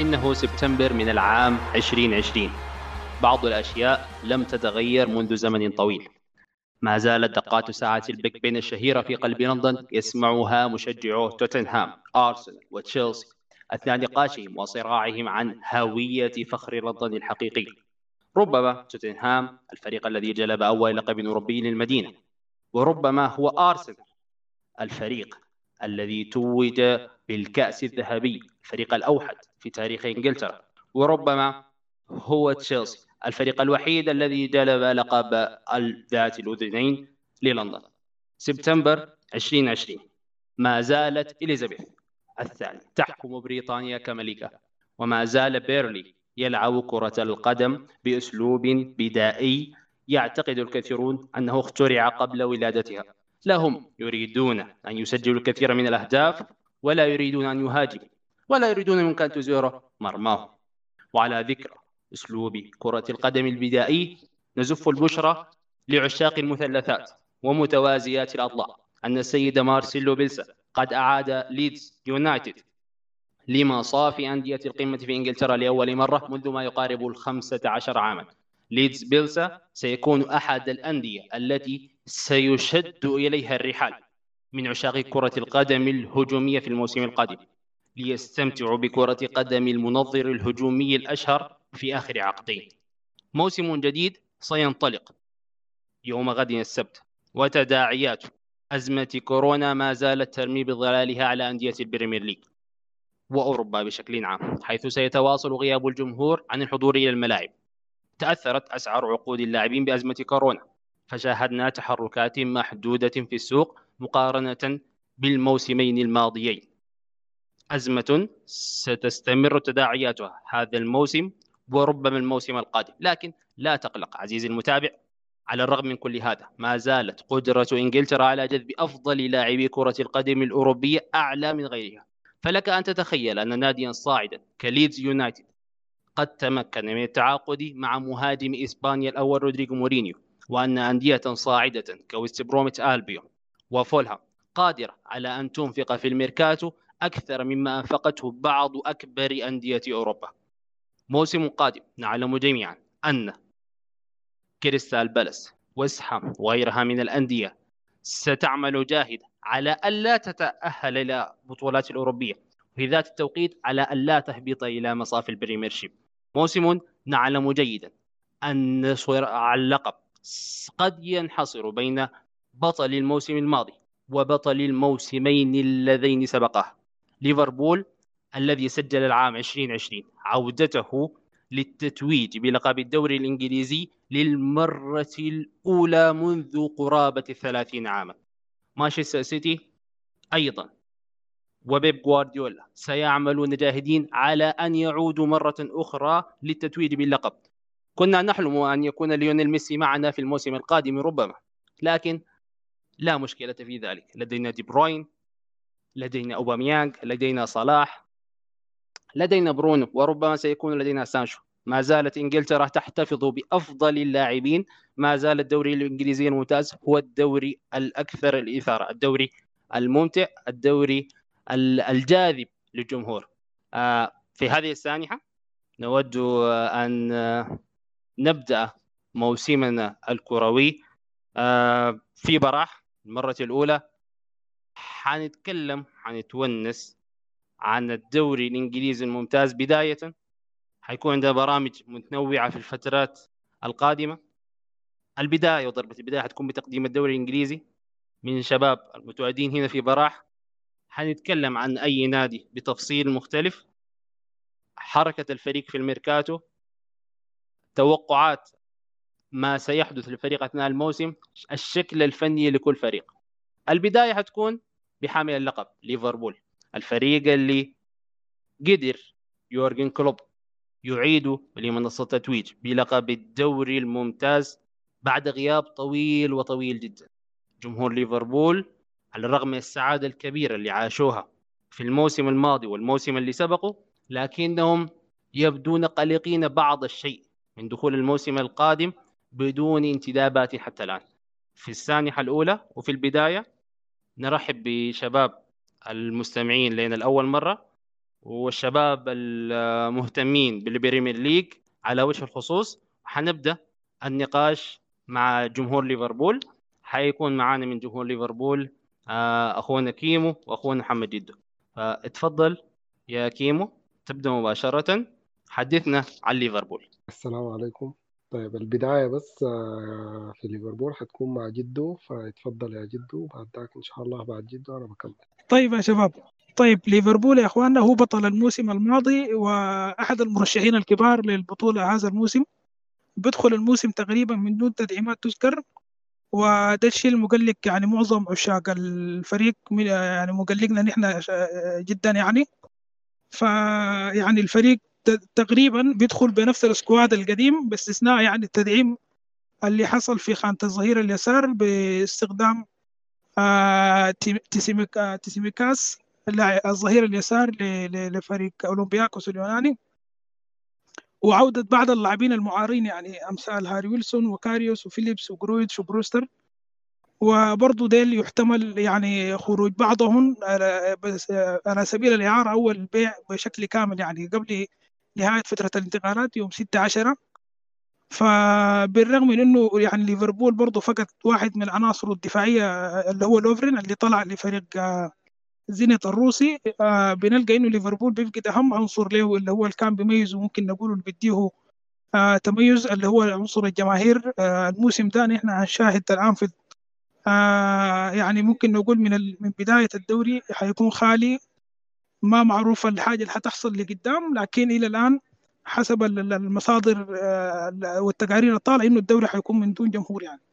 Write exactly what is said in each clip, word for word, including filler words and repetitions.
إنه سبتمبر من العام عشرين عشرين. بعض الأشياء لم تتغير منذ زمن طويل. ما زالت دقات ساعة البيج بن الشهيرة في قلب لندن يسمعها مشجعو توتنهام، أرسنال وتشيلسي أثناء نقاشهم وصراعهم عن هوية فخر لندن الحقيقي. ربما توتنهام الفريق الذي جلب أول لقب أوروبي للمدينة، وربما هو أرسنال الفريق الذي توج بالكأس الذهبي، الفريق الأوحد في تاريخ إنجلترا، وربما هو تشيلسي الفريق الوحيد الذي جلب لقب ذات الأذنين للندن. سبتمبر عشرين عشرين، ما زالت إليزابيث الثانية تحكم بريطانيا كملكة، وما زال بيرلي يلعب كرة القدم بأسلوب بدائي يعتقد الكثيرون أنه اخترع قبل ولادتها. لا هم يريدون أن يسجلوا الكثير من الأهداف، ولا يريدون أن يهاجموا، ولا يريدون من كان تزور مرماه. وعلى ذكر أسلوب كرة القدم البدائي، نزف البشرى لعشاق المثلثات ومتوازيات الأضلاع أن السيد مارسيلو بيلسا قد أعاد ليدز يونايتد لمصاف أندية القمة في إنجلترا لأول مرة منذ ما يقارب الخمسة عشر عاما. ليدز بيلسا سيكون أحد الأندية التي سيشد إليها الرحال من عشاق كرة القدم الهجومية في الموسم القادم، ليستمتعوا بكرة قدم المنظر الهجومي الأشهر في آخر عقدين. موسم جديد سينطلق يوم غد السبت، وتداعيات أزمة كورونا ما زالت ترمي بظلالها على أندية البريمير ليج وأوروبا بشكل عام، حيث سيتواصل غياب الجمهور عن الحضور إلى الملاعب. تأثرت أسعار عقود اللاعبين بأزمة كورونا، فشاهدنا تحركات محدودة في السوق مقارنة بالموسمين الماضيين. أزمة ستستمر تداعياتها هذا الموسم وربما الموسم القادم، لكن لا تقلق عزيزي المتابع. على الرغم من كل هذا، ما زالت قدرة إنجلترا على جذب أفضل لاعبي كرة القدم الأوروبية أعلى من غيرها. فلك أن تتخيل أن ناديا صاعدا كليدز يونايتد قد تمكن من التعاقد مع مهاجم إسبانيا الأول رودريغو مورينيو، وأن أندية صاعدة كويست بروميت ألبيون وفولهام قادرة على أن تنفق في الميركاتو أكثر مما أنفقته بعض أكبر أندية أوروبا. موسم قادم نعلم جميعا أن كريستال بالاس، ويست هام وغيرها من الأندية ستعمل جاهدة على ألا تتأهل إلى بطولات الأوروبية، وفي ذات التوقيت على ألا تهبط إلى مصاف البريميرشيب. موسم نعلم جيدا أن صراع اللقب قد ينحصر بين بطل الموسم الماضي وبطل الموسمين اللذين سبقه، ليفربول الذي سجل العام عشرين عشرين عودته للتتويج بلقب الدوري الإنجليزي للمرة الأولى منذ قرابة ثلاثين عاما. مانشستر سيتي أيضا وبيب غوارديولا سيعملون جاهدين على أن يعودوا مرة أخرى للتتويج باللقب. كنا نحلم أن يكون ليونيل ميسي معنا في الموسم القادم ربما، لكن لا مشكلة في ذلك. لدينا دي بروين، لدينا أوباميانغ، لدينا صلاح، لدينا برونو، وربما سيكون لدينا سانشو. ما زالت إنجلترا تحتفظ بأفضل اللاعبين. ما زال الدوري الإنجليزي الممتاز هو الدوري الأكثر الإثارة، الدوري الممتع، الدوري الجاذب للجمهور. في هذه السانحة نود أن نبدأ موسمنا الكروي في براح. المرة الأولى حنتكلم حنتونس عن الدوري الإنجليزي الممتاز. بداية حيكون عندنا برامج متنوعة في الفترات القادمة. البداية وضربة البداية حتكون بتقديم الدوري الإنجليزي من شباب المتواجدين هنا في براح. حنتكلم عن أي نادي بتفصيل مختلف، حركة الفريق في الميركاتو، توقعات ما سيحدث للفريق أثناء الموسم، الشكل الفني لكل فريق. البداية حتكون بحامل اللقب ليفربول، الفريق اللي قدر يورجن كلوب يعيد لمنصة التتويج بلقب الدوري الممتاز بعد غياب طويل وطويل جدا. جمهور ليفربول على الرغم من السعادة الكبيرة اللي عاشوها في الموسم الماضي والموسم اللي سبقه، لكنهم يبدون قلقين بعض الشيء من دخول الموسم القادم بدون انتدابات حتى الآن. في السانحة الأولى وفي البداية نرحب بشباب المستمعين لنا الأول مرة. والشباب المهتمين بالبريمير ليج على وجه الخصوص. حنبدأ النقاش مع جمهور ليفربول. حيكون معانا من جمهور ليفربول آه، أخونا كيمو وأخونا محمد جدو. فاتفضل يا كيمو، تبدأ مباشرة، حدثنا عن ليفربول. السلام عليكم. طيب البداية بس آه، في ليفربول حتكون مع جدو، فيتفضل يا جدو، بعد ذاك إن شاء الله بعد جدو أنا بكمل. طيب يا شباب، طيب ليفربول يا اخواننا هو بطل الموسم الماضي واحد المرشحين الكبار للبطوله هذا الموسم. بيدخل الموسم تقريبا من دون تدعيمات تذكر، وده الشيء المقلق يعني معظم عشاق الفريق من- يعني مقلقنا نحن جدا يعني. فيعني الفريق ت- تقريبا بيدخل بنفس السكواد القديم باستثناء يعني التدعيم اللي حصل في خانة الظهير اليسار باستخدام آه تي- تيسيميك- آه، تيسيميكاس اللاعب الظهير اليسار ل- ل- لفريق اولمبياكوس اليوناني، وعودة بعض اللاعبين المعارين يعني امثال هاري ويلسون وكاريوس وفيليبس وجرويتش وبروستر. وبرضه ديل يحتمل يعني خروج بعضهم على بس- آه، على سبيل الإعارة أو البيع بشكل كامل يعني قبل نهاية فترة الانتقالات يوم ستة عشر. فبالرغم من انه يعني ليفربول برضه فقد واحد من العناصر الدفاعيه اللي هو لوفرين اللي طلع لفريق آه، زينت الروسي، آه، بنلقى انه ليفربول بيفقد اهم عنصر له اللي هو اللي كان بيميزه ممكن نقول اللي بيديه آه، تميز اللي هو عنصر الجماهير. آه، الموسم ده نحن هنشاهد الان في آه، يعني ممكن نقول من ال- من بدايه الدوري حيكون خالي، ما معروف الحاجة اللي حتحصل لقدام، لكن إلى الآن حسب ال- ال- المصادر آه، والتقارير الطالعة إنه الدوري حيكون من دون جمهور يعني.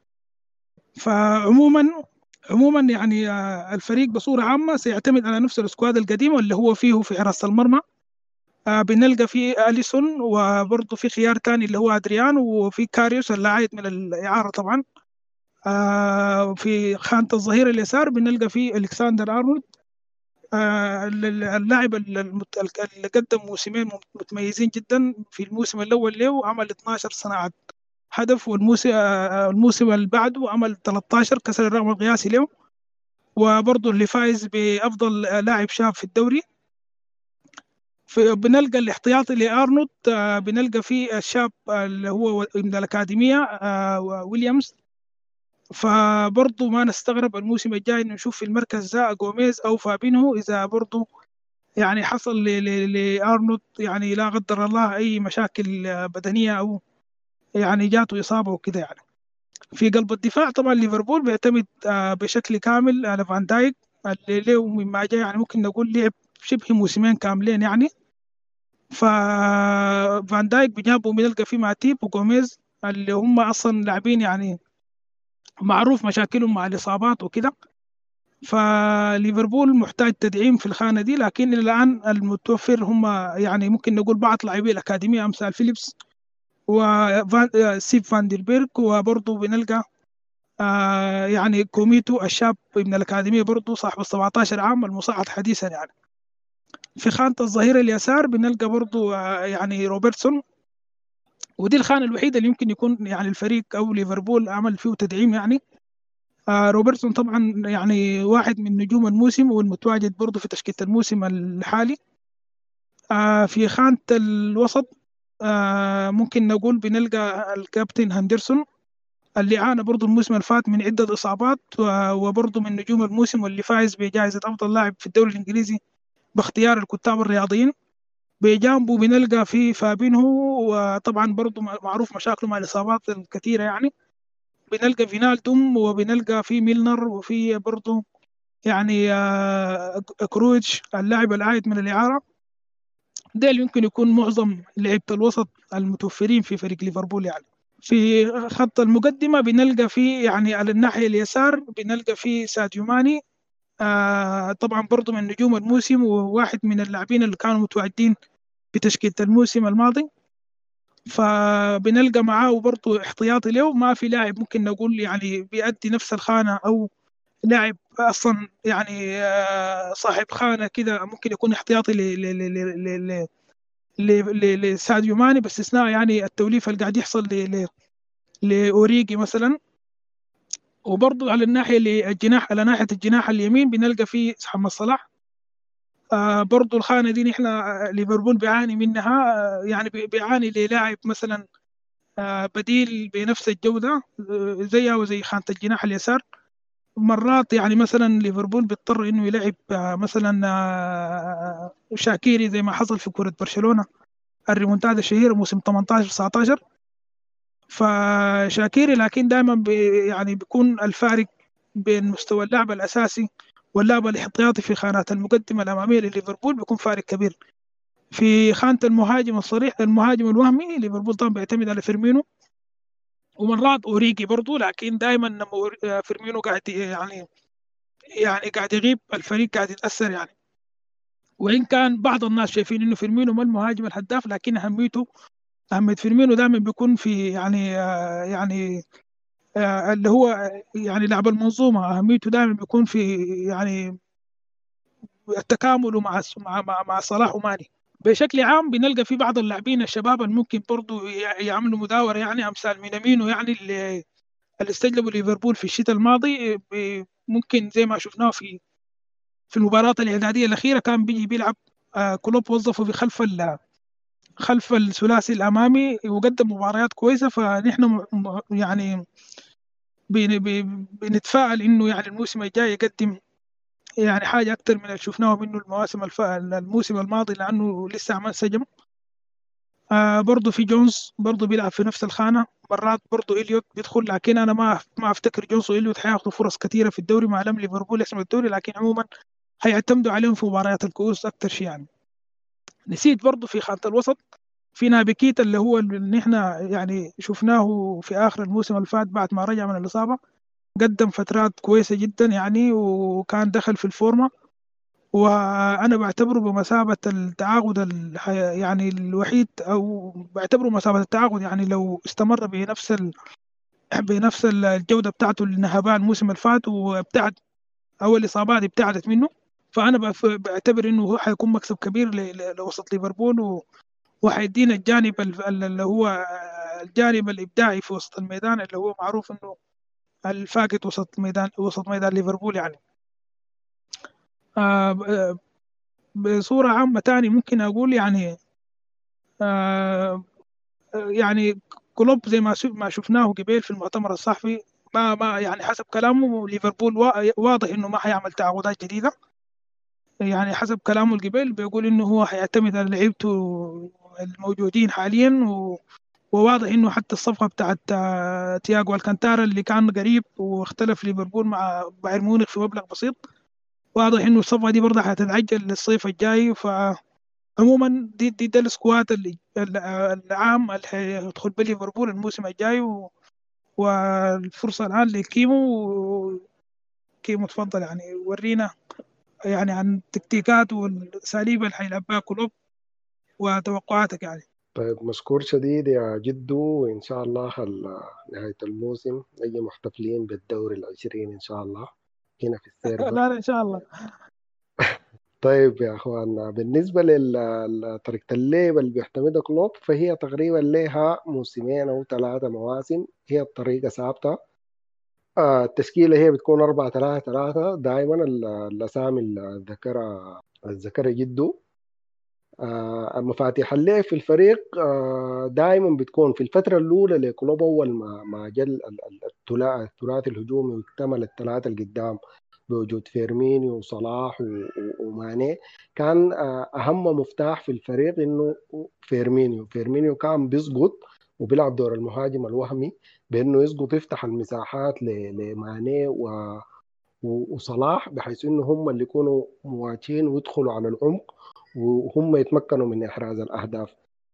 فعموما عموما يعني آه، الفريق بصورة عامة سيعتمد على نفس السكواد القديم اللي هو فيه في حراسة المرمى. آه، بنلقى فيه أليسون، وبرضه في خيار تاني اللي هو أدريان، وفي كاريوس اللي عايد من الإعارة طبعا. آه، في خانة الظهير اليسار بنلقى فيه ألكسندر أرنولد، آه، اللاعب المت- اللي قدم موسمين متميزين جدا. في الموسم الأول له عمل اثناشر صناعة هدف، والموسم آه، الموسم اللي بعده عمل ثلاثة عشر كسر الرقم القياسي له، وبرضه اللي فايز بأفضل لاعب شاب في الدوري. في بنلقى الاحتياطي لأرنولد، آه، بنلقى فيه الشاب اللي هو من الأكاديمية آه، ويليامز. فبرضه ما نستغرب الموسم الجاي نشوف في المركز ده جوميز أو فابينهو إذا برضه يعني حصل ل- ل- لأرنولد يعني لا قدر الله أي مشاكل آه، بدنية أو يعني جاته إصابة وكده يعني. في قلب الدفاع طبعا ليفربول بيعتمد آه، بشكل كامل على فان دايك اللي له مما جاء يعني ممكن نقول لعب شبه موسمين كاملين يعني. ففان دايك بجانبه بنلقى فيه ماتيب وجوميز اللي هم أصلا لاعبين يعني معروف مشاكلهم مع الإصابات وكده. فليفربول محتاج تدعيم في الخانة دي، لكن إلى الآن المتوفر هم يعني ممكن نقول بعض لاعبي الأكاديمية أمثال فيليبس وسيب فان دير بيرك، وبرضه بنلقى آه يعني كوميتو الشاب من الأكاديمية برضه صاحب سبعة عشر عام المصعد حديثا يعني. في خانة الظهير اليسار بنلقى برضه آه يعني روبرتسون، ودي الخانة الوحيدة اللي يمكن يكون يعني الفريق أو ليفربول عمل فيه تدعيم يعني. آه روبرتسون طبعا يعني واحد من نجوم الموسم والمتواجد برضه في تشكيلة الموسم الحالي. آه في خانة الوسط آه ممكن نقول بنلقى الكابتن هندرسون اللي عانى برضه الموسم اللي فات من عدة إصابات، و- وبرضه من نجوم الموسم واللي فايز بجائزة أفضل لاعب في الدوري الإنجليزي باختيار الكتاب الرياضيين. بجانبه بنلقى في فابينهو، وطبعا برضه معروف مشاكله مع الإصابات الكثيرة يعني. بنلقى فينالدوم، وبنلقى في ميلنر، وفي برضه يعني آه، كرويتش اللاعب العائد من الإعارة. ده اللي يمكن يكون معظم لعيبة الوسط المتوفرين في فريق ليفربول يعني. في خط المقدمة بنلقى في يعني على الناحية اليسار بنلقى في ساديو ماني، آه طبعا برضو من نجوم الموسم وواحد من اللاعبين اللي كانوا متواجدين في تشكيلة الموسم الماضي. فبنلقى معاه برضو احتياطي له، ما في لاعب ممكن نقول يعني بيأدي نفس الخانة أو لاعب أصلا يعني آه صاحب خانة كده ممكن يكون احتياطي ل ل ل ل ل ل- ل- لساديو ماني، باستثناء يعني التوليفة اللي قاعد يحصل ل- ل- لأوريجي مثلا. وبرضو على الناحية الجناح على ناحية الجناح اليمين بنلقى فيه محمد صلاح. آه برضو الخانة دي نحن آه، ليفربول بيعاني منها، آه يعني بي- بيعاني للاعب مثلا آه بديل بنفس الجودة آه زيها وزي خانة الجناح اليسار. مرات يعني مثلا ليفربول بيضطر انه يلعب آه مثلا آه شاكيري زي ما حصل في كرة برشلونة الريمونتادا الشهيرة موسم ثمانية عشر تسعة عشر. فشاكيري لكن دائما بي يعني بيكون الفارق بين مستوى اللعب الأساسي واللعب الاحتياطي في خانات المقدمة الأمامية لليفربول بيكون فارق كبير. في خانة المهاجم الصريح المهاجم الوهمي ليفربول طبعا بيعتمد على فيرمينو ومرات أوريجي برضو، لكن دائما لما أور- فيرمينو قاعد يعني يعني قاعد يغيب الفريق قاعد يتأثر يعني. وإن كان بعض الناس شايفين إنه فيرمينو ما المهاجم الهداف، لكن أهميته أهمية فيرمينو دائما بيكون في يعني آه يعني آه اللي هو يعني لعب المنظومة. أهميته دائما بيكون في يعني التكامل مع مع مع, مع صلاح وماني. بشكل عام بنلقى في بعض اللاعبين الشباب اللي ممكن برضو ي- يعملوا مداورة يعني أمثال مينامينو يعني اللي اللي استجلبوا ليفربول في الشتاء الماضي. ب- ممكن زي ما شفناه في في المباراة الإعدادية الأخيرة كان بيجي بيلعب. آه كلوب وظفه في خلف ال- خلف الثلاثي الأمامي وقدم مباريات كويسة. فنحن م- م- يعني بن- ب- بنتفائل إنه يعني الموسم الجاي يقدم يعني حاجة أكتر من اللي شفناه منه المواسم الف... الموسم الماضي، لأنه لسه ما انسجم. آه برضه في جونز برضه بيلعب في نفس الخانة. مرات برضه إليوت بيدخل، لكن أنا ما ما أفتكر جونز وإليوت حياخدوا فرص كثيرة في الدوري مع لم ليفربول يحسم الدوري، لكن عموما هيعتمدوا عليهم في مباريات الكؤوس أكتر شيء يعني. نسيت برضه في خانة الوسط في نابيكيتا اللي هو اللي احنا يعني شفناه في آخر الموسم اللي فات بعد ما رجع من الإصابة. قدم فترات كويسة جدا يعني وكان دخل في الفورمة، وأنا بعتبره بمثابة التعاقد الح- يعني الوحيد، أو بعتبره مثابة التعاقد يعني لو استمر بنفس ال... بنفس الجودة بتاعته اللي نهبها الموسم اللي فات وابتعد أو الإصابات ابتعدت منه. فأنا بف- بعتبر إنه هو حيكون مكسب كبير ل- ل- لوسط ليفربول و- وحيدينا الجانب ال- ال- اللي هو الجانب الإبداعي في وسط الميدان اللي هو معروف إنه الفاقد وسط ميدان وسط ميدان ليفربول يعني. آه بصورة عامة تاني ممكن أقول يعني آه يعني كلوب زي ما شف- ما شفناه قبل في المؤتمر الصحفي ما ما يعني حسب كلامه ليفربول وا- واضح إنه ما حيعمل تعاقدات جديدة. يعني حسب كلامه قبل بيقول إنه هو حيعتمد على لعيبته الموجودين حاليا و وواضح إنه حتى الصفقة بتاعت آه، تياغو الكانتارا اللي كان قريب واختلف ليفربول مع بايرن ميونخ في مبلغ بسيط، واضح إنه الصفقة دي برضه حتتعجل للصيف الجاي. ف عموما دي دي ده السكواد اللي ال- العام اللي هيدخل بليفربول الموسم الجاي و... والفرصة الآن لكيمو. كيمو تفضل يعني ورينا يعني عن التكتيكات والأساليب اللي حيلعب بها كلوب وتوقعاتك يعني. طيب مشكور شديد يا جدو، وإن شاء الله ال- نهاية الموسم نجي محتفلين بالدوري العشرين إن شاء الله هنا في لا السيرفر. لا إن شاء الله. طيب يا أخواننا، بالنسبة لطريقة اللعب اللي بيعتمدها كلوب فهي تقريبا لها موسمين أو ثلاثة مواسم، هي الطريقة ثابتة. آه، التشكيلة هي بتكون أربعة ثلاثة ثلاثة دائما. ال- الأسامي اللي ذكرها الذكر جده. آه، مفاتيح اللعب في الفريق آه، دائما بتكون في الفترة الأولى لكلوب. أول ما ما جل ال- ال- الثلاثي الثلاثي الهجومي واكتمل الثلاثة اللي قدام بوجود فيرمينيو وصلاح و- و- وماني، كان آه، أهم مفتاح في الفريق إنه فيرمينيو فيرمينيو كان بيسقط وبيلعب دور المهاجم الوهمي، بإنه يسقط يفتح المساحات ل- لماني و- و- وصلاح، بحيث إنه هم اللي يكونوا مواجهين ويدخلوا على العمق وهم يتمكنوا من إحراز الأهداف.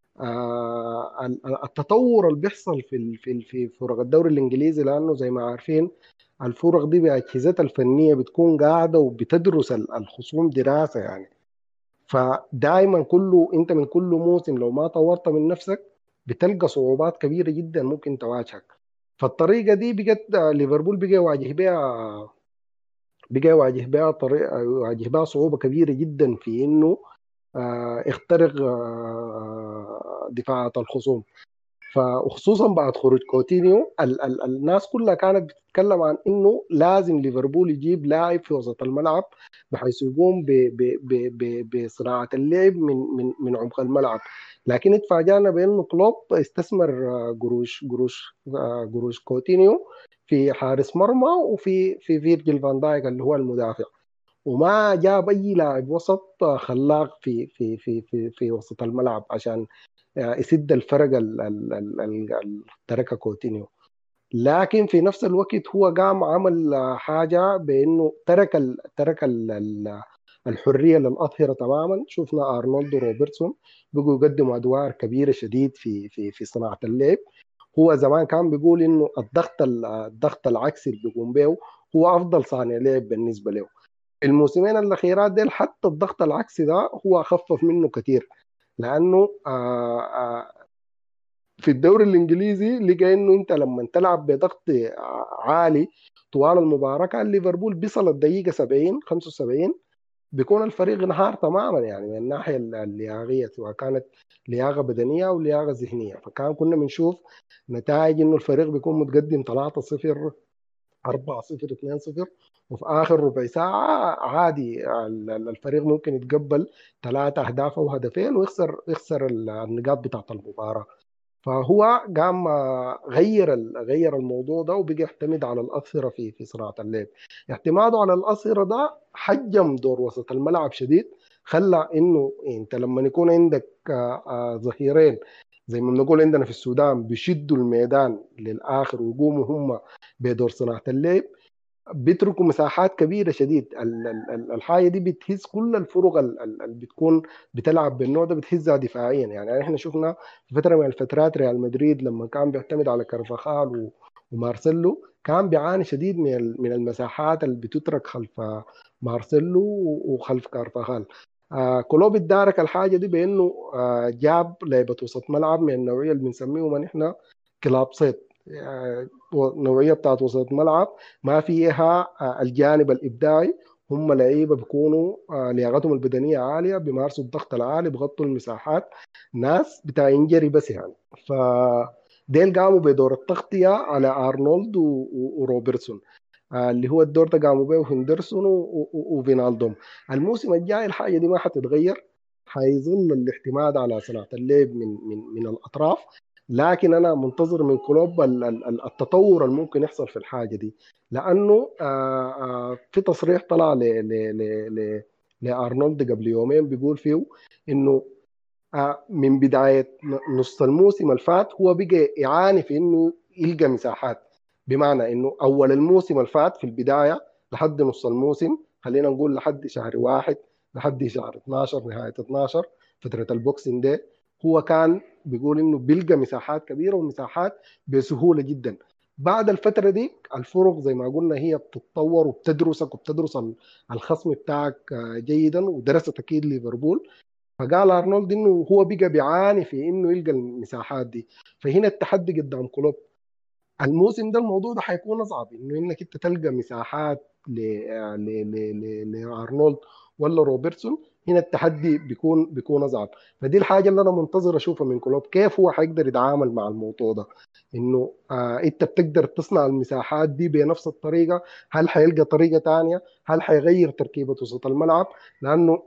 آه، ال- التطور اللي بيحصل في ال- في ال- في فرق الدوري الإنجليزي، لأنه زي ما عارفين الفرق دي بأجهزتها الفنية بتكون قاعدة وبتدرس ال- الخصوم دراسة يعني. فدائما كله انت من كل موسم لو ما طورت من نفسك بتلقى صعوبات كبيرة جدا ممكن تواجهك. فالطريقة دي بقت آه، ليفربول بقى يواجه بها بقى يواجه بها طريقة يواجه بها صعوبة كبيرة جدا في انه آه، يخترق آه، دفاعات الخصوم. فخصوصا بعد خروج كوتينيو ال ال الناس كلها كانت بتتكلم عن انه لازم ليفربول يجيب لاعب في وسط الملعب بحيث يقوم ب- ب- ب- ب- بصناعه اللعب من من من عمق الملعب. لكن اتفاجأنا بانه كلوب استثمر آه، قروش قروش آه، قروش كوتينيو في حارس مرمى وفي في فيرجيل فان دايك اللي هو المدافع، وما جاب اي لاعب وسط آه، خلاق في في في في في وسط الملعب عشان آه، يسد الفرق ال- ال- ال- ال- ال- تركه كوتينيو. لكن في نفس الوقت هو قام عمل آه، حاجه بانه ترك ال ترك ال ال الحريه للاظهره تماما. شفنا ارنولد وروبرتسون بقوا يقدموا ادوار كبيره شديد في في في صناعه اللعب. هو زمان كان بيقول انه الضغط ال- الضغط العكسي اللي بيقوم به هو افضل صانع لعب بالنسبه له. الموسمين الاخيرات ديل حتى الضغط العكسي ده هو خفف منه كثير، لانه آه آه في الدوري الانجليزي لقى انه انت لما تلعب بضغط عالي طوال المباراه، كان ليفربول بيصل الدقيقه سبعين خمسة وسبعين بيكون الفريق انهار تماما، يعني من الناحيه اللياقيه، سواء كانت لياقه بدنيه او لياقه ذهنيه. فكان كنا بنشوف نتائج انه الفريق بيكون متقدم ثلاثة صفر أربعة صفر اثنين صفر، وفي اخر ربع ساعه عادي ال- ال- الفريق ممكن يتقبل ثلاثة اهداف او هدفين ويخسر يخسر النقاط بتاعت المباراه. فهو قام آه، غير ال- غير الموضوع ده وبقى يعتمد على الأظهرة في في صناعة اللعب. اعتماده على الأظهرة ده حجم دور وسط الملعب شديد، خلى انه انت لما يكون عندك آه، آه، ظهيرين زي ما بنقول عندنا في السودان بيشدوا الميدان للآخر ويقوموا هم بدور صناعة اللعب، بيتركوا مساحات كبيره شديد. ال- ال- ال- الحاجه دي بتهز كل الفرق ال- ال- اللي بتكون بتلعب بالنوع ده، بتهزها دفاعيا. يعني احنا شفنا في فتره من الفترات ريال مدريد لما كان بيعتمد على كارفاخال و- ومارسيلو كان بيعاني شديد من ال- من المساحات اللي بتترك خلف مارسيلو وخلف كارفاخال. آه كلوب ادارك الحاجه دي بانه آه جاب لعبه وسط ملعب من النوعيه اللي بنسميهم نحن كلاب صيد، آه نوعيه بتاعت وسط ملعب ما فيها آه، الجانب الابداعي. هم لعيبه بيكونوا آه، لياقتهم البدنيه عاليه، بيمارسوا الضغط العالي، بيغطوا المساحات، ناس بتاع انجري بس يعني. ف ديل قاموا بدور التغطيه على ارنولد و- و- وروبرتسون، آه، اللي هو الدور ده قاموا به هندرسون و- و- وفينالدوم. الموسم الجاي الحاجه دي ما حتتغير، حيظل الاعتماد على صناعه اللعب من من من الاطراف. لكن انا منتظر من كلوب ال- ال- ال- التطور اللي ممكن يحصل في الحاجه دي، لانه آه، آه، في تصريح طلع ل ل ل ل لارنولد قبل يومين بيقول فيه انه آه، من بداية نص الموسم الفات هو بقى يعاني في انه يلقى مساحات. بمعنى انه اول الموسم الفات في البداية لحد نص الموسم، خلينا نقول لحد شهر واحد لحد شهر اثناشر نهاية اثناشر فترة البوكسين دي، هو كان بيقول انه بيلقى مساحات كبيرة ومساحات بسهولة جدا. بعد الفترة دي الفرق زي ما قلنا هي بتتطور وبتدرسك وبتدرس الخصم بتاعك آه، جيدا، ودرست اكيد ليفربول. فقال ارنولد انه هو بقى بيعاني في انه يلقى المساحات دي. فهنا التحدي قدام كلوب الموسم ده الموضوع ده حيكون اصعب، انه انك انت تلقى مساحات ل ل ل ل لارنولد ولا روبرتسون. هنا التحدي بيكون بيكون اصعب. فدي الحاجه اللي انا منتظر اشوفها من كلوب، كيف هو حيقدر يتعامل مع الموضوع ده، انه آه انت بتقدر تصنع المساحات دي بنفس الطريقه، هل حيلقى طريقه تانية، هل حيغير تركيبه وسط الملعب. لانه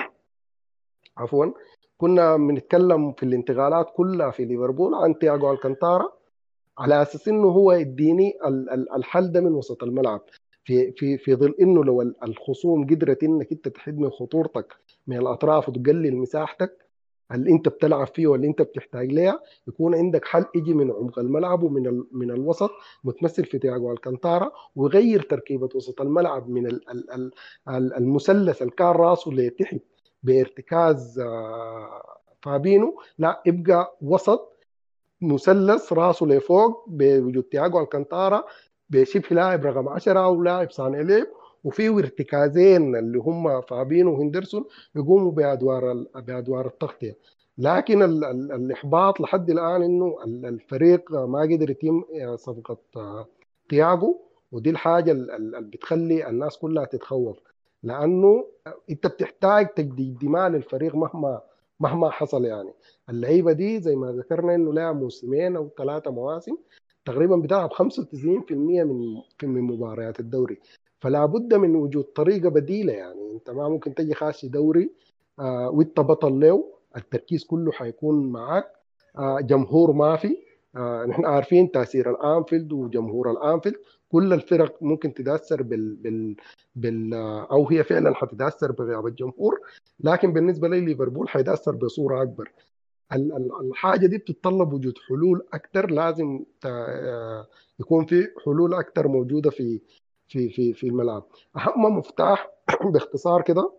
عفوا كنا بنتكلم في الانتقالات كلها في ليفربول عن تياغو الكانتارا على اساس انه هو يديني ال- ال- الحل ده من وسط الملعب، في في في ظل انه لو ال- الخصوم قدرت انك انت تحد من خطورتك من الاطراف وتقلل مساحتك اللي انت بتلعب فيه واللي انت بتحتاج ليها، يكون عندك حل يجي من عمق الملعب ومن ال- من الوسط متمثل في تياغو الكانتارا، ويغير تركيبه وسط الملعب من ال- ال- ال- ال- المثلث اللي كان راسه لتحت بارتكاز آه، فابينو، لا يبقى وسط مثلث راسه لفوق بوجود تياجو الكانتارا بشبه لاعب رقم عشرة او لاعب صانع لعب، وفي ارتكازين اللي هم فابينو وهندرسون يقوموا بادوار ال- بادوار التغطيه. لكن ال ال الاحباط لحد الان انه ال- الفريق ما قدر يتم صفقه آه، تياجو، ودي الحاجه ال- ال- اللي بتخلي الناس كلها تتخوف، لانه انت بتحتاج تجديد دماء للفريق مهما مهما حصل يعني. اللعيبه دي زي ما ذكرنا انه لها موسمين او ثلاثه مواسم تقريبا بتلعب خمسة وتسعين بالمية من من مباريات الدوري. فلا بد من وجود طريقه بديله. يعني انت ما ممكن تجي خاشي دوري آه وانت بطل له، التركيز كله حيكون معك، آه جمهور ما في. آه نحن عارفين تاثير الانفيلد وجمهور الانفيلد. كل الفرق ممكن تتاثر بال, بال, بال آه، او هي فعلا حتتاثر بغياب الجمهور، لكن بالنسبه لي ليفربول حيتاثر بصوره اكبر. ال- ال- الحاجه دي بتتطلب وجود حلول اكثر. لازم ت- آه، يكون في حلول اكثر موجوده في في في في الملعب. اهم مفتاح باختصار كده،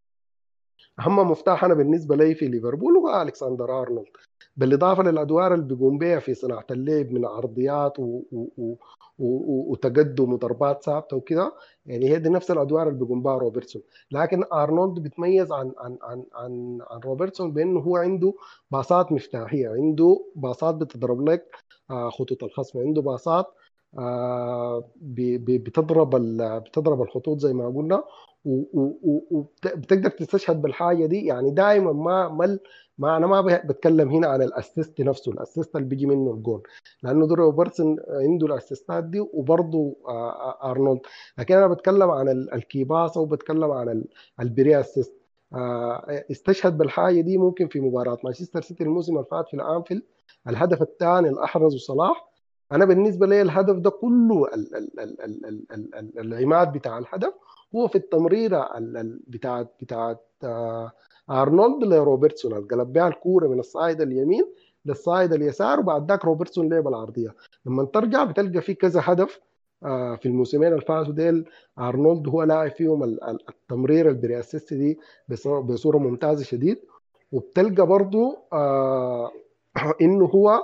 اهم مفتاح انا بالنسبه لي في ليفربول هو الكسندر ارنولد، بالاضافه للادوار اللي بيقوم بها في صناعه اللعب من عرضيات و... و... و... و... وتقدم وضربات ثابته وكده. يعني هي دي نفس الادوار اللي بيقوم بها روبرتسون. لكن ارنولد بيتميز عن عن عن عن, عن روبرتسون بانه هو عنده باصات مفتاحيه، عنده باصات بتضرب لك آه، خطوط الخصم، عنده باصات آه، ب- ب- بتضرب ال- بتضرب الخطوط زي ما قلنا، وبتقدر تستشهد بالحاجه دي. يعني دائما ما ما ما انا ما ب- بتكلم هنا عن الاسيست نفسه، الاسيست اللي بيجي منه الجول، لانه دوري روبرتسون عنده الاسيستات دي وبرضه آه، آه، ارنولد. لكن انا بتكلم عن ال- الكيباصه وبتكلم عن ال- البري اسيست. آه، استشهد بالحاجه دي ممكن في مباراه مانشستر سيتي الموسم اللي فات في الانفيلد، الهدف الثاني اللي احرزه صلاح. انا بالنسبه لي الهدف ده كله ال- ال- ال- ال- ال- ال- ال- العماد بتاع الهدف هو في التمريره ال- ال- بتاعت بتاعت آه، ارنولد لروبرتسون، القلب بها الكوره من الصايد اليمين للصايد اليسار، وبعد ذاك روبرتسون لعب العرضيه. لما ترجع بتلقى في كذا هدف آه، في الموسمين اللي فاتوا ديل ارنولد هو لاعب فيهم ال- ال- التمرير البرياسيست دي بصوره بصورة ممتازه شديد. وبتلقى برضو آه، انه هو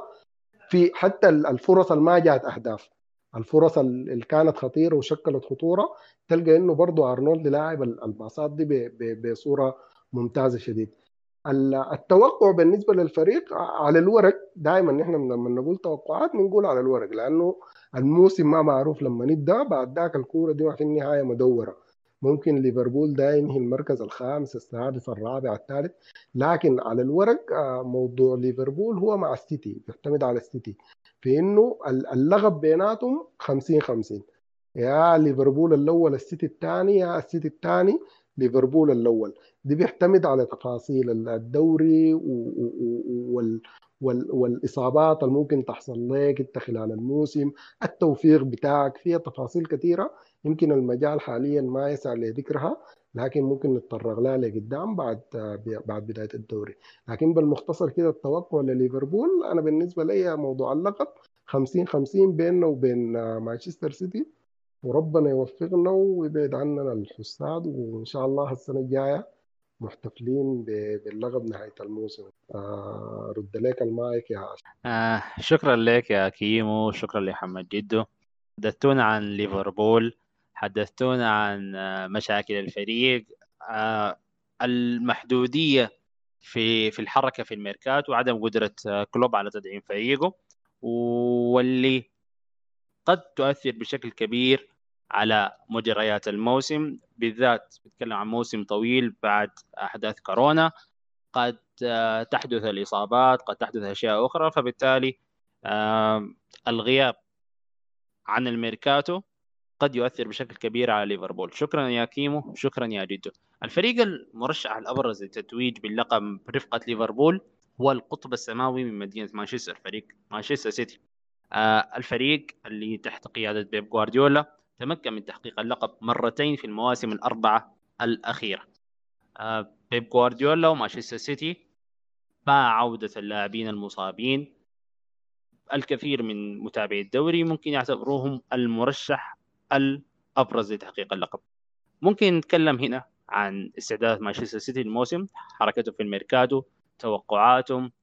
في حتى الفرص اللي ما جات اهداف، الفرص اللي كانت خطيره وشكلت خطوره، تلقى انه برضه ارنولد لاعب الباصات دي ب- ب- بصوره ممتازه شديد. ال- التوقع بالنسبه للفريق على الورق، دائما نحن لما نقول توقعات بنقول على الورق، لانه الموسم ما معروف لما نبدا. بعد ذاك الكوره دي في النهايه مدوره، ممكن ليفربول ده ينهي المركز الخامس السادس الرابع الثالث. لكن على الورق آه، موضوع ليفربول هو مع السيتي، بيعتمد على السيتي في انه اللغب بيناتهم خمسين خمسين، يا ليفربول الاول السيتي الثاني، يا السيتي الثاني ليفربول الاول. دي بيعتمد على تفاصيل الدوري و- و- و- وال وال- والاصابات اللي ممكن تحصل لك انت خلال الموسم، التوفيق بتاعك، فيها تفاصيل كثيره يمكن المجال حاليا ما يسع لذكرها، لكن ممكن نتطرق لها لقدام بعد بعد بدايه الدوري. لكن بالمختصر كده التوقع لليفربول انا بالنسبه لي موضوع اللقب خمسين خمسين بيننا وبين مانشستر سيتي، وربنا يوفقنا ويبعد عننا الحساد، وإن شاء الله السنة الجاية محتفلين ب- باللقب نهاية الموسم. آه رد لك المايك يا هاشم. آه شكرا لك يا كيمو، شكرا لحمد جدو. حدثتونا عن ليفربول، حدثتونا عن آه مشاكل الفريق، آه المحدودية في في الحركة في الميركات، وعدم قدرة آه كلوب على تدعيم فريقه، واللي قد تؤثر بشكل كبير على مجريات الموسم. بالذات بتكلم عن موسم طويل بعد أحداث كورونا، قد آه، تحدث الإصابات، قد تحدث أشياء أخرى، فبالتالي آه، الغياب عن الميركاتو قد يؤثر بشكل كبير على ليفربول. شكرا يا كيمو، شكرا يا جدو. الفريق المرشح الأبرز للتتويج باللقب برفقة ليفربول هو القطب السماوي من مدينة مانشستر، فريق مانشستر سيتي. آه، الفريق اللي تحت قيادة بيب غوارديولا تمكن من تحقيق اللقب مرتين في المواسم الأربعة الأخيرة. آه، بيب غوارديولا ومانشستر سيتي مع عودة اللاعبين المصابين، الكثير من متابعي الدوري ممكن يعتبروهم المرشح الأبرز لتحقيق اللقب. ممكن نتكلم هنا عن استعداد مانشستر سيتي الموسم، حركته في الميركاتو، توقعاتهم،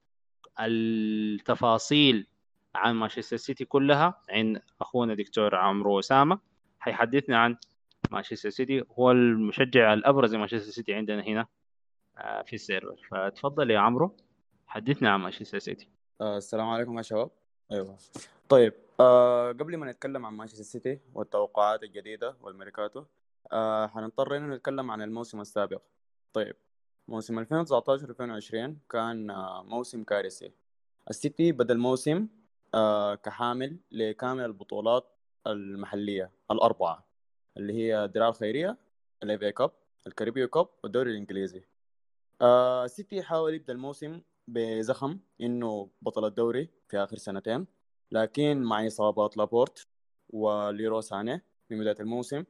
التفاصيل عن مانشستر سيتي كلها عند أخونا دكتور عمرو أسامة، حيحدثنا عن مانشستر سيتي، هو المشجع الأبرز لمانشستر سيتي عندنا هنا آه، في السيرفر. فتفضل يا عمرو، حدثنا عن مانشستر سيتي. آه السلام عليكم يا شباب. ايوه طيب، آه قبل ما نتكلم عن مانشستر سيتي والتوقعات الجديده والميركاتو، آه حنضطر انه نتكلم عن الموسم السابق. طيب موسم ألفين وتسعتاشر ألفين وعشرين كان آه، موسم كارثي. السيتي بدأ الموسم آه، كحامل لكامل البطولات المحلية الأربعة، اللي هي الدراع الخيرية، الإف إيه كاب، الكاريبيو كاب، والدوري الإنجليزي. آه، السيتي حاول يبدأ الموسم بزخم إنه بطل الدوري في آخر سنتين، لكن مع إصابات لابورت وليرو ساني في بداية الموسم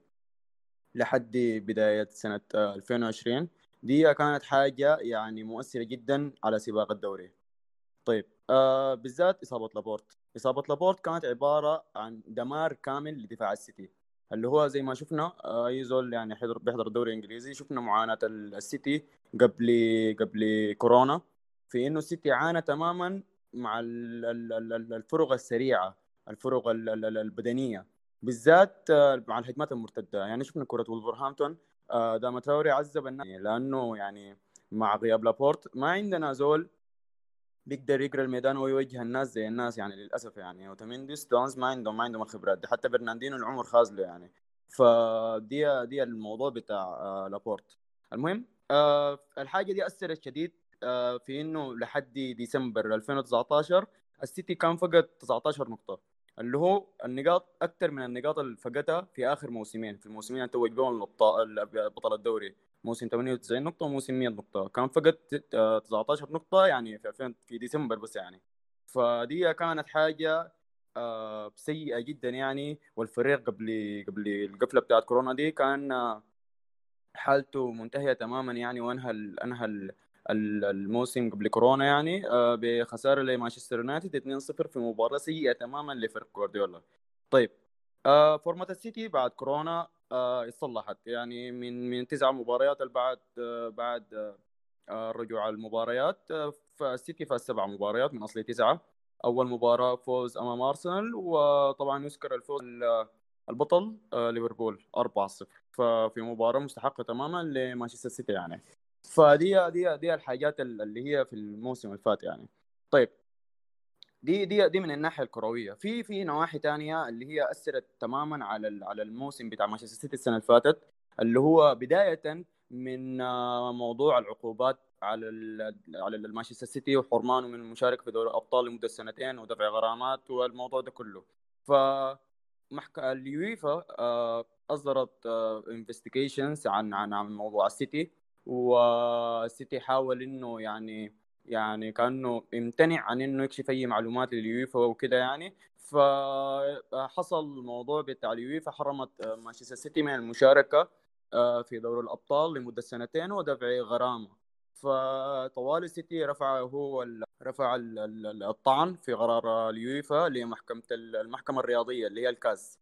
لحد بداية سنة آه، ألفين وعشرين، دي كانت حاجة يعني مؤثرة جدا على سباق الدوري. طيب آه بالذات إصابة لابورت. إصابة لابورت كانت عبارة عن دمار كامل لدفاع السيتي، اللي هو زي ما شفنا آه، أي زول يعني حضر بيحضر الدوري الإنجليزي شفنا معاناة ال- السيتي قبل قبل كورونا، في إنه السيتي عانى تماما مع ال- ال- ال- ال- الفرق السريعة، الفرق ال- ال- ال- البدنية، بالذات آه، مع الهجمات المرتدة. يعني شفنا كرة وولفرهامبتون، آه، داما تراوري عذب الناس لأنه يعني مع غياب لابورت ما عندنا زول بيقدر يقرا الميدان ويوجه الناس زي الناس، يعني للاسف. يعني اوتاميندي ستونز ما عندهم ما عندهم الخبرات دي، حتى برناردينو العمر خازله يعني. فدي دي الموضوع بتاع آه لابورت. المهم آه الحاجه دي اثرت شديد آه في انه لحد ديسمبر ألفين وتسعتاشر السيتي كان فقد تسعتاشر نقطه، اللي هو النقاط اكثر من النقاط اللي فقدها في اخر موسمين، في الموسمين اللي توج بهم بطل الدوري، موسم ثمانية وتسعين نقطة وموسم مية نقطة. كان فقط آه، تسعتاشر نقطة يعني في ألفين في ديسمبر بس يعني. فدي كانت حاجة آه، سيئة جدا يعني. والفريق قبل قبل القفلة بتاعت كورونا دي كان آه، حالته منتهية تماما يعني، وانهى ال- انهى ال- ال- الموسم قبل كورونا يعني آه، بخسارة لمانشستر يونايتد اثنين صفر في مباراة سيئة تماما لفريق جوارديولا. طيب آه فورمات السيتي بعد كورونا آه اتصلحت يعني، من من تسع مباريات اللي بعد آه بعد آه رجوع المباريات آه فالسيتي فاز سبع مباريات من اصل تسعه. اول مباراه فوز امام ارسنال، وطبعا يذكر الفوز ال- البطل آه ليفربول أربعة صفر، ففي مباراه مستحقه تماما لمانشستر سيتي يعني. فدي دي دي الحاجات اللي هي في الموسم اللي فات يعني. طيب دي دي دي من الناحيه الكرويه. في في نواحي تانية اللي هي اثرت تماما على ال- على الموسم بتاع مانشستر سيتي السنه اللي فاتت، اللي هو بدايه من آه، موضوع العقوبات على ال- على المانشستر سيتي وحرمانه من المشاركه في دوري الابطال لمده سنتين ودفع غرامات والموضوع ده كله. ف محك... اليويفا آه، اصدرت انفستيجيشنز عن عن عن موضوع السيتي، والسيتي حاول انه يعني يعني كانه يمتنع عن انه يكشف اي معلومات لليويفا وكده يعني. فحصل الموضوع بتاع اليويفا حرمت آه، مانشستر سيتي من المشاركه آه، في دوري الابطال لمده سنتين ودفع غرامه. فطوال السيتي رفع هو ال- رفع ال- ال- الطعن في قرار اليويفا لمحكمه ال- المحكمه الرياضيه اللي هي الكاس.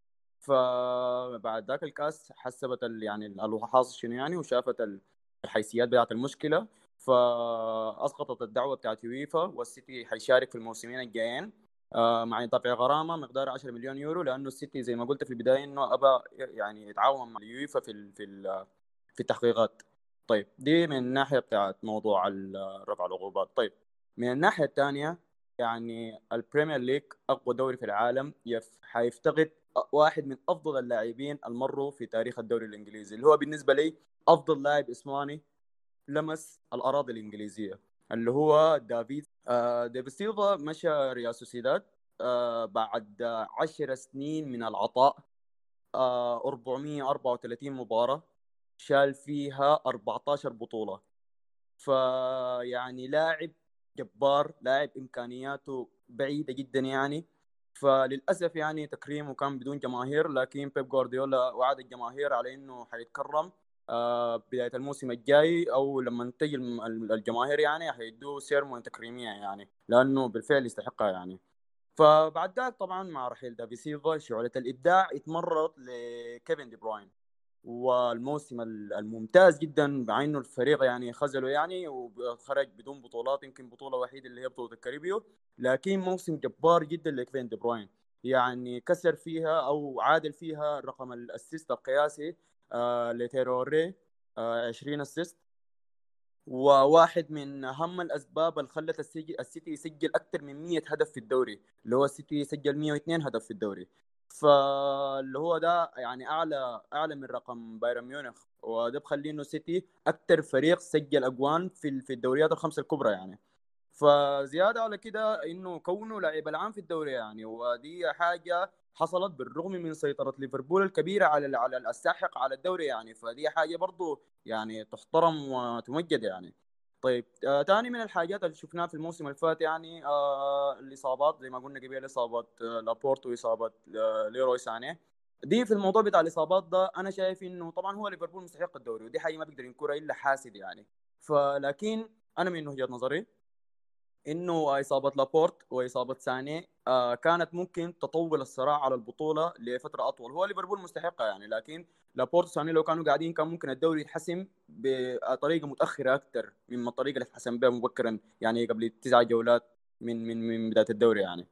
فبعد ذاك الكاس حسبت ال- يعني الحاصل شنو يعني، وشافت ال- الحيثيات بتاعت المشكله، فاسقطت الدعوه بتاعت يويفا، والسيتي حيشارك في الموسمين الجايين آه، مع دفع غرامه مقدار عشرة مليون يورو، لانه السيتي زي ما قلت في البدايه انه ابى يعني يتعاون مع اليويفا في ال في ال في التحقيقات. طيب دي من الناحيه بتاعت موضوع ال- رفع العقوبات. طيب من الناحيه الثانيه يعني البريمير ليج اقوى دوري في العالم يف حيفتقد واحد من افضل اللاعبين المروا في تاريخ الدوري الانجليزي، اللي هو بالنسبه لي افضل لاعب اسباني لمس الاراضي الانجليزيه، اللي هو دافيد آه ديفيد سيلفا. مشى ريال سوسيداد آه بعد عشر سنين من العطاء، آه أربعمية وأربعة وثلاثين مباراه شال فيها أربعتاشر بطوله. فيعني لاعب جبار، لاعب امكانياته بعيده جدا يعني. فللاسف يعني تكريمه كان بدون جماهير، لكن بيب جوارديولا وعد الجماهير على انه حيتكرم آه، بدايه الموسم الجاي، او لما تجي الم- الجماهير يعني حيدوه سيرمون تكريميه يعني، لانه بالفعل يستحقها يعني. فبعد ذاك طبعا مع رحيل دافي سيلفا شعلة الابداع اتمرط لكيفن دي بروين، والموسم الممتاز جدا مع انه الفريق يعني خذله يعني وخرج بدون بطولات، يمكن بطوله وحيده اللي هي بطوله الكاريبيو، لكن موسم جبار جدا لكيفن دي بروين. يعني كسر فيها او عادل فيها رقم الاسيست القياسي آه لتيروري آه عشرين اسيست، وواحد من اهم الاسباب اللي خلت السيتي السيتي يسجل اكثر من مية هدف في الدوري، اللي هو السيتي سجل مية واثنين هدف في الدوري. فاللي هو ده يعني اعلى اعلى من رقم بايرن ميونخ، وده بخلي انه سيتي اكثر فريق سجل اجوان في في الدوريات الخمسه الكبرى يعني. فزياده على كده انه كونه لاعب العام في الدوري يعني، ودي حاجه حصلت بالرغم من سيطره ليفربول الكبيره على على الساحق على الدوري يعني، فدي حاجه برضو يعني تحترم وتمجد يعني. طيب آه تاني من الحاجات اللي شفناها في الموسم اللي فات يعني آه الاصابات زي ما قلنا قبل، اصابه آه لابورت واصابه آه ليروي ساني. دي في الموضوع بتاع الاصابات ده انا شايف انه طبعا هو ليفربول مستحق الدوري، ودي حاجه ما بيقدر ينكرها الا حاسد يعني. فلكن انا من وجهه نظري انه اصابه لابورت واصابه ساني آه كانت ممكن تطول الصراع على البطوله لفتره اطول. هو ليفربول مستحقه يعني، لكن لابورت وساني لو كانوا قاعدين كان ممكن الدوري يتحسم بطريقه متاخره اكثر مما الطريقه اللي اتحسم بها مبكرا يعني قبل تسع جولات من من من بدايه الدوري يعني.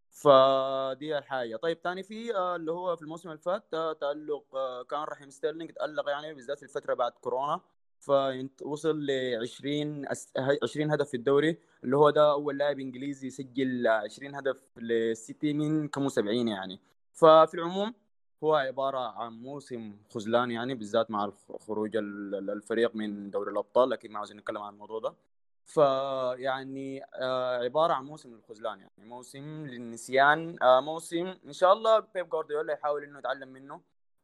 فدي الحاجه. طيب ثاني في آه اللي هو في الموسم اللي فات آه تالق آه كان رحيم ستيرلينج تالق يعني بالذات في الفتره بعد كورونا، فوصل ل عشرين عشرين هدف في الدوري، اللي هو ده اول لاعب انجليزي يسجل عشرين هدف للسيتي من كم سبعين يعني. ففي العموم هو عباره عن موسم خذلان يعني، بالذات مع خروج الفريق من دوري الابطال، لكن ما عاوزين نتكلم عن الموضوع ده. فيعني آه عباره عن موسم الخذلان يعني، موسم للنسيان، آه موسم ان شاء الله بيب جوارديولا يحاول انه يتعلم منه.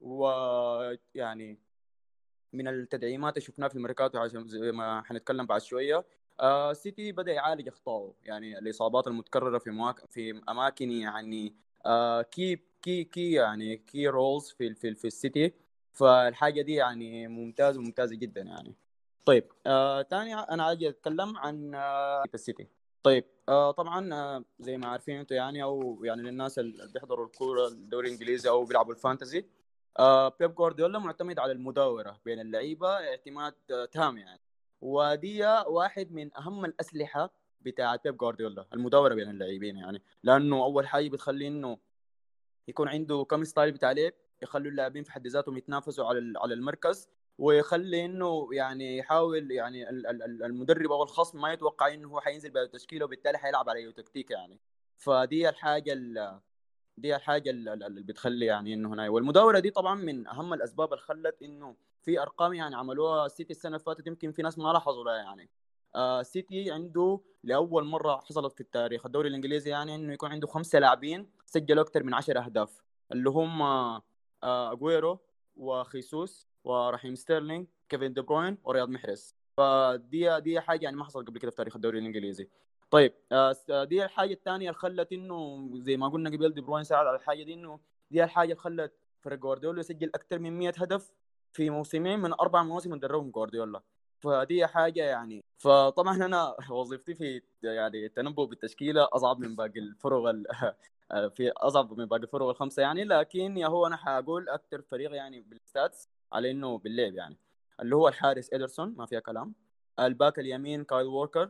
ويعني من التدعيمات اللي شفناها في الميركاتو عشان زي ما حنتكلم بعد شويه آه سيتي بدا يعالج اخطائه يعني، الاصابات المتكرره في مواك... في اماكن يعني آه كي كي كي يعني كي رولز في في في السيتي. فالحاجه دي يعني ممتازه ممتازه جدا يعني. طيب آه تاني انا اجي اتكلم عن آه السيتي. طيب آه طبعا آه زي ما عارفين انتم يعني، او يعني للناس اللي بيحضروا الكوره الدوري الانجليزي او بيلعبوا الفانتزي، آه بيب جوارديولا معتمد على المداوره بين اللعيبه اعتماد آه تام يعني. ودي واحد من اهم الاسلحه بتاعه بيب جوارديولا، المداوره بين اللاعبين يعني، لانه اول حاجه بتخلي انه يكون عنده كم ستايل بتاع لعب يخلوا اللاعبين في حد ذاتهم يتنافسوا على على المركز، ويخلي انه يعني يحاول يعني المدرب او الخصم ما يتوقع انه هو حينزل بالتشكيله وبالتالي حيلعب على تكتيك يعني. فدي الحاجه دي الحاجه اللي بتخلي يعني انه هنا، والمداوره دي طبعا من اهم الاسباب اللي خلت انه في ارقام يعني عملوها السيتي السنه اللي فاتت يمكن في ناس ما لاحظوا لها يعني. آه سيتي عنده لاول مره حصلت في التاريخ الدوري الانجليزي يعني انه يكون عنده خمسه لاعبين سجلوا اكثر من عشرة اهداف، اللي هم آه اغويرو وخيسوس ورحيم ستيرلينج كيفن دي بروين ورياض محرز. فدي دي حاجه يعني ما حصلت قبل كده في تاريخ الدوري الانجليزي. طيب دي الحاجه الثانيه اللي خلت انه زي ما قلنا قبل دي بروين ساعد على الحاجه دي، انه دي الحاجه اللي خلت فريق جوارديولا يسجل اكثر من مية هدف في موسمين من اربع مواسم دربهم جوارديولا. فدي حاجه يعني. فطبعا انا وظيفتي في يعني التنبؤ بالتشكيله اصعب من باقي الفرق في اصعب من باقي الفرق الخمسه يعني، لكن يا هو انا حاقول اكثر فريق يعني بالستاتس على انه باللعب يعني، اللي هو الحارس إيدرسون ما فيها كلام، الباك اليمين كايل ووكر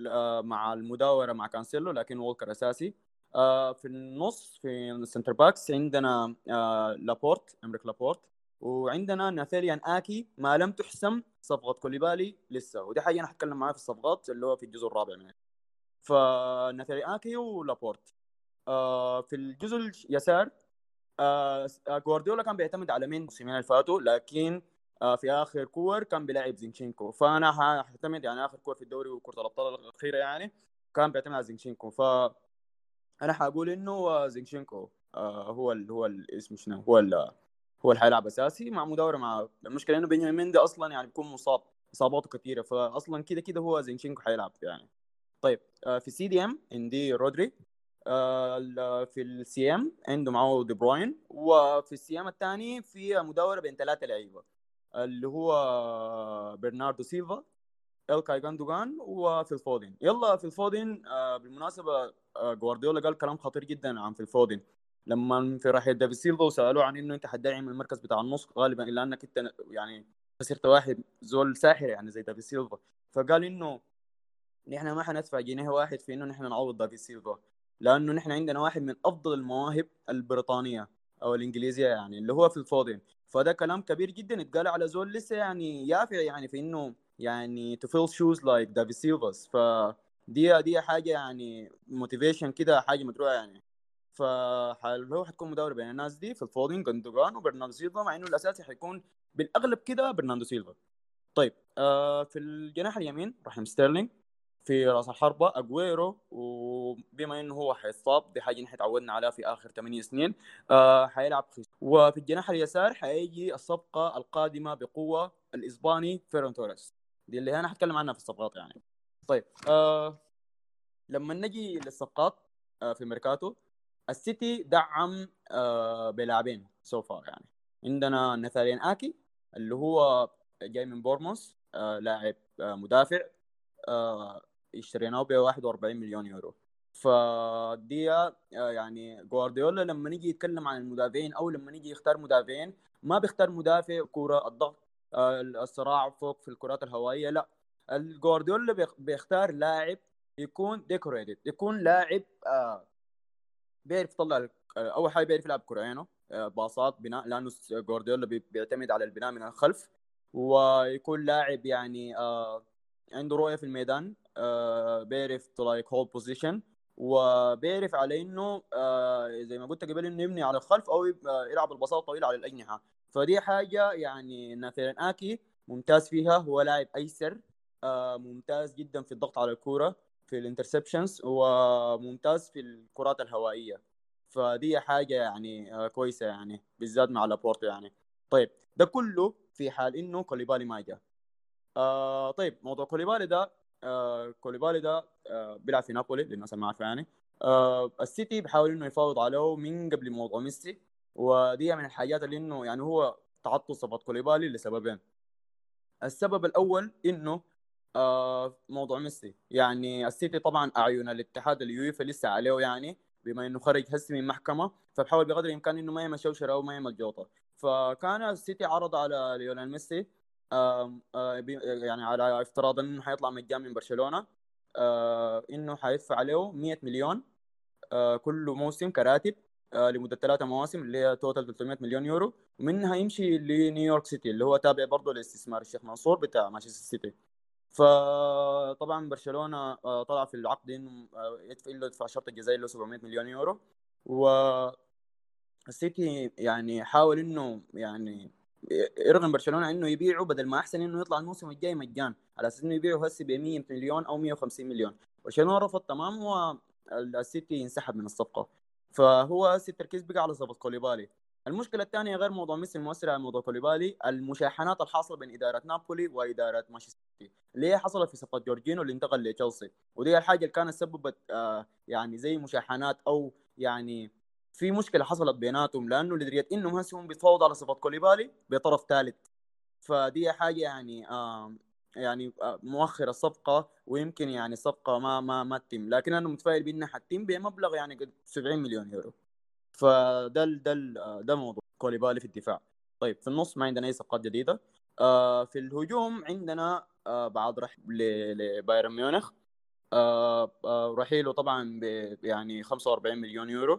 مع المداوره مع كانسيلو لكن وولكر اساسي. آه في النص في السنتر باكس عندنا آه لابورت امريك لابورت، وعندنا ناثيليان اكي ما لم تحسم صفقه كوليبالي لسه، ودي حاجه انا هتكلم معاها في الصفقات اللي هو في الجزء الرابع منه. فناثيليان اكي ولابورت. آه في الجزء اليسار آه جوارديولا كان بيعتمد على مين الموسمين اللي فاتوا، لكن آه في اخر كور كان بيلعب زينشينكو. فانا هعتمد يعني اخر كور في الدوري وكره الابطال الاخيره يعني كان بيعتمد على زينشينكو. ف انا حقول انه زينشينكو آه هو ال هو الاسم شنو هو ال هو اللي حيلعب اساسي مع مداوره مع المشكله انه بنيامين مندي اصلا يعني بيكون مصاب اصاباته كثيره، فاصلا كده كده هو زينشينكو حيلعب يعني. طيب آه في سي دي ام عندي رودري، آه في السي ام عنده معه دي بروين، وفي السي ام الثاني في مداوره بين ثلاثه لعيبه اللي هو برناردو سيلفا الكاي جاندوغان وفي الفودين. يلا في الفودين آه بالمناسبه آه جوارديولا قال كلام خطير جدا عن في الفودين لما في راح دافيد سيلفا وسالوه عن انه انت حتدعم المركز بتاع النص غالبا الا انك انت يعني خسرت واحد زول ساحر يعني زي دافيد سيلفا. فقال انه نحن ما حندفع جنيه واحد في انه نحن نعوض دافيد سيلفا، لانه نحن عندنا واحد من افضل المواهب البريطانيه او الانجليزيه يعني اللي هو في الفودين. فده كلام كبير جدا اتقال على زول لسه يعني يافع يعني في انه يعني to fill shoes like دافيد سيلفاس. فدي دي حاجه يعني موتيفيشن كده حاجه مدروعه يعني. فهو حتكون مداوره بين الناس دي في الفولدين جندوجان وبرناردو سيلفا، مع انه الاساسي حيكون بالاغلب كده برناردو سيلفا. طيب آه في الجناح اليمين رحيم ستيرلينج، في راس الحربة أجويرو، وبما إنه هو حيصاب دي حاجة نحن تعودنا عليها في آخر ثمانية سنين آه حيلعب خيس. وفي الجناح اليسار حيجي الصفقة القادمة بقوة الإسباني فيران توريس، دي اللي أنا حتكلم عنها في الصفقات يعني. طيب آه لما نجي للصفقات آه في ميركاتو، السيتي دعم آه بلاعبين سو فار يعني. عندنا نثارين آكي اللي هو جاي من بورموس، آه لاعب آه مدافع، آه اشتريناه ب واحد وأربعين مليون يورو. فدي آه يعني جوارديولا لما نيجي يتكلم عن المدافعين او لما نيجي يختار مدافعين ما بيختار مدافع كرة الضغط آه الصراع فوق في الكرات الهوائية، لا، الجوارديولا بيختار لاعب يكون ديكوريتد، يكون لاعب آه بيعرف يطلع اول حاجه بيعرف يلعب كره عينه باصات بناء، لانه جوارديولا بيعتمد على البناء من الخلف، ويكون لاعب يعني آه عنده رؤيه في الميدان، آه بيعرف لايك هولد بوزيشن، وبيعرف على انه آه زي ما قلت قبل انه يبني على الخلف او يلعب البساطه الطويله على الاجنحه. فدي حاجه يعني ناثرين اكي ممتاز فيها، هو لاعب ايسر آه ممتاز جدا في الضغط على الكوره في الانترسبشنز، وممتاز في الكرات الهوائيه. فدي حاجه يعني آه كويسه يعني بالذات مع لابورتو يعني. طيب ده كله في حال انه كوليبالي ما جاء. آه طيب موضوع كوليبالي ده آه كوليبالي ده آه بيلعب في نابولي للناس ما عارفه يعني. آه السيتي بيحاول انه يفاوض عليه من قبل موضوع ميسي، ودي من الحاجات اللي انه يعني هو تعطل صفقه كوليبالي لسببين. السبب الاول انه آه موضوع ميسي، يعني السيتي طبعا اعين الاتحاد اليويفا لسه عليه يعني، بما انه خرج هسه من محكمه، فبحاول بقدر الامكان انه ما يعمل شوشره او ما يعمل جوطه. فكان السيتي عرض على ليونيل ميسي آه آه يعني على افتراض انه حيطلع مجان من برشلونه، آه انه حيدفع عليه مية مليون آه كل موسم كراتب آه لمده ثلاثه مواسم اللي هي توتال ثلاثمية مليون يورو، ومنها يمشي لنيويورك سيتي اللي هو تابع برضه لاستثمار الشيخ منصور بتاع مانشستر سيتي. فطبعا برشلونه آه طلع في العقد انه آه يدفع له يدفع شرط الجزائي له سبعمية مليون يورو، والسيتي يعني حاول انه يعني يرغم برشلونه انه يبيعه، بدل ما احسن انه يطلع الموسم الجاي مجان على اساس انه يبيعه هسه ب مية مليون او مية وخمسين مليون. برشلونه رفض تمام والسيتي ينسحب من الصفقه. فهو التركيز بقى على صفقه كوليبالي. المشكله الثانيه غير موضوع ميسي المؤثر على موضوع كوليبالي، المشاحنات الحاصله بين اداره نابولي واداره مانشستر سيتي اللي هي حصلت في صفقه جورجينو اللي انتقل لتشيلسي، ودي الحاجه اللي كانت سببت آه يعني زي مشاحنات او يعني في مشكله حصلت بيناتهم، لانه لدرجه انهم هسه هم بيتفاوضوا على صفقه كوليبالي بطرف ثالث. فدي حاجه يعني آه يعني آه مؤخر الصفقه، ويمكن يعني الصفقه ما ما ما تتم، لكن انا متفائل بانها حتتم بمبلغ يعني قد سبعين مليون يورو. فده ده ده موضوع كوليبالي في الدفاع. طيب في النص ما عندنا اي صفقات جديده. آه في الهجوم عندنا آه بعد رح لبايرن ميونخ آه آه رحيله طبعا ب يعني خمسة وأربعين مليون يورو.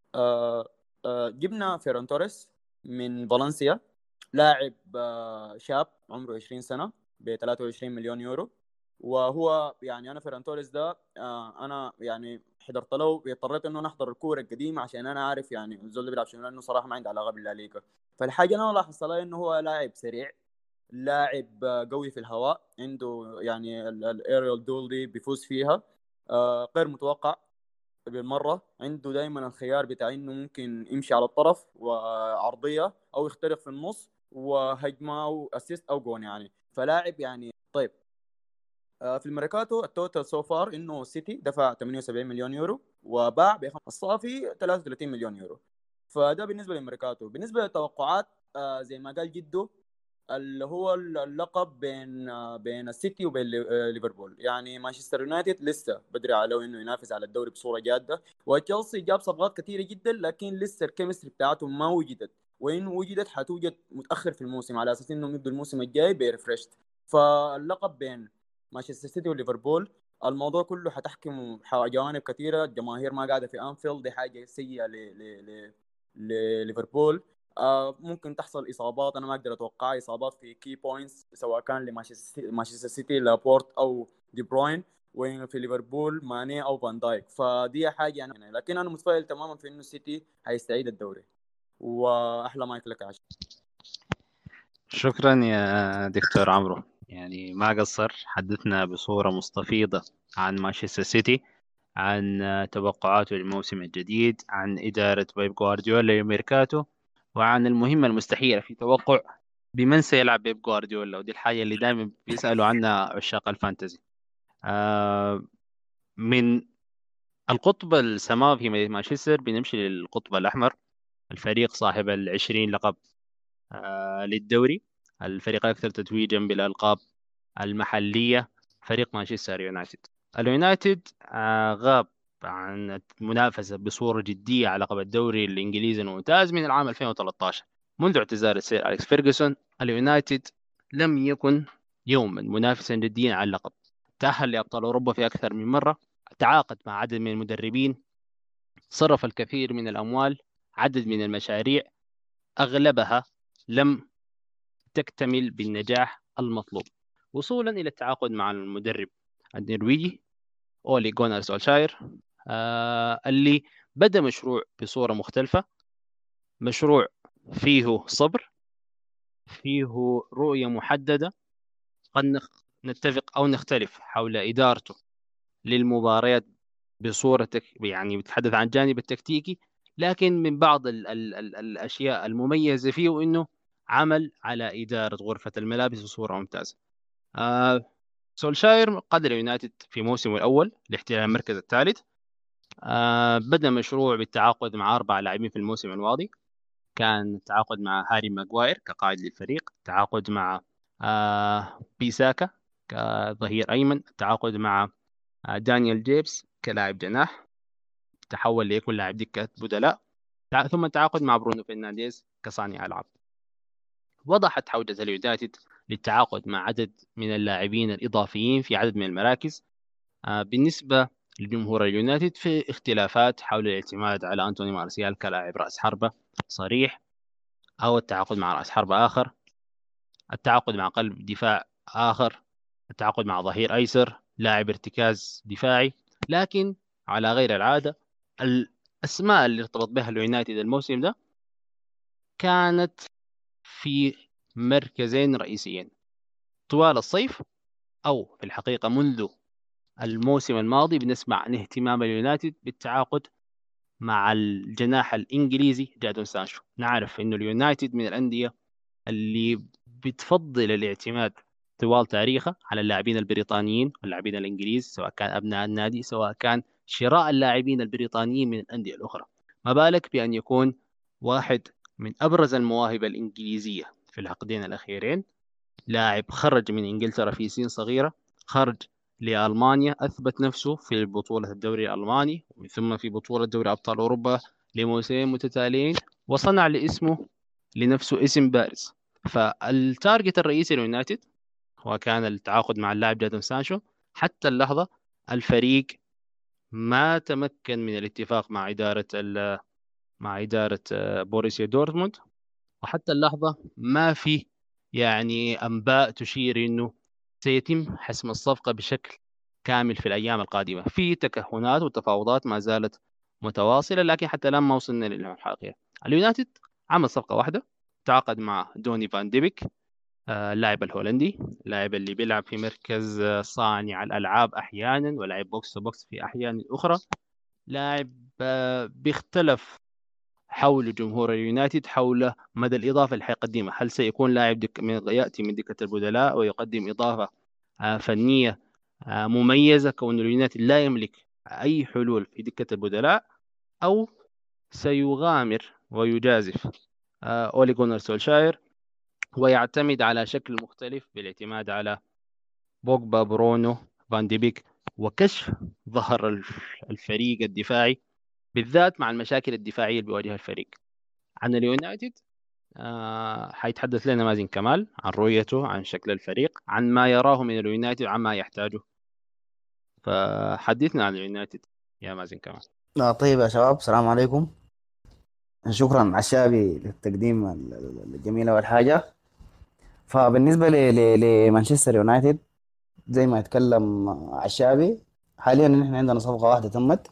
آه آه جبنا فيران توريس من فالنسيا، لاعب آه شاب عمره عشرين سنه ب ثلاثة وعشرين مليون يورو. وهو يعني انا فيران توريس ده آه انا يعني حضرت له، اضطريت انه نحضر الكوره القديمه عشان انا عارف يعني الزول اللي بيلعب شنو، لانه صراحه ما عندي علاقه بالليغا. فالحاجه اللي انا لاحظتها انه هو لاعب سريع، لاعب قوي في الهواء، عنده يعني الايريال دول دي بيفوز فيها، آه غير متوقع بالمره. عنده دائما الخيار بتاع انه ممكن يمشي على الطرف وعرضيه او يخترق في النص وهجمه او اسيست او جون يعني، فلاعب يعني. طيب آه في الميركاتو التوتال سو فار انه سيتي دفع ثمانية وسبعين مليون يورو وباع بخمس الصافي ثلاثة وثلاثين مليون يورو. فده بالنسبه للميركاتو. بالنسبه للتوقعات آه زي ما قال جده، اللي هو اللقب بين بين السيتي وبين ليفربول، يعني مانشستر يونايتد لسه بدري عليه انه ينافس على الدوري بصوره جاده، وتشيلسي جاب صفقات كثيره جدا لكن لسه الكيمستري بتاعتهم ما وجدت، وان وجدت حتوجد متاخر في الموسم على اساس انهم يبدوا الموسم الجاي بريفرشت. فاللقب بين مانشستر سيتي وليفربول، الموضوع كله حتحكم جوانب كثيره. الجماهير ما قاعده في انفيلد، دي حاجه سيئه ل لليفربول. آه ممكن تحصل اصابات، انا ما اقدر اتوقع اصابات في كي بوينتس سواء كان لمانشستر سيتي لابورت او دي بروين، وين في ليفربول ماني او فان دايك، فدي حاجه يعني. لكن انا متفائل تماما في انه السيتي هيستعيد الدوري. واحلى مايك لك عشان. شكرا يا دكتور عمرو، يعني ما قصر، حدثنا بصورة مستفيضة عن مانشستر سيتي، عن توقعاته للموسم الجديد، عن إدارة بيب جوارديولا لميركاتو، وعن المهمة المستحيلة في توقع بمن سيلعب بيب جوارديولا، ودي الحاجة اللي دائما بيسألوا عنها عشاق الفانتزي. آه من القطب السماوي في مانشستر بنمشي للقطب الأحمر، الفريق صاحب العشرين لقب آه للدوري، الفريق الأكثر تتويجا بالألقاب المحلية، فريق مانشستر يونايتد. اليونايتد آه غاب عن المنافسة بصورة جدية على لقب الدوري الإنجليزي الممتاز من العام ألفين وثلاثة عشر. منذ اعتزال السير أليكس فيرغسون، اليونايتد لم يكن يوما منافسا جديا على اللقب. تأهل لأبطال أوروبا في أكثر من مرة، تعاقد مع عدد من المدربين، صرف الكثير من الأموال، عدد من المشاريع، أغلبها لم تكتمل بالنجاح المطلوب، وصولا إلى التعاقد مع المدرب النرويجي أولي جونار سولشاير، آه اللي بدأ مشروع بصورة مختلفة، مشروع فيه صبر، فيه رؤية محددة. قد نخ- نتفق أو نختلف حول إدارته للمباريات بصورة تك... يعني بتحدث عن الجانب التكتيكي، لكن من بعض ال ال ال الأشياء المميزة فيه إنه عمل على إدارة غرفة الملابس بصورة ممتازة. آه سولشاير قاد اليونايتد في موسمه الأول لاحتلال المركز الثالث. آه بدأ مشروع بالتعاقد مع أربع لاعبين في الموسم الماضي، كان التعاقد مع هاري ماغواير كقائد للفريق، التعاقد مع آه بيساكا كظهير أيمن، التعاقد مع آه دانيال جيبس كلاعب جناح تحول ليكون لاعب دكة بدلاء، ثم التعاقد مع برونو فرنانديز كصانع ألعاب. وضحت حوجة اليونايتد للتعاقد مع عدد من اللاعبين الإضافيين في عدد من المراكز. آه بالنسبة لجمهور اليونايتد في اختلافات حول الاعتماد على أنتوني مارسيال كلاعب رأس حربة صريح، أو التعاقد مع رأس حربة آخر، التعاقد مع قلب دفاع آخر، التعاقد مع ظهير أيسر لاعب ارتكاز دفاعي. لكن على غير العادة، الأسماء اللي ارتبط بها اليونايتد الموسم ده كانت في مركزين رئيسيين طوال الصيف، أو في الحقيقة منذ الموسم الماضي بنسمع عن اهتمام اليونايتد بالتعاقد مع الجناح الإنجليزي جادون سانشو. نعرف إنه اليونايتد من الأندية اللي بتفضل الاعتماد طوال تاريخه على اللاعبين البريطانيين واللاعبين الإنجليز، سواء كان أبناء النادي، سواء كان شراء اللاعبين البريطانيين من الأندية الأخرى. ما بالك بأن يكون واحد من أبرز المواهب الإنجليزية في العقدين الأخيرين، لاعب خرج من إنجلترا في سن صغيرة، خرج لألمانيا، أثبت نفسه في بطولة الدوري الألماني ومن ثم في بطولة دوري أبطال أوروبا لموسمين متتاليين، وصنع لاسمه لنفسه اسم بارز. فالتارجت الرئيسي لليونايتد هو كان التعاقد مع اللاعب جادون سانشو. حتى اللحظة الفريق ما تمكن من الاتفاق مع إدارة مع إدارة بوريسيا دورتموند، وحتى اللحظة ما في يعني أنباء تشير إنه سيتم حسم الصفقة بشكل كامل في الأيام القادمة. في تكهنات وتفاوضات ما زالت متواصلة، لكن حتى الآن ما وصلنا للمرحلة الأخيرة. اليونايتد عمل صفقة واحدة، تعاقد مع دوني فان ديبيك، اللاعب الهولندي، اللاعب اللي بيلعب في مركز صانع الألعاب أحيانا ولاعب بوكس تو بوكس في أحيان أخرى. لاعب بيختلف حول جمهور اليونايتد حول مدى الإضافة اللي حيقدمها. هل سيكون لاعب دك من يأتي من دكة البدلاء ويقدم إضافة فنية مميزة كون اليونايتد لا يملك أي حلول في دكة البدلاء، أو سيغامر ويجازف أولي جونر سولشاير ويعتمد على شكل مختلف بالاعتماد على بوجبا، برونو، فان دي بيك، وكشف ظهر الفريق الدفاعي بالذات مع المشاكل الدفاعية اللي بيواجهها الفريق. عن اليونايتد آه حيتحدث لنا مازن كمال عن رؤيته، عن شكل الفريق، عن ما يراه من اليونايتد، عن ما يحتاجه. فحدثنا عن اليونايتد يا مازن كمال. آه طيب يا شباب، السلام عليكم. شكرا على الشابي للتقديم ال- ال- الجميلة والحاجة. فبالنسبة ل- ل- لمانشستر يونايتد، زي ما يتكلم عشابي، حاليا نحن عندنا صفقة واحدة تمت،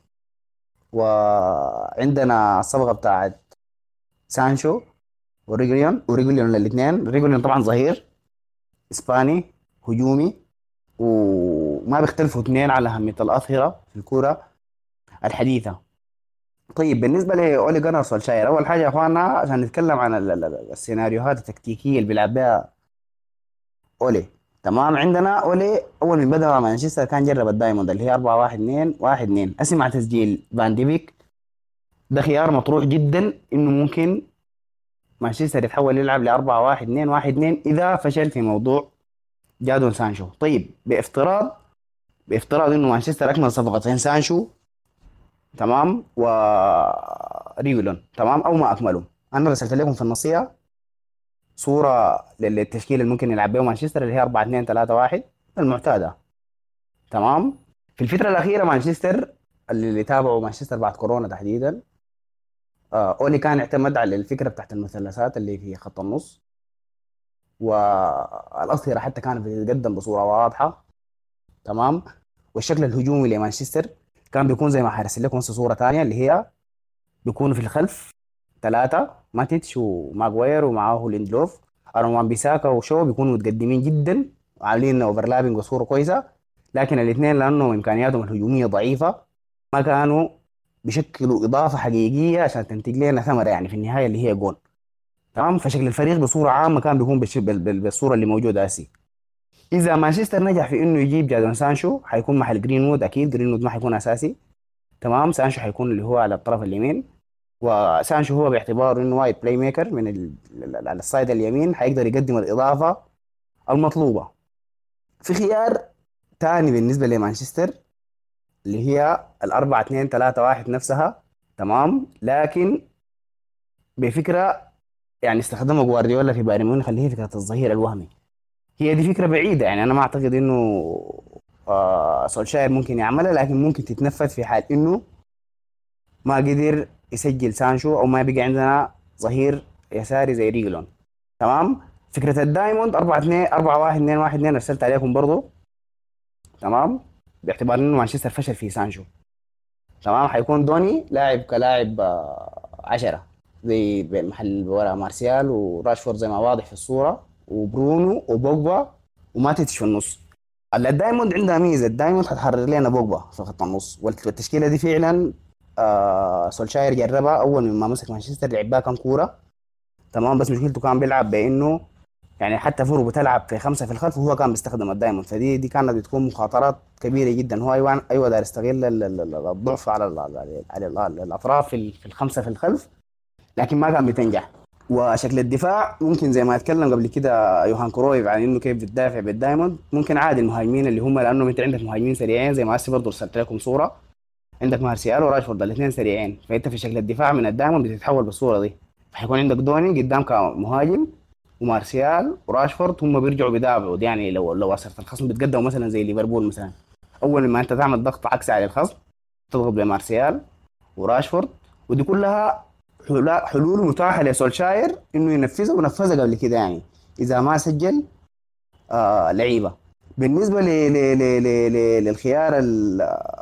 وعندنا الصفقة بتاعت سانشو وريجوليون وريجوليون الاثنين. ريجوليون طبعا ظهير اسباني هجومي، وما بيختلفوا اثنين على أهمية الأظهرة في الكرة الحديثة. طيب بالنسبة لأولي جانر سولشاير، أول حاجة يا أخوانا عشان نتكلم عن ال- ال- السيناريوهات التكتيكية اللي بيلعب بها أولي. تمام، عندنا أولي أول من بدأ مع مانشستر كان جرب الدايموند اللي هي أربعة واحد اثنين واحد اثنين. أسمع تسجيل فان ديفيك ده خيار مطروح جدا إنه ممكن مانشستر يتحول يلعب ل أربعة واحد اثنين واحد اثنين إذا فشل في موضوع جادون سانشو. طيب بافتراض بافتراض إنه مانشستر أكمل صفقتين سانشو تمام وريجولون تمام او ما اكملوا، انا رسلت لكم في النصيحه صوره للتشكيله اللي ممكن يلعب بها مانشستر اللي هي أربعة اثنين ثلاثة واحد المعتاده. تمام، في الفتره الاخيره مانشستر اللي تابعوا مانشستر بعد كورونا تحديدا، آه اولي كان اعتمد على الفكره بتاعت المثلثات اللي في خط النص، والاظهره حتى كانت بتتقدم بصوره واضحه. تمام، والشكل الهجومي لمانشستر كان بيكون زي ما حرسل لكم صوره ثانيه اللي هي بيكونوا في الخلف ثلاثة ماتيتش وماغواير ومعاه ليندلوف. أروان بيساكا وشو بيكونوا متقدمين جدا وعاملين اوفرلابنج بصورة كويسة، لكن الاثنين لأنه إمكانياتهم الهجومية ضعيفة ما كانوا بيشكلوا إضافة حقيقية عشان تنتج لنا ثمرة يعني في النهاية اللي هي جول. تمام، فشكل الفريق بصورة عامة كان بيكون بالش- بال- بال- بالصورة اللي موجودة هسي. إذا مانشستر نجح في إنه يجيب جادون سانشو حيكون محل جرينوود، أكيد جرينوود ما حيكون أساسي. تمام، سانشو حيكون اللي هو على الطرف اليمين، وسانشو هو باعتباره انه وايد بلاي ميكر من ال... على السايد اليمين حيقدر يقدم الاضافه المطلوبه. في خيار ثاني بالنسبه لمانشستر اللي هي الأربعة اثنين ثلاثة واحد نفسها. تمام، لكن بفكره يعني استخدمها جوارديولا في بايرن ميونخ اللي هي فكره الظهير الوهمي. هي دي فكره بعيده، يعني انا ما اعتقد انه آه سولشاير ممكن يعملها، لكن ممكن تتنفذ في حال انه ما قدر يسجل سانشو او ما بقى عندنا ظهير يساري زي ريجلون. تمام، فكره الدايموند أربعة اثنين أربعة واحد اثنين واحد اثنين ارسلت عليكم برضو. تمام، باعتبار انه مانشستر فشل في سانشو. تمام، حيكون دوني لاعب كلاعب آه، عشرة زي محل ورا مارسيال وراشفورد زي ما واضح في الصوره، وبرونو وبوجبا وماتيتش في النص. الدايموند عندها ميزه، الدايموند حتحرر لنا بوجبا في خط النص، والتشكيله دي فعلا آه سولشاير جربها اول ما مسك مانشستر لعب بها كم كوره. تمام، بس مشكلته كان بيلعب بانه يعني حتى فورو بتلعب في خمسه في الخلف وهو كان بيستخدم الدايموند، فدي دي كانت بتكون مخاطرات كبيره جدا. هو ايوه ايوه داير يستغل ال- ال- ال- الضعف على ال على, على ال- الاطراف في ال- في الخمسه في الخلف، لكن ما كان بتنجح. وشكل الدفاع ممكن زي ما اتكلم قبل كده يوهان كرويف عن انه كيف بتدافع بالدايموند، ممكن عادي المهاجمين اللي هم لانه انت عندك مهاجمين سريعين زي ما هسه برضه رسلت لكم صوره، عندك مارسيال وراشفورد الاثنين سريعين، فانت في شكل الدفاع من الدايموند بتتحول بالصوره دي، فحيكون عندك دوني قدام كمهاجم ومارسيال وراشفورد هم بيرجعوا بيدافعوا. يعني لو لو وصلت الخصم بتقدموا مثلا زي ليفربول مثلا، اول ما انت تعمل ضغط عكسي على الخصم تضغط بمارسيال وراشفورد، ودي كلها حلول حلول متاحه لسولشاير انه ينفذها ونفذها قبل كده يعني اذا ما سجل آه لعيبه. بالنسبه ل ل ل ل ل للخيار ال-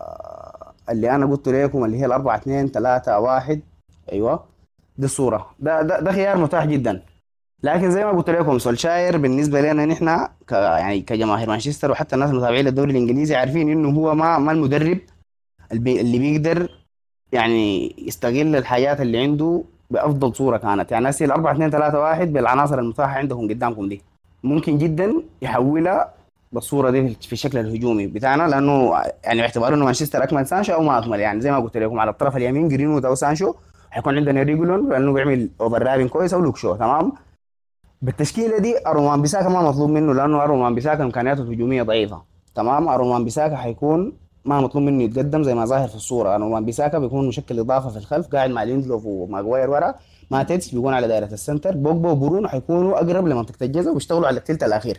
اللي انا قلت لكم اللي هي الأربعة اثنين ثلاثة واحد، ايوه دي الصوره، ده ده, ده خيار متاح جدا. لكن زي ما قلت لكم سولشاير بالنسبه لنا نحن ك يعني كجماهير مانشستر وحتى الناس المتابعين للدوري الانجليزي عارفين انه هو ما ما المدرب اللي, بي اللي بيقدر يعني يستغل الحاجات اللي عنده بافضل صوره كانت. يعني هسه ال أربعة اثنين ثلاثة واحد بالعناصر المتاحه عندهم قدامكم دي ممكن جدا يحولها بالصوره دي في الشكل الهجومي بتاعنا، لانه يعني باعتبار انه مانشستر اكمل سانشو او ما اكمل، يعني زي ما قلت لكم على الطرف اليمين جرينوود او سانشو، حيكون عندنا ريجولون لانه بيعمل اوفر رابين كويس او لوك شو. تمام، بالتشكيله دي اروان بيساكا ما مطلوب منه لانه اروان بيساكا امكانياته الهجوميه ضعيفه. تمام، اروان بيساكا حيكون ما مطلوب منه يتقدم زي ما ظاهر في الصوره، اروان بيساكا بيكون مشكل اضافه في الخلف قاعد مع ليندلوف وماغواير ورا، ماتيتس بيكون على دائره السنتر، بوجبا وبرونو حيكونوا اقرب لمنطقه الجزاء وبيشتغلوا على الثلث الاخير،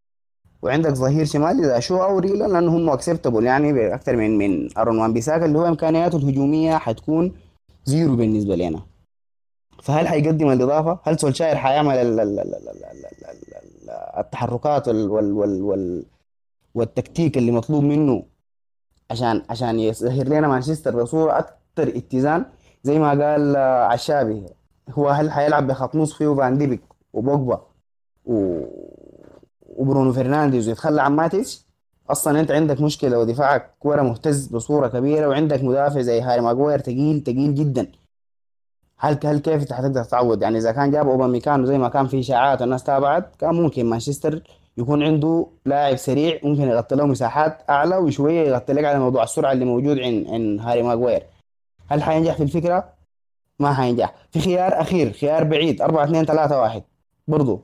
وعندك ظهير شمال اذا شو او ريلا لانه هم اكسبتبل يعني اكثر من من اروان بيساكا اللي هو امكانياته الهجوميه حتكون زيرو بالنسبه لنا. فهل حيقدم الاضافه؟ هل سولشاير حيعمل ال- ال- ال- ال- ال- ال- ال- ال- التحركات وال وال وال وال والتكتيك اللي مطلوب منه عشان عشان يظهر لنا مانشستر بصورة أكثر اتزان. زي ما قال آه، عشابي، هو هل حيلعب بخط نص فيه فان ديبيك وبوجبا و... وبرونو فرنانديز ويتخلى عن ماتيش؟ اصلا انت عندك مشكله ودفاعك كوره مهتز بصوره كبيره، وعندك مدافع زي هاري ماجواير تقيل تقيل جدا. هل هل كيف انت حتقدر تعوض؟ يعني اذا كان جاب اوباميكانو زي ما كان في اشاعات والناس تابعت، كان ممكن مانشستر يكون عنده لاعب سريع ممكن يغطي له مساحات اعلى وشويه يغطي لك على موضوع السرعه اللي موجود عند عند هاري ماجواير. هل حينجح في الفكره؟ ما حينجح. في خيار اخير، خيار بعيد، أربعة اثنين ثلاثة واحد برضه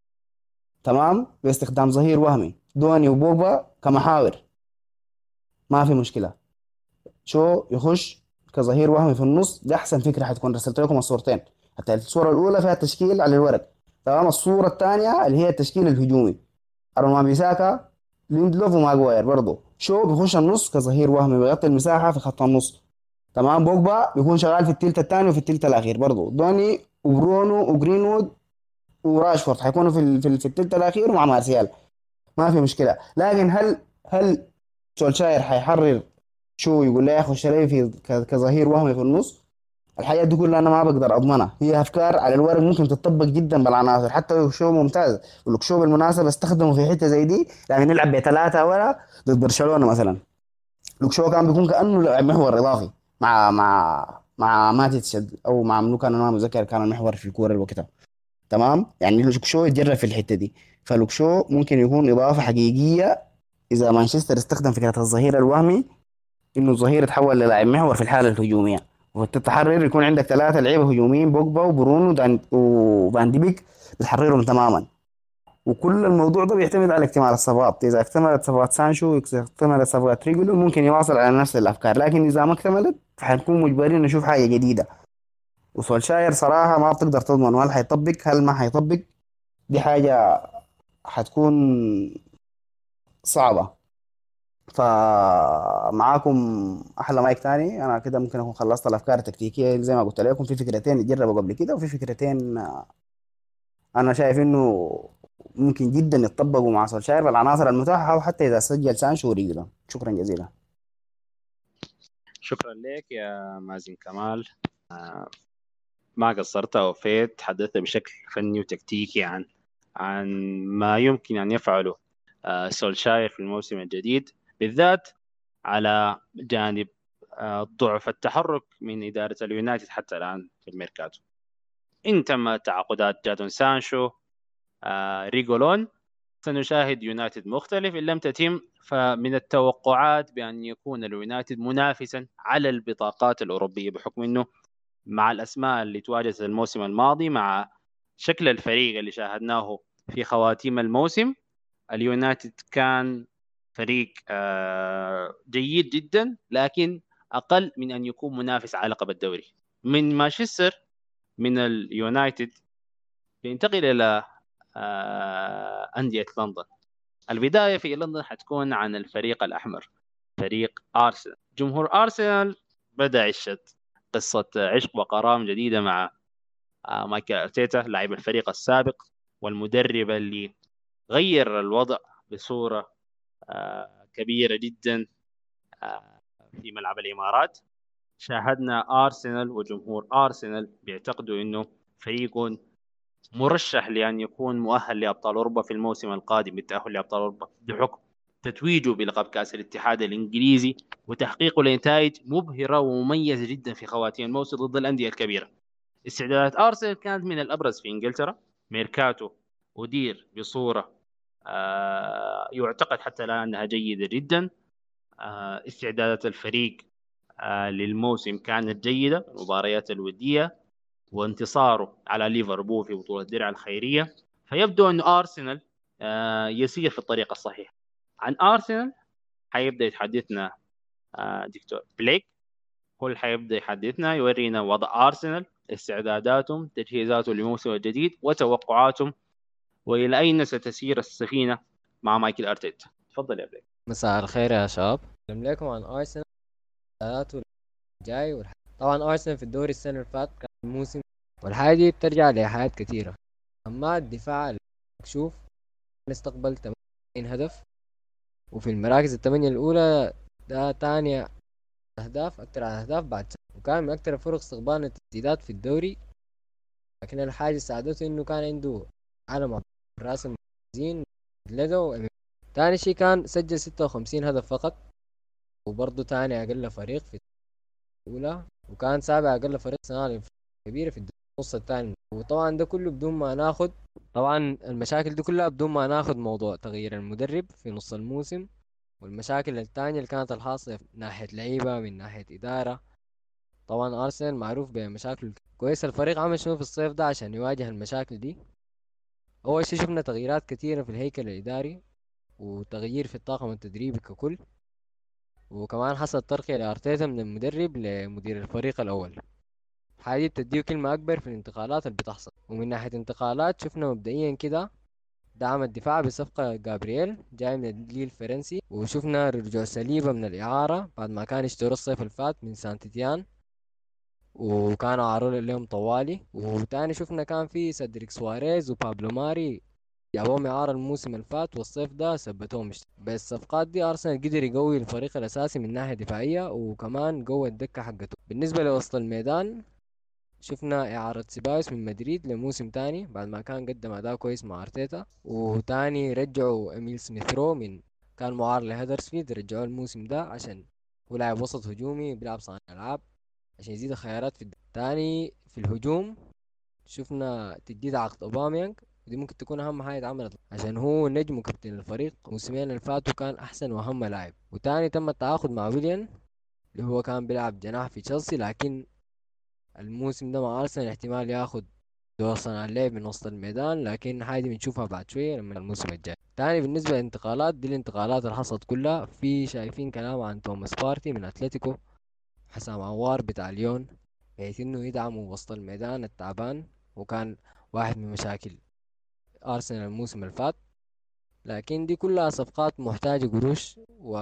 تمام، باستخدام ظهير وهمي دوني وبوبا كمحاور، ما في مشكله. شو يخش كظهير وهمي في النص، ده احسن فكره حتكون. رسلت لكم الصورتين، حتى الصوره الاولى فيها التشكيل على الورق تمام، الصوره الثانيه اللي هي التشكيل الهجومي، اروما بيساكا ليندلوف وماغواير برضه. شو بيخش النص كظهير وهمي بيغطي المساحه في خط النص تمام. بوجبا بيكون شغال في الثلث الثاني وفي الثلث الاخير برضه. دوني وبرونو وجرينوود وراشفورد حيكونوا في ال- في ال- في الثلث الاخير ومع مارسيال، ما في مشكله. لكن هل هل سولشاير حيحرر شو يقول لي يا اخي شري في ك- كظهير وهمي في النص؟ الحاجات دي كلها انا ما بقدر اضمنها، هي افكار على الورق ممكن تطبق جدا بالعناصر. حتى لو شو ممتاز ولو شو بالمناسبه استخدمه في حته زي دي، لكن نلعب بثلاثه ولا ضد برشلونه مثلا، لوك شو كان بيكون كانه لاعب محور اضافي مع مع مع ماتيتش، او مع منو كان، انا ما متذكر كان المحور في الكوره وقتها تمام. يعني لوك شو يتجرب في الحته دي، فلوك شو ممكن يكون اضافه حقيقيه اذا مانشستر استخدم فكره الظهير الوهمي، انه الظهير يتحول للاعب محور في الحاله الهجوميه، وتتحرر يكون عندك ثلاثه لعيبه هجوميين، بوجبا وبرونو ودان- وفان دي بيك، بتحررهم تماما. وكل الموضوع ده بيعتمد على اكتمال الصفقات. اذا اكتملت صفقات سانشو، اذا اكتملت صفقات ريجولو، ممكن يواصل على نفس الافكار. لكن اذا ما اكتملت فحنكون مجبرين نشوف حاجه جديده. وسولشاير صراحه ما بتقدر تضمن هل حيطبق هل ما حيطبق، دي حاجه حتكون صعبه. فمعاكم احلى مايك تاني. انا كده ممكن اكون خلصت الافكار التكتيكيه. زي ما قلت لكم في فكرتين اتجربوا قبل كده، وفي فكرتين انا شايف انه ممكن جدا يتطبقوا مع سولشاير بالعناصر المتاحه، او حتى اذا سجل سانشو وريجلون. شكرا جزيلا. شكرا لك يا مازن كمال. آه، ما قصرت ووفيت، تحدثت بشكل فني وتكتيكي عن عن ما يمكن أن يفعله آه، سولشاير في الموسم الجديد، بالذات على جانب آه، ضعف التحرك من إدارة اليونايتد حتى الآن في الميركاتو. إن تم تعاقدات جادون سانشو، آه، ريغولون، سنشاهد يونايتد مختلف. إن لم تتم فمن التوقعات بأن يكون اليونايتد منافسا على البطاقات الأوروبية، بحكم أنه مع الأسماء اللي تواجدت الموسم الماضي، مع شكل الفريق اللي شاهدناه في خواتيم الموسم، اليونايتد كان فريق آه، جيد جدا، لكن أقل من أن يكون منافس على لقب الدوري. من مانشستر، من اليونايتد، بينتقل إلى آه، أندية لندن. البداية في لندن حتكون عن الفريق الأحمر، فريق أرسنال. جمهور أرسنال بدأ يشهد قصة عشق وغرام جديدة مع آه، مايكل أرتيتا، لاعب الفريق السابق والمدرب اللي غير الوضع بصورة آه، كبيرة جدا آه، في ملعب الإمارات. شاهدنا أرسنال وجمهور أرسنال بيعتقدوا أنه فريق مرشح لأن يكون مؤهل لأبطال أوروبا في الموسم القادم، بالتأهل لأبطال أوروبا بحكم تتويجه بلقب كأس الاتحاد الإنجليزي وتحقيقه لنتائج مبهرة ومميزة جدا في خواتيم الموسم ضد الأندية الكبيرة. استعدادات أرسنال كانت من الأبرز في إنجلترا. ميركاتو أدير بصورة آه يعتقد حتى الآن أنها جيدة جدا. آه استعدادات الفريق آه للموسم كانت جيدة، المباريات الودية وانتصاره على ليفربول في بطولة الدرع الخيرية. فيبدو أن أرسنال آه يسير في الطريق الصحيح. عن أرسنال حيبدأ يتحدثنا آه دكتور بليك، هو اللي حيبدأ يحدثنا يورينا وضع أرسنال، استعداداتهم، تجهيزاتهم للموسم الجديد، وتوقعاتهم، وإلى أين ستسير السفينة مع مايكل أرتيتا. تفضل يا بليك. مساء الخير يا شباب. أتكلم لكم عن أرسنال استعداداته الجاي والح... طبعا أرسنال في الدوري السنة اللي فات كان الموسم، والحاجة دي بترجع لحاجات كتيرة. أما الدفاع شوف استقبل ثمانين هدف، وفي المراكز الثمانية الأولى ده تاني أهداف أكتر أهداف بعد سنة. وكان من أكتر الفرق استقبالا التسديدات في الدوري، لكن الحاجة ساعدته إنه كان عنده علم الراس المميزين لقوا. تاني شي كان سجل ستة وخمسين هدف فقط، وبرضه تاني أقل فريق في الأولى، وكان سابع أقل فريق صناعي كبيرة في النص الثاني. وطبعا ده كله بدون ما ناخد طبعا المشاكل دي كلها بدون ما ناخد موضوع تغيير المدرب في نص الموسم، والمشاكل التانية اللي كانت الحاصلة من ناحية لعيبة من ناحية إدارة. طبعا أرسنال معروف بمشاكل كويس. الفريق عمل شنو في الصيف ده عشان يواجه المشاكل دي؟ أول شي شفنا تغييرات كثيرة في الهيكل الإداري، وتغيير في الطاقم التدريبي ككل، وكمان حصل ترقية لأرتيتا من المدرب لمدير الفريق الأول. الحاجة دي بتديه كلمة أكبر في الانتقالات اللي بتحصل. ومن ناحية انتقالات شفنا مبدئيا كده دعم الدفاع بصفقة جابرييل جاي من الليل الفرنسي، وشفنا رجوع سليبة من الإعارة بعد ما كان اشتروا الصيف الفات من سانتيتيان وكانوا عاروا لهم طوالي. وتاني شفنا كان في سيدريك سواريز وبابلو ماري جابوهم إعارة الموسم الفات، والصيف ده ثبتوهم. بالصفقات دي أرسنال قدر يقوي الفريق الأساسي من ناحية دفاعية، وكمان قوي الدكة حقته. بالنسبة لوسط الميدان شفنا إعارة سيبايوس من مدريد لموسم تاني بعد ما كان قدم أداء كويس مع أرتيتا، وتاني رجعوا إميل سميثرو من كان معار لهدرسفيلد، رجعوه الموسم ده عشان هو لاعب وسط هجومي بيلعب صانع ألعاب عشان يزيد خيارات في الد- تاني في الهجوم شفنا تجديد عقد أوباميانج، ودي ممكن تكون أهم حاجة اتعملت عشان هو نجم وكابتن الفريق. الموسمين اللي فاتوا كان أحسن وأهم لاعب. وتاني تم التعاقد مع ويليان اللي هو كان بيلعب جناح في تشيلسي، لكن الموسم ده مع أرسنال احتمال ياخد دور صناع اللعب من وسط الميدان، لكن حاجة بنشوفها بعد شوية لما الموسم الجاي. تاني بالنسبة للانتقالات دي، الانتقالات اللي حصلت كلها في شايفين كلام عن توماس بارتي من أتلتيكو، حسام عوار بتاع ليون، بحيث انه يدعموا وسط الميدان التعبان، وكان واحد من مشاكل أرسنال الموسم اللي فات. لكن دي كلها صفقات محتاجة قروش،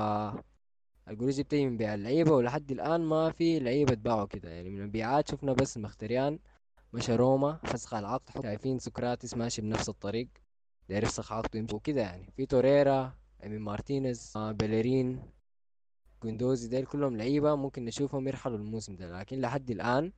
والقروش دي بتيجي من بيع اللعيبة، ولحد الآن ما في لعيبة اتباعوا كده. يعني من المبيعات شفنا بس مختريان مشى روما فسخ العقد، شايفين سقراطيس ماشي بنفس الطريق داير يفسخ عقده يمشي وكده. يعني في توريرا، امين مارتينيز، آه بيلرين، جوندوزي، ديل كلهم لعيبة ممكن نشوفهم يرحلوا الموسم ده، لكن لحد الآن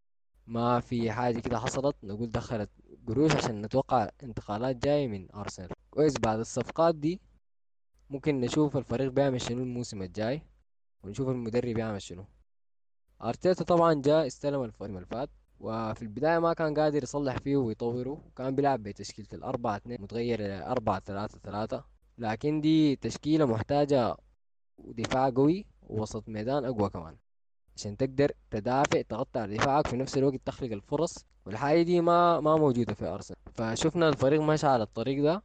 ما في حاجة كده حصلت نقول دخلت قروش عشان نتوقع انتقالات جاية من أرسنال. كويس بعد الصفقات دي ممكن نشوف الفريق بيعمل شنو الموسم الجاي، ونشوف المدرب بيعمل شنو. أرتيتا طبعا جاء استلم الفريق اللي فات، وفي البداية ما كان قادر يصلح فيه ويطوره، وكان بيلعب بتشكيلة الأربعة اتنين متغير إلى أربعة ثلاثة ثلاثة، لكن دي تشكيلة محتاجة دفاع قوي ووسط ميدان أقوى كمان عشان تقدر تدافع تغطي على دفاعك في نفس الوقت تخلق الفرص، والحاجة دي ما ما موجودة في أرسنال. فشفنا الفريق ماشي على الطريق ده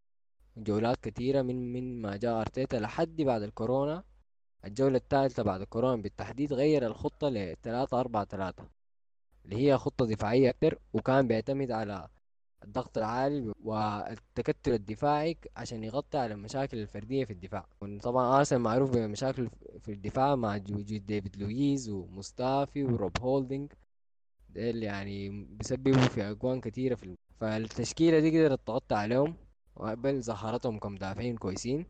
جولات كتيرة من من ما جاء أرتيتا لحد بعد الكورونا. الجولة الثالثة بعد الكورونا بالتحديد غير الخطة لثلاثة أربعة ثلاثة اللي هي خطة دفاعية أكتر، وكان بيعتمد على الضغط العالي والتكتل الدفاعي عشان يغطي على المشاكل الفردية في الدفاع. طبعا أرسنال معروف بمشاكل في الدفاع مع وجود ديفيد لويز ومستافي وروب هولدينج، ده اللي يعني بيسببوا في أجوان كتيرة في الم... فالتشكيلة دي قدرت تغطي عليهم، وقبل ظهرتهم كمدافعين كويسين،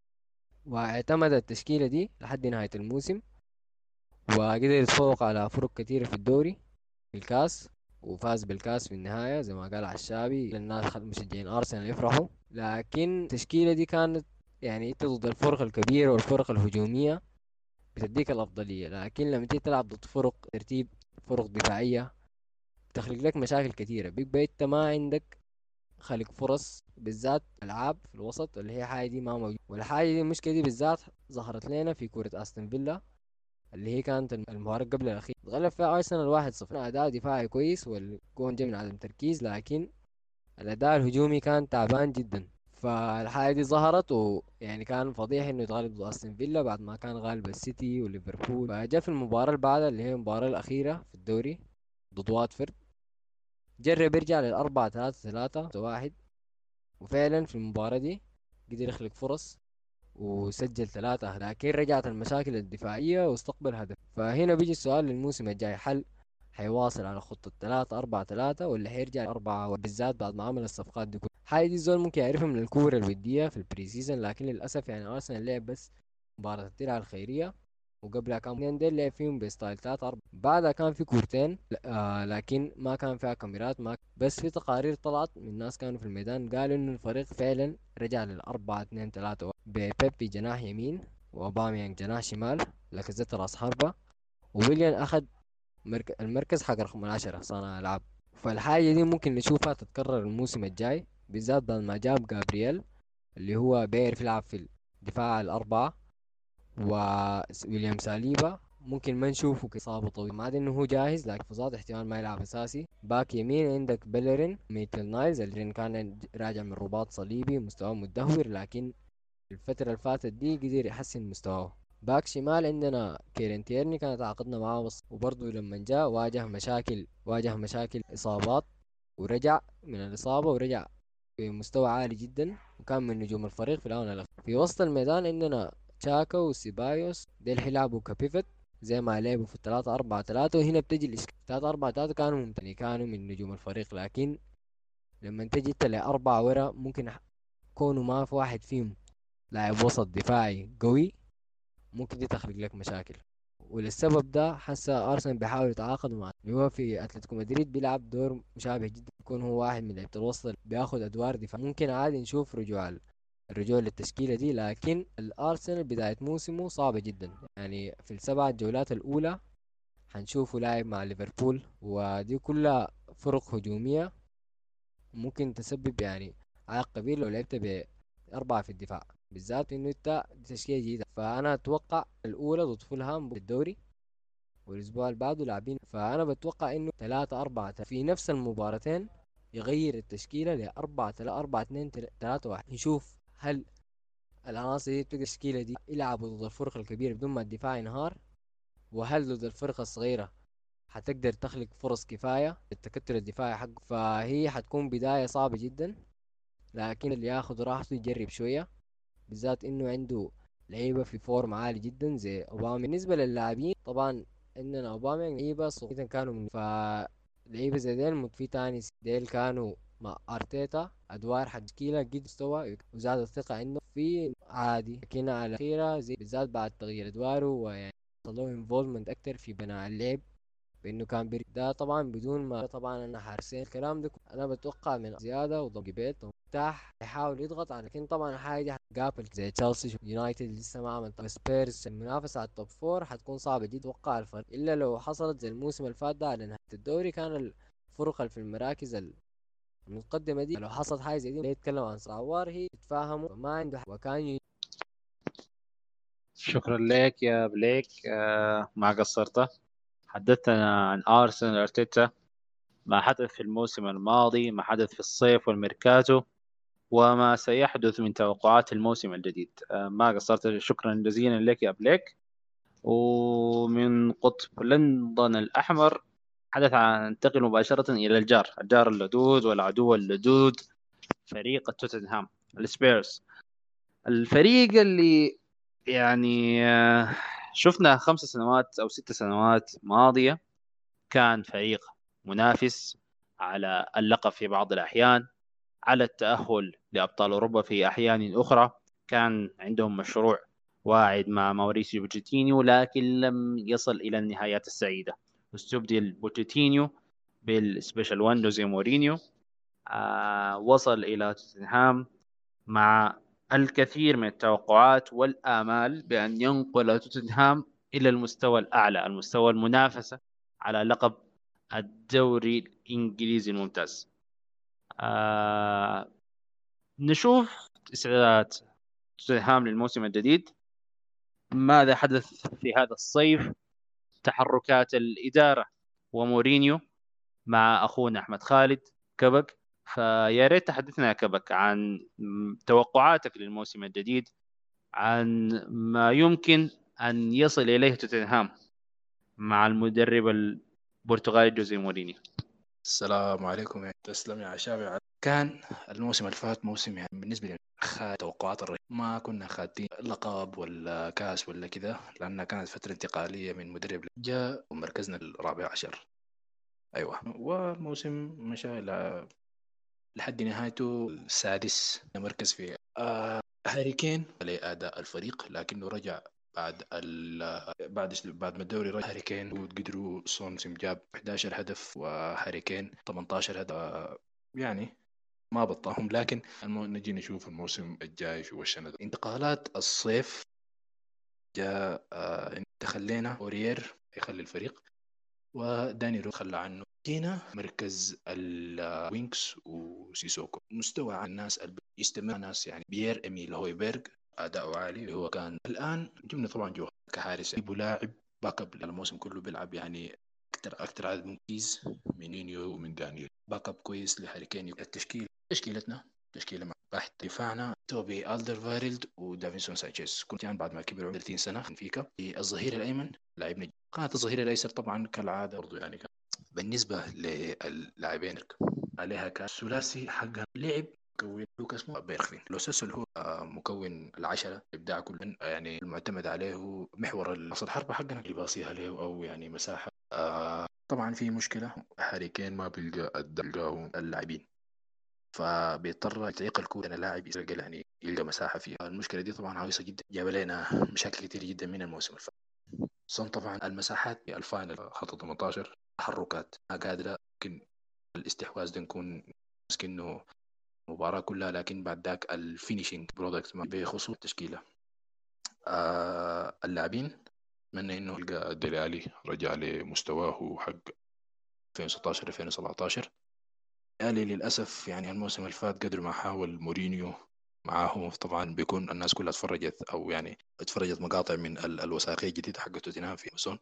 واعتمد التشكيلة دي لحد نهاية الموسم، وقدر يتفوق على فرق كتيرة في الدوري في الكاس، وفاز بالكاس في النهاية زي ما قال عشابي الناس مشجعين أرسنال يفرحوا. لكن التشكيلة دي كانت يعني انت ضد الفرق الكبيرة والفرق الهجومية بتديك الأفضلية، لكن لما تيجي تلعب ضد فرق ترتيب فرق دفاعية بتخلق لك مشاكل كتيرة، بيبقى انت ما عندك خلق فرص بالذات ألعاب في الوسط اللي هي حاجة دي ما موجودة. والحاجة دي المشكلة دي بالذات ظهرت لنا في كرة أستون فيلا اللي هي كانت المباراة قبل الأخير تغلب فيها أرسنال واحد صفر. أداء دفاعي كويس والجون جاي من عدم تركيز، لكن الأداء الهجومي كان تعبان جدا. فالحاجة دي ظهرت، ويعني كان فضيح إنه يتغلب ضد أستون فيلا بعد ما كان غالب السيتي وليفربول. فجاء في المباراة اللي بعدها اللي هي المباراة الأخيرة في الدوري ضد واتفورد جرب يرجع للأربعة ثلاثة ثلاثة واحد، وفعلا في المباراة دي قدر يخلق فرص وسجل ثلاثة، لكن رجعت المشاكل الدفاعية واستقبل هدف. فهنا بيجي السؤال للموسم الجاي، هل حيواصل على خطة ثلاثة أربعة ثلاثة ولا حيرجع أربعة، وبالذات بعد ما عمل الصفقات دي كلها؟ حاجة دي الزول ممكن يعرفها من الكورة الودية في البري سيزون، لكن للأسف يعني أرسنال لعب بس مباراة الترعة الخيرية، وقبلها كان اثنين ديل لعب فيهم بستايل ثلاثة أربعة. بعدها كان في كورتين آه لكن ما كان فيها كاميرات، ما بس في تقارير طلعت من ناس كانوا في الميدان قالوا إنه الفريق فعلا رجع للأربعة اثنين ثلاثة ببيبي جناح يمين وأوباميانغ جناح شمال، لاكازيت راس حربة، وويليان أخذ مرك... المركز حق رقم العشرة صانع ألعاب. فالحاجة دي ممكن نشوفها تتكرر الموسم الجاي، بالذات بعد ما جاب جابرييل اللي هو بيعرف يلعب في الدفاع الأربعة، وويليام ساليبا ممكن ما نشوفه كإصابة طويلة، ما انه هو جاهز لكن فضات احتمال ما يلعب اساسي. باك يمين عندك بيلرين ميتل نايلز اللي كان راجع من رباط صليبي مستواه متدهور، لكن الفترة اللي فاتت دي قدر يحسن مستواه. باك شمال عندنا كيرين تيرني كان تعاقدنا معاه بس وبرضه لما جاء واجه مشاكل واجه مشاكل إصابات ورجع من الإصابة ورجع بمستوى عالي جدا وكان من نجوم الفريق في الآونة الأخيرة. في وسط الميدان عندنا تشاكا وسيبايوس ديل يلعبوا كبيفت زي ما لعبوا في الثلاثة أربعة ثلاثة، وهنا بتجي الإشكال. ثلاثة أربعة ثلاثة كانوا ممتازين، كانوا من نجوم الفريق، لكن لما تجي انت لأربعة ورا ممكن كونوا ما في واحد فيهم لاعب وسط دفاعي قوي، ممكن دي تخلق لك مشاكل. وللسبب ده حاسة أرسنال بيحاول يتعاقد مع اللي هو في أتلتيكو مدريد بيلعب دور مشابه جدا، يكون هو واحد من لعيبة الوسط بياخد أدوار دفاع. ممكن عادي نشوف رجوع الرجوع للتشكيلة دي، لكن الأرسنال بداية موسمه صعبة جدا، يعني في السبعة جولات الأولى حنشوفه لاعب مع ليفربول، ودي كلها فرق هجومية ممكن تسبب يعني عائق كبير لو لعبت بأربعة في الدفاع، بالذات إنه أنت تشكيلة جديدة. فأنا أتوقع الأولى ضد فولهام بالدوري، والأسبوع اللي بعده لاعبين، فأنا بتوقع إنه ثلاثة أربعة في نفس المباراتين يغير التشكيلة لأربعة أربعة اثنين ثلاثة واحد، نشوف هل العناصر دي بتقدر التشكيلة دي يلعبوا ضد الفرق الكبيرة بدون ما الدفاع ينهار، وهل ضد الفرقة الصغيرة حتقدر تخلق فرص كفاية للتكتل الدفاعي حقه. فهي حتكون بداية صعبة جدا، لكن اللي ياخد راحته يجرب شوية، بالذات انه عنده لعيبة في فورم عالي جدا زي اوباما. بالنسبة للاعبين طبعا عندنا اوباما لعيبة صغيرة كانوا من فلعيبة زي ديل في تاني ديل كانوا مع ارتيتا ادوار حق تشكيلة قد استوى وزاد الثقة عنده في عادي، لكن على الأخيرة زي بالذات بعد تغيير ادواره ويعني صلوا انفولمنت اكتر في بناء اللعب، بانه كان بير ده طبعا بدون ما طبعا انا حارسين الكلام ده انا بتوقع من زياده وضم بيت ومفتاح يحاول يضغط على، لكن طبعا حاجه قابل زي تشيلسي يونايتد لسه ما عمل سبيرز، المنافسه على التوب فور حتكون صعبه جدا. اتوقع الفرق الا لو حصلت زي الموسم اللي فات ده على نهايه الدوري كان الفرق في المراكز المتقدمه دي لو حصلت حاجه زي دي يتكلم عن صعوار هي يتفاهموا ما عنده حق. وكان ي... شكرا لك يا بليك، آه ما قصرت. حدثنا عن أرسنال أرتيتا، ما حدث في الموسم الماضي، ما حدث في الصيف والميركاتو، وما سيحدث من توقعات الموسم الجديد. آه ما قصرت، شكرا جزيلا لك يا بليك. ومن قطب لندن الأحمر حدث عن ننتقل مباشرة إلى الجار الجار اللدود والعدو اللدود، فريق توتنهام السبيرز. الفريق اللي يعني آه، شفنا خمس سنوات أو ست سنوات ماضية كان فريق منافس على اللقب في بعض الأحيان، على التأهل لأبطال أوروبا في أحيان أخرى. كان عندهم مشروع واعد مع ماوريسيو بوتشيتينيو، لكن لم يصل إلى النهايات السعيدة. استبدل بوتشيتينيو بالسبيشال وان جوزيه مورينيو. آه وصل إلى توتنهام مع الكثير من التوقعات والآمال بأن ينقل توتنهام إلى المستوى الأعلى، المستوى المنافسة على لقب الدوري الإنجليزي الممتاز. آه نشوف استعدادات توتنهام للموسم الجديد، ماذا حدث في هذا الصيف، تحركات الإدارة ومورينيو مع أخونا أحمد خالد كبك. فيا ريت تحدثنا يا كبك عن توقعاتك للموسم الجديد، عن ما يمكن أن يصل إليه توتنهام مع المدرب البرتغالي جوزيه مورينيو. السلام عليكم. يعني تسلم يا عشابي. كان الموسم اللي فات موسم يعني بالنسبة لي خاد توقعات الرهيبة، ما كنا خادين لقب ولا كاس ولا كذا، لأنها كانت فترة انتقالية من مدرب جاء ومركزنا الرابع عشر. أيوة، والموسم مشى إلى لحد نهايته السادس مركز فيه. آه هاري كين لأداء الفريق، لكنه رجع بعد ال... بعد بعد ما الدوري رجع هاري كين وقدروا سون جاب إحدى عشر هدف وهاري كين ثمانية عشر هدف، يعني ما بطاهم. لكن المو... نجي نشوف الموسم الجاي في وشنا. انتقالات الصيف جاء آه تخلينا اوريير يخلي الفريق، وداني رو خلى عنه. جينا مركز الوينكس وسيسوكو، مستوى على الناس اللي يستمر ناس يعني بيير اميل هويبرغ اداؤه عالي، اللي هو كان الان جبنا طبعا جو كحارس يجيبوا لاعب باك اب الموسم كله بيلعب يعني اكثر اكثر عدد من كيز من نينيو ومن دانيال، باك اب كويس لهاريكين. التشكيل تشكيلتنا تشكيله مع تحت دفاعنا توبي الدرفايلد ودافنسون سانشيز، كل كان بعد ما كبروا ثلاثين سنه في فيكا. الظهير الايمن لاعبنا قناة الظهير الايسر طبعا كالعاده برضو يعني كان. بالنسبه للاعبين عليها كان ثلاثي حقا لعب مكون لوكاس مو بيرخفين لوسيس اللي هو مكون العشرة إبداع كل يعني المعتمد عليه هو محور الأصل الحربة حقنا اللي باصيها له أو يعني مساحة. آه طبعا في مشكلة هاري كين ما بيلقى الدلقاهم اللاعبين، فبيضطر يتعيق الكورة أنا لاعب يلقى يعني يلقى مساحة فيها. المشكلة دي طبعا عويصة جدا، جاب لنا مشاكل كثير جدا من الموسم الفات. صن طبعا المساحات الفاينل خط ثمانية عشر تحركات ما قادرة، ممكن الاستحواذ ده نكون مسكنه مباراة كلها، لكن بعد ذاك الفينيشنج برودكت بخصوص التشكيلة. آه اللاعبين أتمنى إنه يلقى ديلي رجع لمستواه حق ألفين وستة عشر ألفين وسبعة عشر. آلي للأسف يعني الموسم اللي فات قدر ما حاول مورينيو معاه، طبعا بيكون الناس كلها اتفرجت أو يعني اتفرجت مقاطع من ال- الوثائقية الجديدة حق توتنهام في أمازون،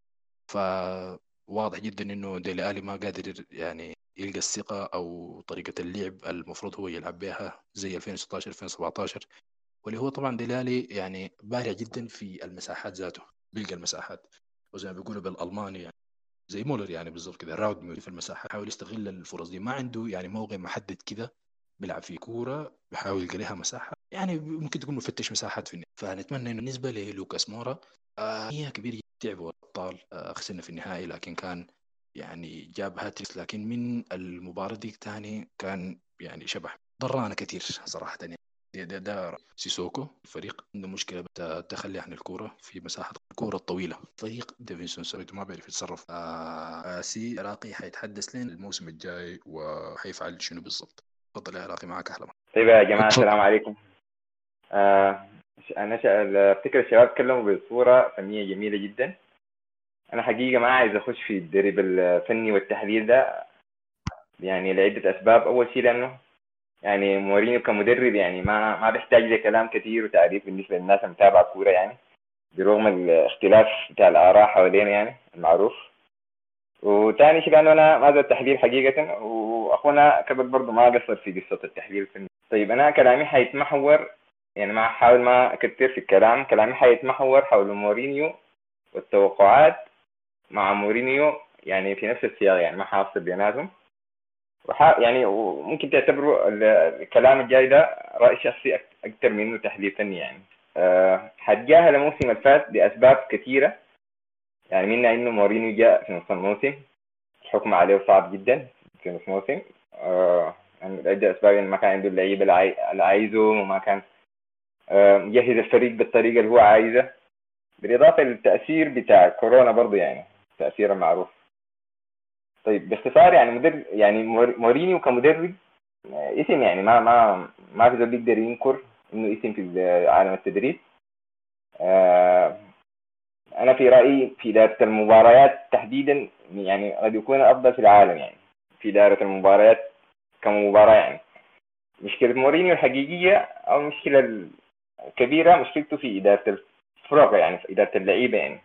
فواضح جدا إنه ديلي آلي ما قادر يعني يلقى الثقة أو طريقة اللعب المفروض هو يلعب بها زي ألفين وستة عشر ألفين وسبعة عشر، واللي هو طبعا ديلي آلي يعني بارع جدا في المساحات ذاته، بيلقى المساحات وزي ما بيقولوا بالألماني يعني زي مولر يعني بالضبط كده راود مولر في المساحة، حاول يستغل الفرص دي. ما عنده يعني موقع محدد كده بيلعب فيه كورة بيحاول يلقى لها مساحة، يعني ممكن تكون مفتش مساحات في النهاية. فنتمنى انه بالنسبة للوكاس مورا آه هي كبير جدا، تعبوا الابطال آه خسرنا في النهائي لكن كان يعني جاب هاتريك، لكن من المباراة دي تاني كان يعني شبح ضرانا كثير صراحة يعني. ده, ده, ده سيسوكو الفريق عنده مشكلة بالتخلي عن الكورة في مساحة الكورة الطويلة. فريق ديفينسون سويته ما بيعرف يتصرف. آه سي عراقي حيتحدث لنا الموسم الجاي وحيفعل شنو بالضبط. تفضل يا عراقي معك أحلى. طيب يا جماعة السلام عليكم. آه أنا شا... أفتكر الشباب تكلموا بصورة فنية جميلة جدا. أنا حقيقة ما عايز أخش في الدرب الفني والتحليل ده يعني لعدة أسباب. أول شيء لأنه يعني مورينيو كمدرب يعني ما ما بيحتاج لكلام كثير وتعريف بالنسبة للناس المتابعة كورة يعني، برغم الاختلاف بتاع الآراء حوالينا يعني المعروف. وتاني شيء لأنه أنا ما ذا التحليل حقيقة، وأخونا كبك برضه ما قصر في قصة التحليل الفني. طيب أنا كلامي حيتمحور يعني ما أحاول ما أكثر في الكلام، كلامي حيتمحور حول مورينيو والتوقعات مع مورينيو يعني في نفس السياق، يعني ما حافظ بيناتهم. وح... يعني وممكن تعتبروا الكلام الجاي ده رأي شخصي أكثر منه تحليل فني يعني. أه حتجاهل الموسم الفات لأسباب كثيرة، يعني منها إنه مورينيو جاء في نص الموسم، الحكم عليه صعب جدا في نص الموسم. أه يعني عدة أسباب إنه ما كان عنده اللعيبة اللي عايزه وما كان أه مجهز الفريق بالطريقة اللي هو عايزة، بالإضافة للتأثير بتاع كورونا برضه يعني تأثير المعروف. طيب باختصار يعني مدرب يعني مورينيو كمدرب اسم يعني ما ما ما في زول بيقدر ينكر انه اسم في عالم التدريب. آه انا في رايي في اداره المباريات تحديدا يعني قد يكون الافضل في العالم يعني في اداره المباريات كمباراه. يعني مشكله مورينيو الحقيقيه او المشكله الكبيره مشكلته في اداره الفرق يعني في اداره اللعيبه يعني.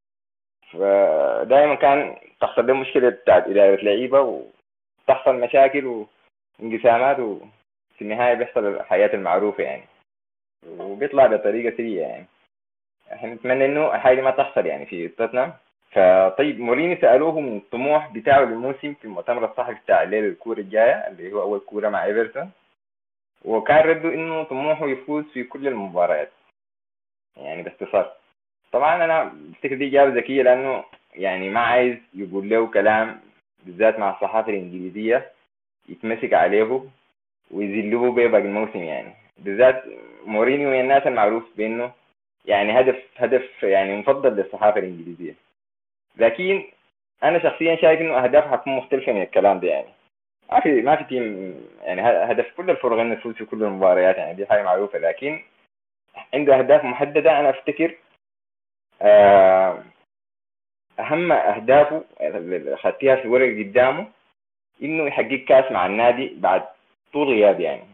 فدائما كان تحصل له مشكله بتاعت اداره لعيبه وتحصل مشاكل وانقسامات وفي النهايه بيحصل الحياه المعروفه يعني وبيطلع بطريقه سيئه يعني. احنا نتمنى انه الحاجه ما تحصل يعني في توتنهام. فطيب مورينيو سالوه من الطموح بتاعه للموسم في المؤتمر الصحفي بتاع الليله الكوره الجايه اللي هو اول كوره مع ايفرتون، وكان رده انه طموحه يفوز في كل المباريات يعني باختصار. طبعا انا بفتكر دي اجابه ذكيه لانه يعني ما عايز يقول له كلام بالذات مع الصحافه الانجليزيه يتمسك عليه ويذلوه بيه باقي الموسم يعني. بالذات مورينيو من الناس المعروف بانه يعني هدف هدف يعني مفضل للصحافه الانجليزيه. لكن انا شخصيا شايف انه اهدافه حتكون مختلفه من الكلام ده. يعني ما في ما في تيم يعني هدف كل الفرق انه يفوز في كل المباريات، يعني دي حاجه معروفه. لكن عنده اهداف محدده. انا افتكر اهم اهدافه اللي خدتيها في ورق قدامه انه يحقق كاس مع النادي بعد طول غياب. يعني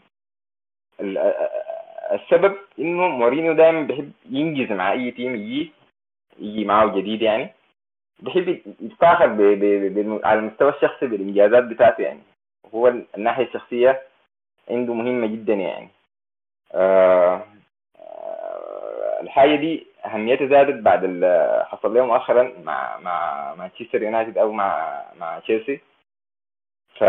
السبب انه مورينيو دائما بيحب ينجز مع اي تيم يجي يجي معه جديد. يعني بيحب يتفاخر ب... ب... ب... على المستوى الشخصي بالانجازات بتاعته. يعني هو الناحيه الشخصيه عنده مهمه جدا. يعني آه... آه... الحاجه دي اهميتها زادت بعد اللي حصل له مؤخرا مع مع مانشستر يونايتد او مع مع تشيلسي. ف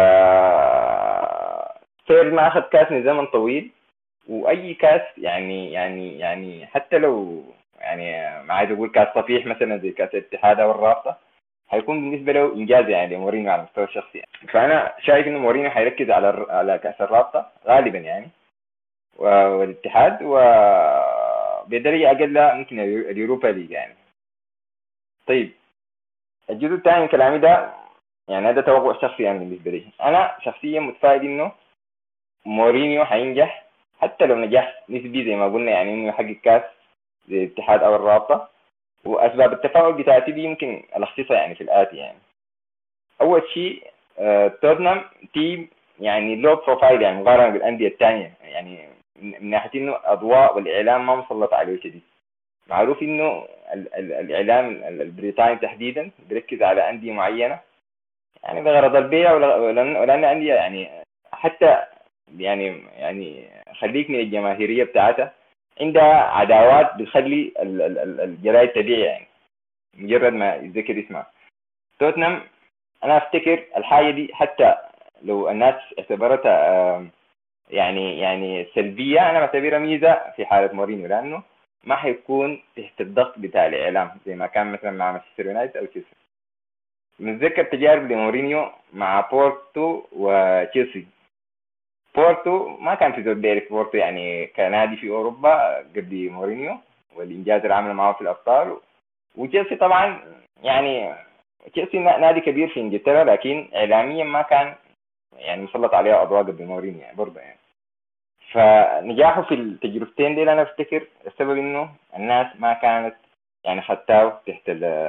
فير ما اخذ كاس من زمن طويل، واي كاس يعني يعني يعني حتى لو يعني ما عايز اقول كاس صفيح مثلا زي كاس الاتحاد او الرابطه، حيكون بالنسبه له انجاز يعني لمورينيو على المستوى الشخصي. يعني. فانا شايف انه مورينيو حيركز على على كاس الرابطه غالبا يعني والاتحاد، وبدرجه اقل ممكن اليوروبا ليج يعني. طيب الجزء الثاني من كلامي ده يعني هذا توقع شخصي يعني بالنسبه لي. انا شخصيا متفائل انه مورينيو حينجح حتى لو نجاح نسبي زي ما قلنا، يعني انه يحقق كاس زي الاتحاد او الرابطه. واسباب التفاؤل بتاعتي دي يمكن الخصيصه يعني في الاتي. يعني اول شيء آه، توتنهام تيم يعني لو بروفايل يعني مقارنه بالانديه الثانيه، يعني من ناحيه انه اضواء والاعلام ما مسلط عليه شديد. معروف انه ال ال الاعلام البريطاني تحديدا بيركز على انديه معينه يعني بغرض البيع، ولان انديه يعني حتى يعني يعني خليك من الجماهيريه بتاعتها عندها عداوات بتخلي الجرايد تبيع يعني مجرد ما يتذكر اسمها. توتنهام انا افتكر الحاجه دي حتى لو الناس اعتبرتها يعني يعني سلبيه، انا بعتبرها ميزه في حاله مورينيو، لانه ما حيكون تحت الضغط بتاع الاعلام زي ما كان مثلا مع مانشستر يونايتد او تشيلسي. نتذكر تجارب لمورينيو مع بورتو وتشيلسي. بورتو ما كان في زول بيعرف بورتو يعني كنادي في اوروبا قبل مورينيو والانجاز اللي عمله معه في الابطال. وتشيلسي طبعا يعني تشيلسي نادي كبير في انجلترا، لكن اعلاميا ما كان يعني مسلط عليها اضواء قبل مورينيو يعني برضه يعني. فنجاحه في التجربتين دي انا افتكر السبب انه الناس ما كانت يعني خدتاه تحت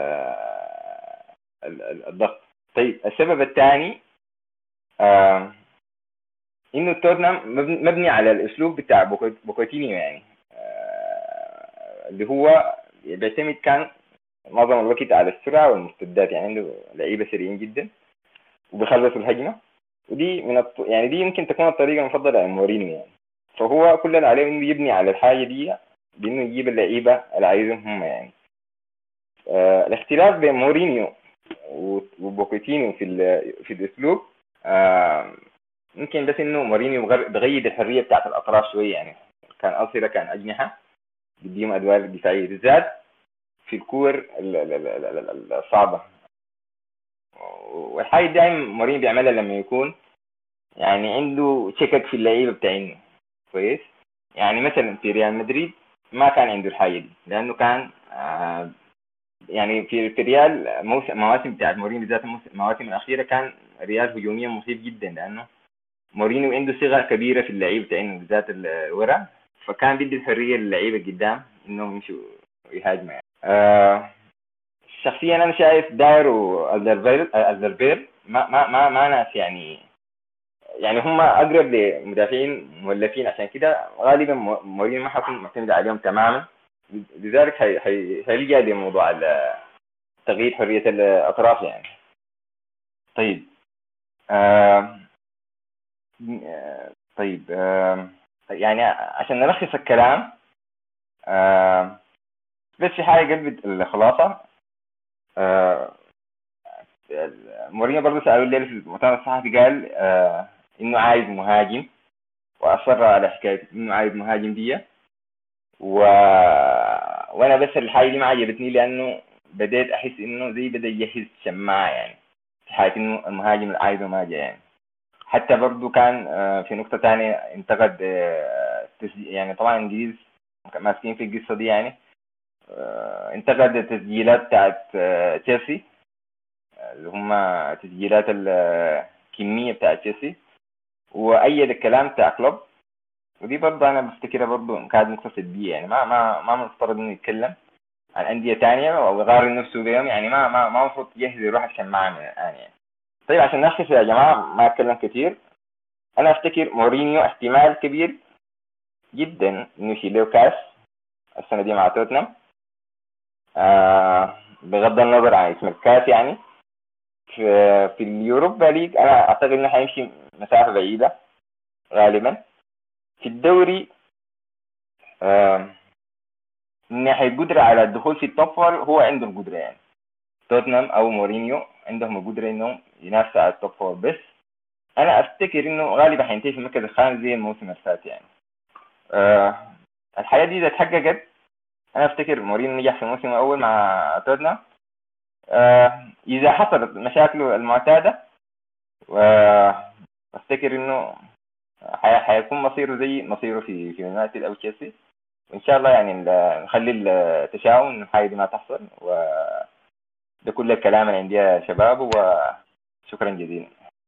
الضغط. طيب السبب الثاني آه انه توتنهام مبني على الاسلوب بتاع بوكوتينيو يعني آه اللي هو بيعتمد كان معظم الوقت على السرعه والمرتدات. يعني عنده لعيبه سريعين جدا وبيخلصوا الهجمه، ودي من الط... يعني دي يمكن تكون الطريقه المفضله لمورينيو يعني. فهو كل اللي عليه انه يبني على الحاجه دي بانه يجيب اللعيبه اللي عايزهم هم يعني. آه الاختلاف بين مورينيو وبوكوتينيو في في الاسلوب آه يمكن بس انه مورينيو بغيد الحريه بتاعت الاطراف شويه. يعني كان اصيله كان اجنحه بديهم ادوار دفاعيه بالذات في الكور الصعبه. والحاجه دائما مورينيو بيعملها لما يكون يعني عنده شكك في اللعيبه بتاعينه كويس. يعني مثلا في ريال مدريد ما كان عنده الحاجه دي، لانه كان آه يعني في في ريال مواسم بتاعت مورينيو بالذات المواسم الاخيره كان ريال هجوميا مصيب جدا، لانه مورينيو عنده صغر كبيره في اللعيبه بتاعينه بالذات الورا، فكان بيدي الحريه للعيبه قدام انهم يمشوا يهاجموا يعني. آه شخصيا انا شايف داير والدربير ما ما ما ما ناس يعني يعني هم اقرب لمدافعين مولفين، عشان كده غالبا مورينيو ما حيكون معتمد عليهم تماما. لذلك هي هي هيلجا لموضوع تغيير حريه الاطراف يعني. طيب آه طيب آه يعني عشان نلخص الكلام آه بس في حاجه قلبت الخلاصه. آه مورينيو برضه سألوه الليله في المؤتمر الصحفي قال آه انه عايز مهاجم، واصر على حكايه انه عايز مهاجم دي. و... وانا بس الحاجه دي ما عجبتني، لانه بديت احس انه زي بدا يجهز شماعه يعني في حاله انه المهاجم اللي عايزه ما جاء يعني. حتى برضه كان في نقطه ثانيه انتقد يعني طبعا الانجليز ماسكين في القصه دي يعني. آه، انتقد التسجيلات بتاعت آه، تشيلسي اللي هم تسجيلات الكميه بتاعت تشيلسي، وايد الكلام بتاع كلوب. ودي برضه انا بفتكرها برضه قاعد مقتصد بيه يعني. ما ما ما مفترض انه يتكلم عن انديه تانية او يقارن نفسه بهم يعني. ما ما ما المفروض يجهز يروح الشماعه من الان يعني. طيب عشان نختصر يا جماعه ما اتكلم كتير، انا افتكر مورينيو احتمال كبير جدا انه يشيل له كاس السنه دي مع توتنهام، آه بغض النظر عن اسم الكاس يعني. في, في اليوروبا ليج انا اعتقد انه حيمشي مسافه بعيده غالبا. في الدوري آه من ناحيه القدره على الدخول في التوب فور هو عنده القدره يعني. توتنهام او مورينيو عندهم القدره انهم ينافسوا على التوب فور، بس انا افتكر انه غالبا حينتهي في المركز الخامس زي الموسم اللي فات يعني. آه الحياه دي اذا اتحققت انا افتكر مورينيو نجح في الموسم الاول مع توتنهام. آه اذا حصلت مشاكله المعتاده وافتكر انه حي- حيكون مصيره زي مصيره في في يونايتد او تشيلسي. وان شاء الله يعني ال- نخلي التشاؤم انه الحاجه دي ما تحصل. وده كل الكلام اللي عندي يا شباب، وشكرا جزيلا.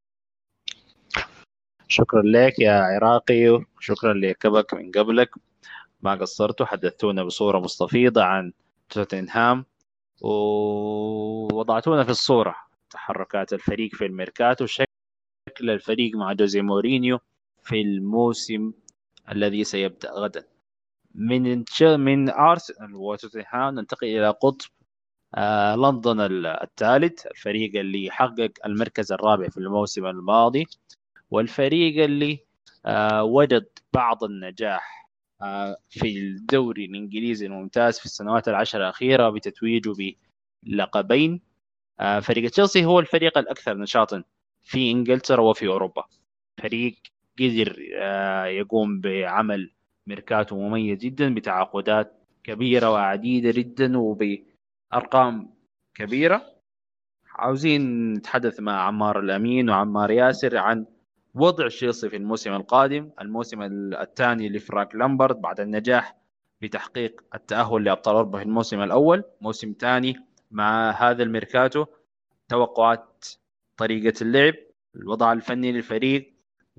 شكرا لك يا عراقي، وشكرا لكبك من قبلك. ما قصرتوا، حدثتونا بصورة مستفيضة عن توتنهام ووضعتونا في الصورة تحركات الفريق في الميركاتو، شكل الفريق مع جوزي مورينيو في الموسم الذي سيبدأ غدا. من من أرسنال وتوتنهام ننتقل إلى قطب آه لندن الثالث، الفريق اللي حقق المركز الرابع في الموسم الماضي، والفريق اللي آه وجد بعض النجاح آه في الدوري الإنجليزي الممتاز في السنوات العشر الأخيرة بتتويجه بلقبين. آه فريق تشيلسي هو الفريق الأكثر نشاطا في إنجلترا وفي أوروبا. فريق قدر آه يقوم بعمل ميركاتو مميز جدا بتعاقدات كبيرة وعديدة جدا وبأرقام كبيرة. عاوزين نتحدث مع عمار الأمين وعمار ياسر عن وضع تشيلسي في الموسم القادم، الموسم الثاني لفرانك لامبرد بعد النجاح بتحقيق التأهل لأبطال أوروبا في الموسم الأول. موسم ثاني مع هذا الميركاتو، توقعات طريقة اللعب، الوضع الفني للفريق،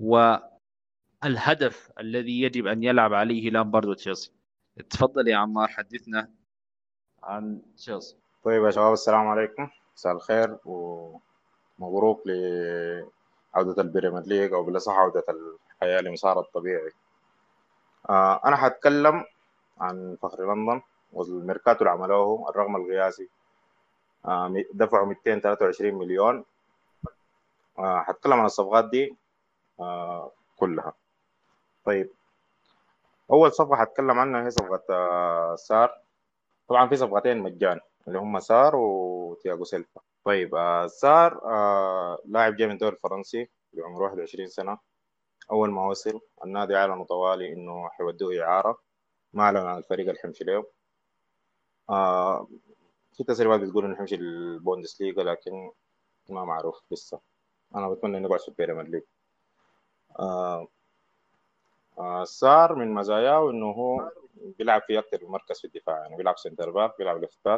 والهدف الذي يجب أن يلعب عليه لامبرد وتشيلسي. تفضل يا عمار، حدثنا عن تشيلسي. طيب يا شباب، السلام عليكم، مساء الخير ومبروك لعودة البريمير ليج، أو بالأصح عودة الحياة لمسارها الطبيعي. آه أنا حتكلم عن فخر لندن والميركاتو اللي عملوه الرقم القياسي. آه دفعوا مئتين وثلاثة وعشرين مليون. آه حتكلم عن الصفقات دي آه كلها. طيب أول صفقة حتكلم عنها هي صفقة آه سار. طبعا في صفقتين مجان اللي هم سار وتياغو سيلفا. طيب آه سار آه لاعب جاي من الدوري الفرنسي بعمر واحد وعشرين سنة. أول ما وصل النادي أعلنوا طوالي إنه حيودوه إعارة، ما أعلن عن الفريق اللي حيمشي له. آه في تسريبات بتقول إنه حيمشي البوندسليغا، لكن ما معروف لسه. أنا بتمنى إنه يقعد في البريمير ليج. آه آه سار من مزاياه إنه هو بيلعب في أكثر من مركز في الدفاع، يعني بيلعب سنتر باك، بيلعب ليفت باك،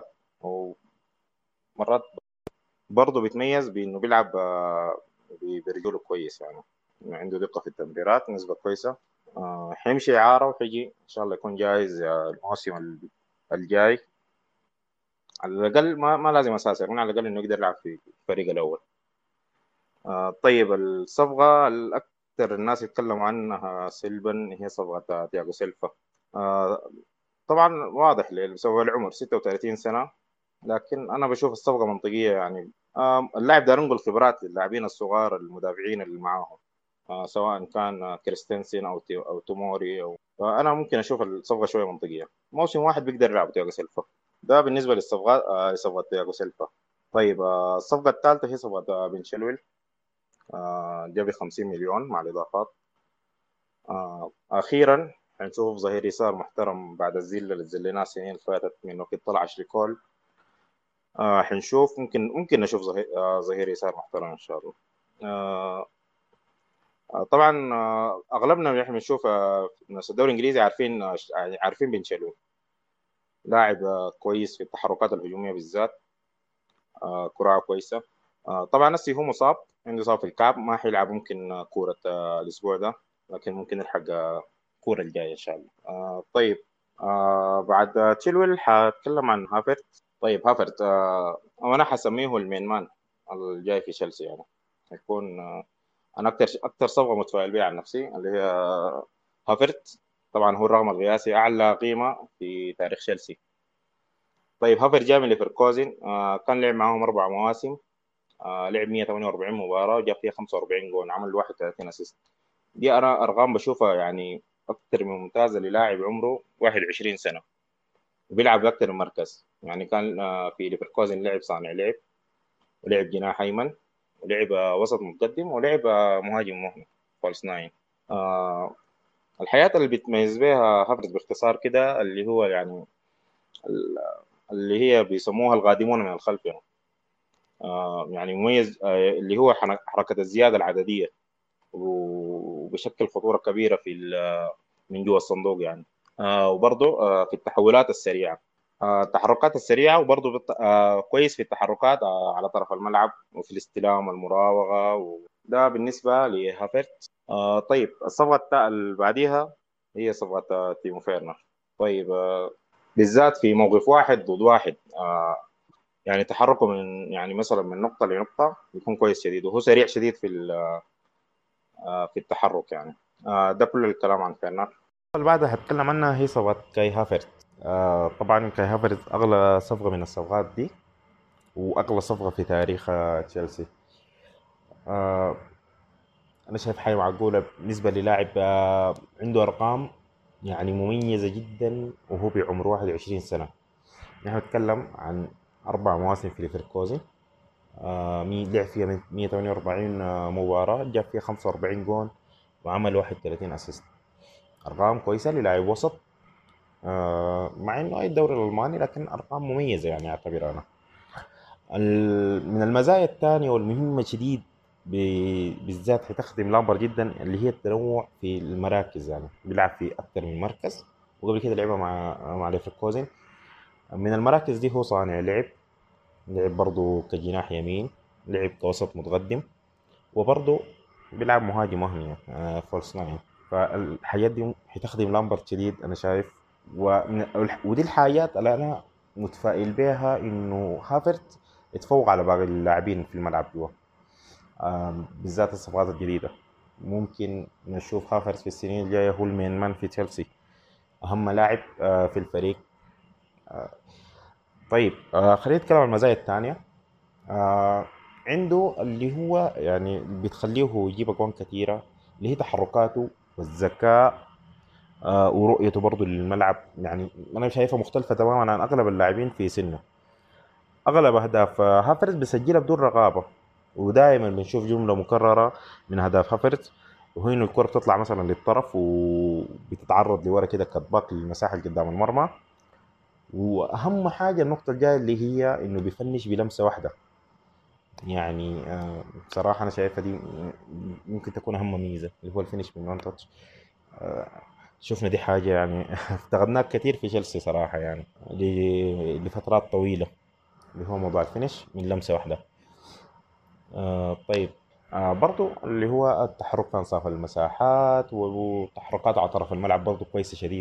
ومرات برضه بيتميز بإنه بيلعب آه برجوله كويس، يعني عنده دقة في التمريرات نسبة كويسة. آه حيمشي إعارة وحيجي إن شاء الله يكون جاهز آه الموسم الجاي. على الأقل ما, ما لازم أساسي، يكون على الأقل إنه يقدر يلعب في الفريق الأول. آه طيب الصفقة الأكثر الناس يتكلموا عنها سلبا هي صفقة تياغو سيلفا. آه طبعا واضح بسبب العمر ستة وثلاثين سنة، لكن أنا بشوف الصفقة منطقية. يعني آه اللاعب دار ينقل خبرات للاعبين الصغار المدافعين اللي معاهم، آه سواء كان كريستنسن أو أو توموري أو آه أنا ممكن أشوف الصفقة شوية منطقية. موسم واحد بيقدر يلعب تياغو سيلفا. ده بالنسبة للصفقات آه لصفقة تياغو سيلفا. طيب آه الصفقة الثالثة هي صفقة آه بن شلويل. آه جاب خمسين مليون مع الإضافات. آه أخيرا حنشوف ظهير يسار محترم بعد الزلة اللي زليناه السنين اللي فاتت من وقت طلع شريكول. آه حنشوف ممكن ممكن نشوف ظهير آه ظهير يسار محترم إن شاء الله. آه آه، طبعا آه، اغلبنا احنا بنشوف آه، ناس الدوري الانجليزي عارفين آه، يعني عارفين بن شلوي، لاعب آه، كويس في التحركات الهجوميه بالذات، آه، كرة كويسه. آه، طبعا نسي هو مصاب، عنده اصابه في الكعب، ما حيلعب ممكن آه، كوره آه، الاسبوع ده، لكن ممكن يلحق آه، الكوره الجايه ان شاء الله. آه، طيب آه، بعد آه، تشيلويل حاتكلم عن هافرت. طيب هافرت آه، انا حسميه المين مان الجاي في تشيلسي يعني. هيكون آه، انا اكثر اكثر صفقه متفائل بها عن نفسي اللي هي هافرت. طبعا هو الرقم القياسي اعلى قيمه في تاريخ تشيلسي. طيب هافرت جاي من ليفركوزن، آه كان لعب معاهم اربع مواسم، آه لعب مية وثمانية وأربعين مباراه وجاب فيها خمسة وأربعين جول، عمل واحد وثلاثين اسيست. دي انا ارقام بشوفها يعني اكثر من ممتازه للاعب عمره واحد وعشرين سنه وبيلعب اكثر من مركز. يعني كان آه في ليفركوزن لعب صانع لعب، ولعب جناح ايمن، ولعب آه وسط متقدم، ولعب آه مهاجم مهمي فولس ناين. آه الحياة اللي بيتميز بها هافرز باختصار كده اللي هو يعني ال- اللي هي بيسموها القادمون من الخلف يعني. آه يعني مميز آه اللي هو حن- حركة الزيادة العددية، وبشكل خطورة كبيرة في ال- من جوا الصندوق يعني. آه وبرضه آه في التحولات السريعة، آه التحركات السريعة، وبرضه بت- آه كويس في التحركات آه على طرف الملعب وفي الاستلام والمراوغة، وده بالنسبة لهافرت. آه طيب الصفقة التا- اللي بعديها هي صفقة آه تيمو فيرنر. طيب آه بالذات في موقف واحد ضد واحد، آه يعني تحركه من يعني مثلا من نقطة لنقطة يكون كويس شديد، وهو سريع شديد في ال- آه في التحرك يعني. آه ده كل الكلام عن فيرنر. اللي بعدها هتكلم عنها هي صفقة كاي هافرت. آه طبعا كاي هافرت أغلى صفقة من الصفقات دي، وأغلى صفقة في تاريخ آه، تشيلسي. آه أنا شايف حاجة معقولة بالنسبة للاعب آه عنده أرقام يعني مميزة جدا وهو بعمر واحد وعشرين سنة. نحن نتكلم عن أربع مواسم في ليفركوزن، آه مي- لعب فيها مية وثمانية وأربعين آه، مباراة، جاب فيها خمسة وأربعين جون وعمل واحد وثلاثين أسيست. أرقام كويسة للاعب وسط، آه مع إنه أي الدوري الألماني، لكن أرقام مميزة يعني أعتبر أنا. ال- من المزايا الثانية والمهمة شديد ب- بالذات حتخدم لامبر جدا اللي هي التنوع في المراكز، يعني بيلعب في أكثر من مركز، وقبل كده لعبها مع مع ليفركوزن. من المراكز دي هو صانع لعب، لعب برضه كجناح يمين، لعب كوسط متقدم، وبرضه بيلعب مهاجم وهمي آه فولس ناين. فالحاجات دي حتخدم لامبرت شديد انا شايف. ومن ودي الحاجات اللي انا متفائل بها انه هافرت يتفوق على باقي اللاعبين في الملعب جوا، آه بالذات الصفقات الجديدة. ممكن نشوف هافرت في السنين الجاية هو المين مان في تشيلسي، أهم لاعب آه في الفريق. آه طيب آه خلينا نتكلم عن المزايا الثانية. آه عنده اللي هو يعني بتخليه يجيب أجوان كثيرة، اللي هي تحركاته والذكاء، آه ورؤيته برضه للملعب. يعني أنا شايفها مختلفة تماما عن أغلب اللاعبين في سنه. أغلب أهداف آه، هافرز بيسجلها بدون رقابة، ودائما بنشوف جملة مكررة من أهداف هافرز، وهي إنه الكرة بتطلع مثلا للطرف وبتتعرض لورا كده كطباق للمساحة اللي قدام المرمى. وأهم حاجة النقطة الجاية اللي هي إنه بيفنش بلمسة واحدة. يعني آه، بصراحة أنا شايفها دي ممكن تكون أهم ميزة، اللي هو الفينش من وان تاتش. شفنا دي حاجة يعني افتقدناها كتير في تشيلسي صراحة، يعني ل- لفترات طويلة، اللي هو موضوع الفينش من لمسة واحدة. آه طيب آه برضو اللي هو التحرك في أنصاف المساحات وتحركات على طرف الملعب برضو كويسة شديد.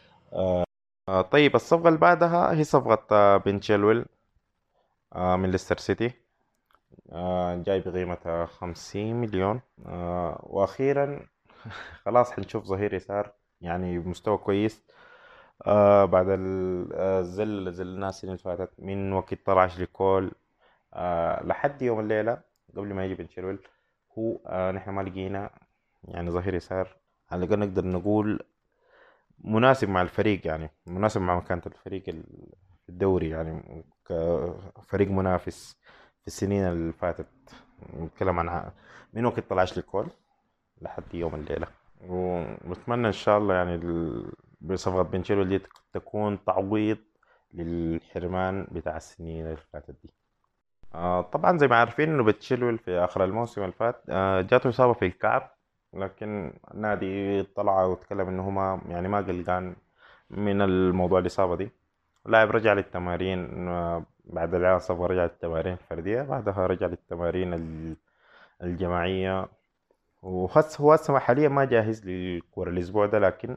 آه طيب الصفقة اللي بعدها هي صفقة آه بن تشيلويل آه من ليستر سيتي، آه جاي بقيمة خمسين مليون. آه وأخيرا خلاص حنشوف ظهير يسار يعني بمستوى كويس، آه بعد ال- آه، الزل اللي زلناه السنة اللي فاتت من وقت طلع أشلي كول آه لحد يوم الليلة قبل ما يجي بن شيرويل. هو آه نحن ما لقينا يعني ظهير يسار على الأقل نقدر نقول مناسب مع الفريق، يعني مناسب مع مكانة الفريق ال- في الدوري، يعني كفريق منافس في السنين اللي فاتت. نتكلم عن ع- من وقت طلع أشلي كول لحد يوم الليلة. ونتمنى إن شاء الله يعني ال- بصفقة بن شيرويل دي تكون تعويض للحرمان بتاع السنين اللي فاتت دي. آه طبعا زي ما عارفين انه بتشيلويل في اخر الموسم اللي فات آه جاته اصابه في الكعب، لكن النادي طلع وتكلم إنه هما يعني ما قلقان من الموضوع الإصابة دي. اللاعب رجع للتمارين آه، بعد الإصابة، رجع للتمارين الفردية، بعدها رجع للتمارين ال- الجماعية. وهس هو هسه حاليا ما جاهز للكورة الأسبوع ده، لكن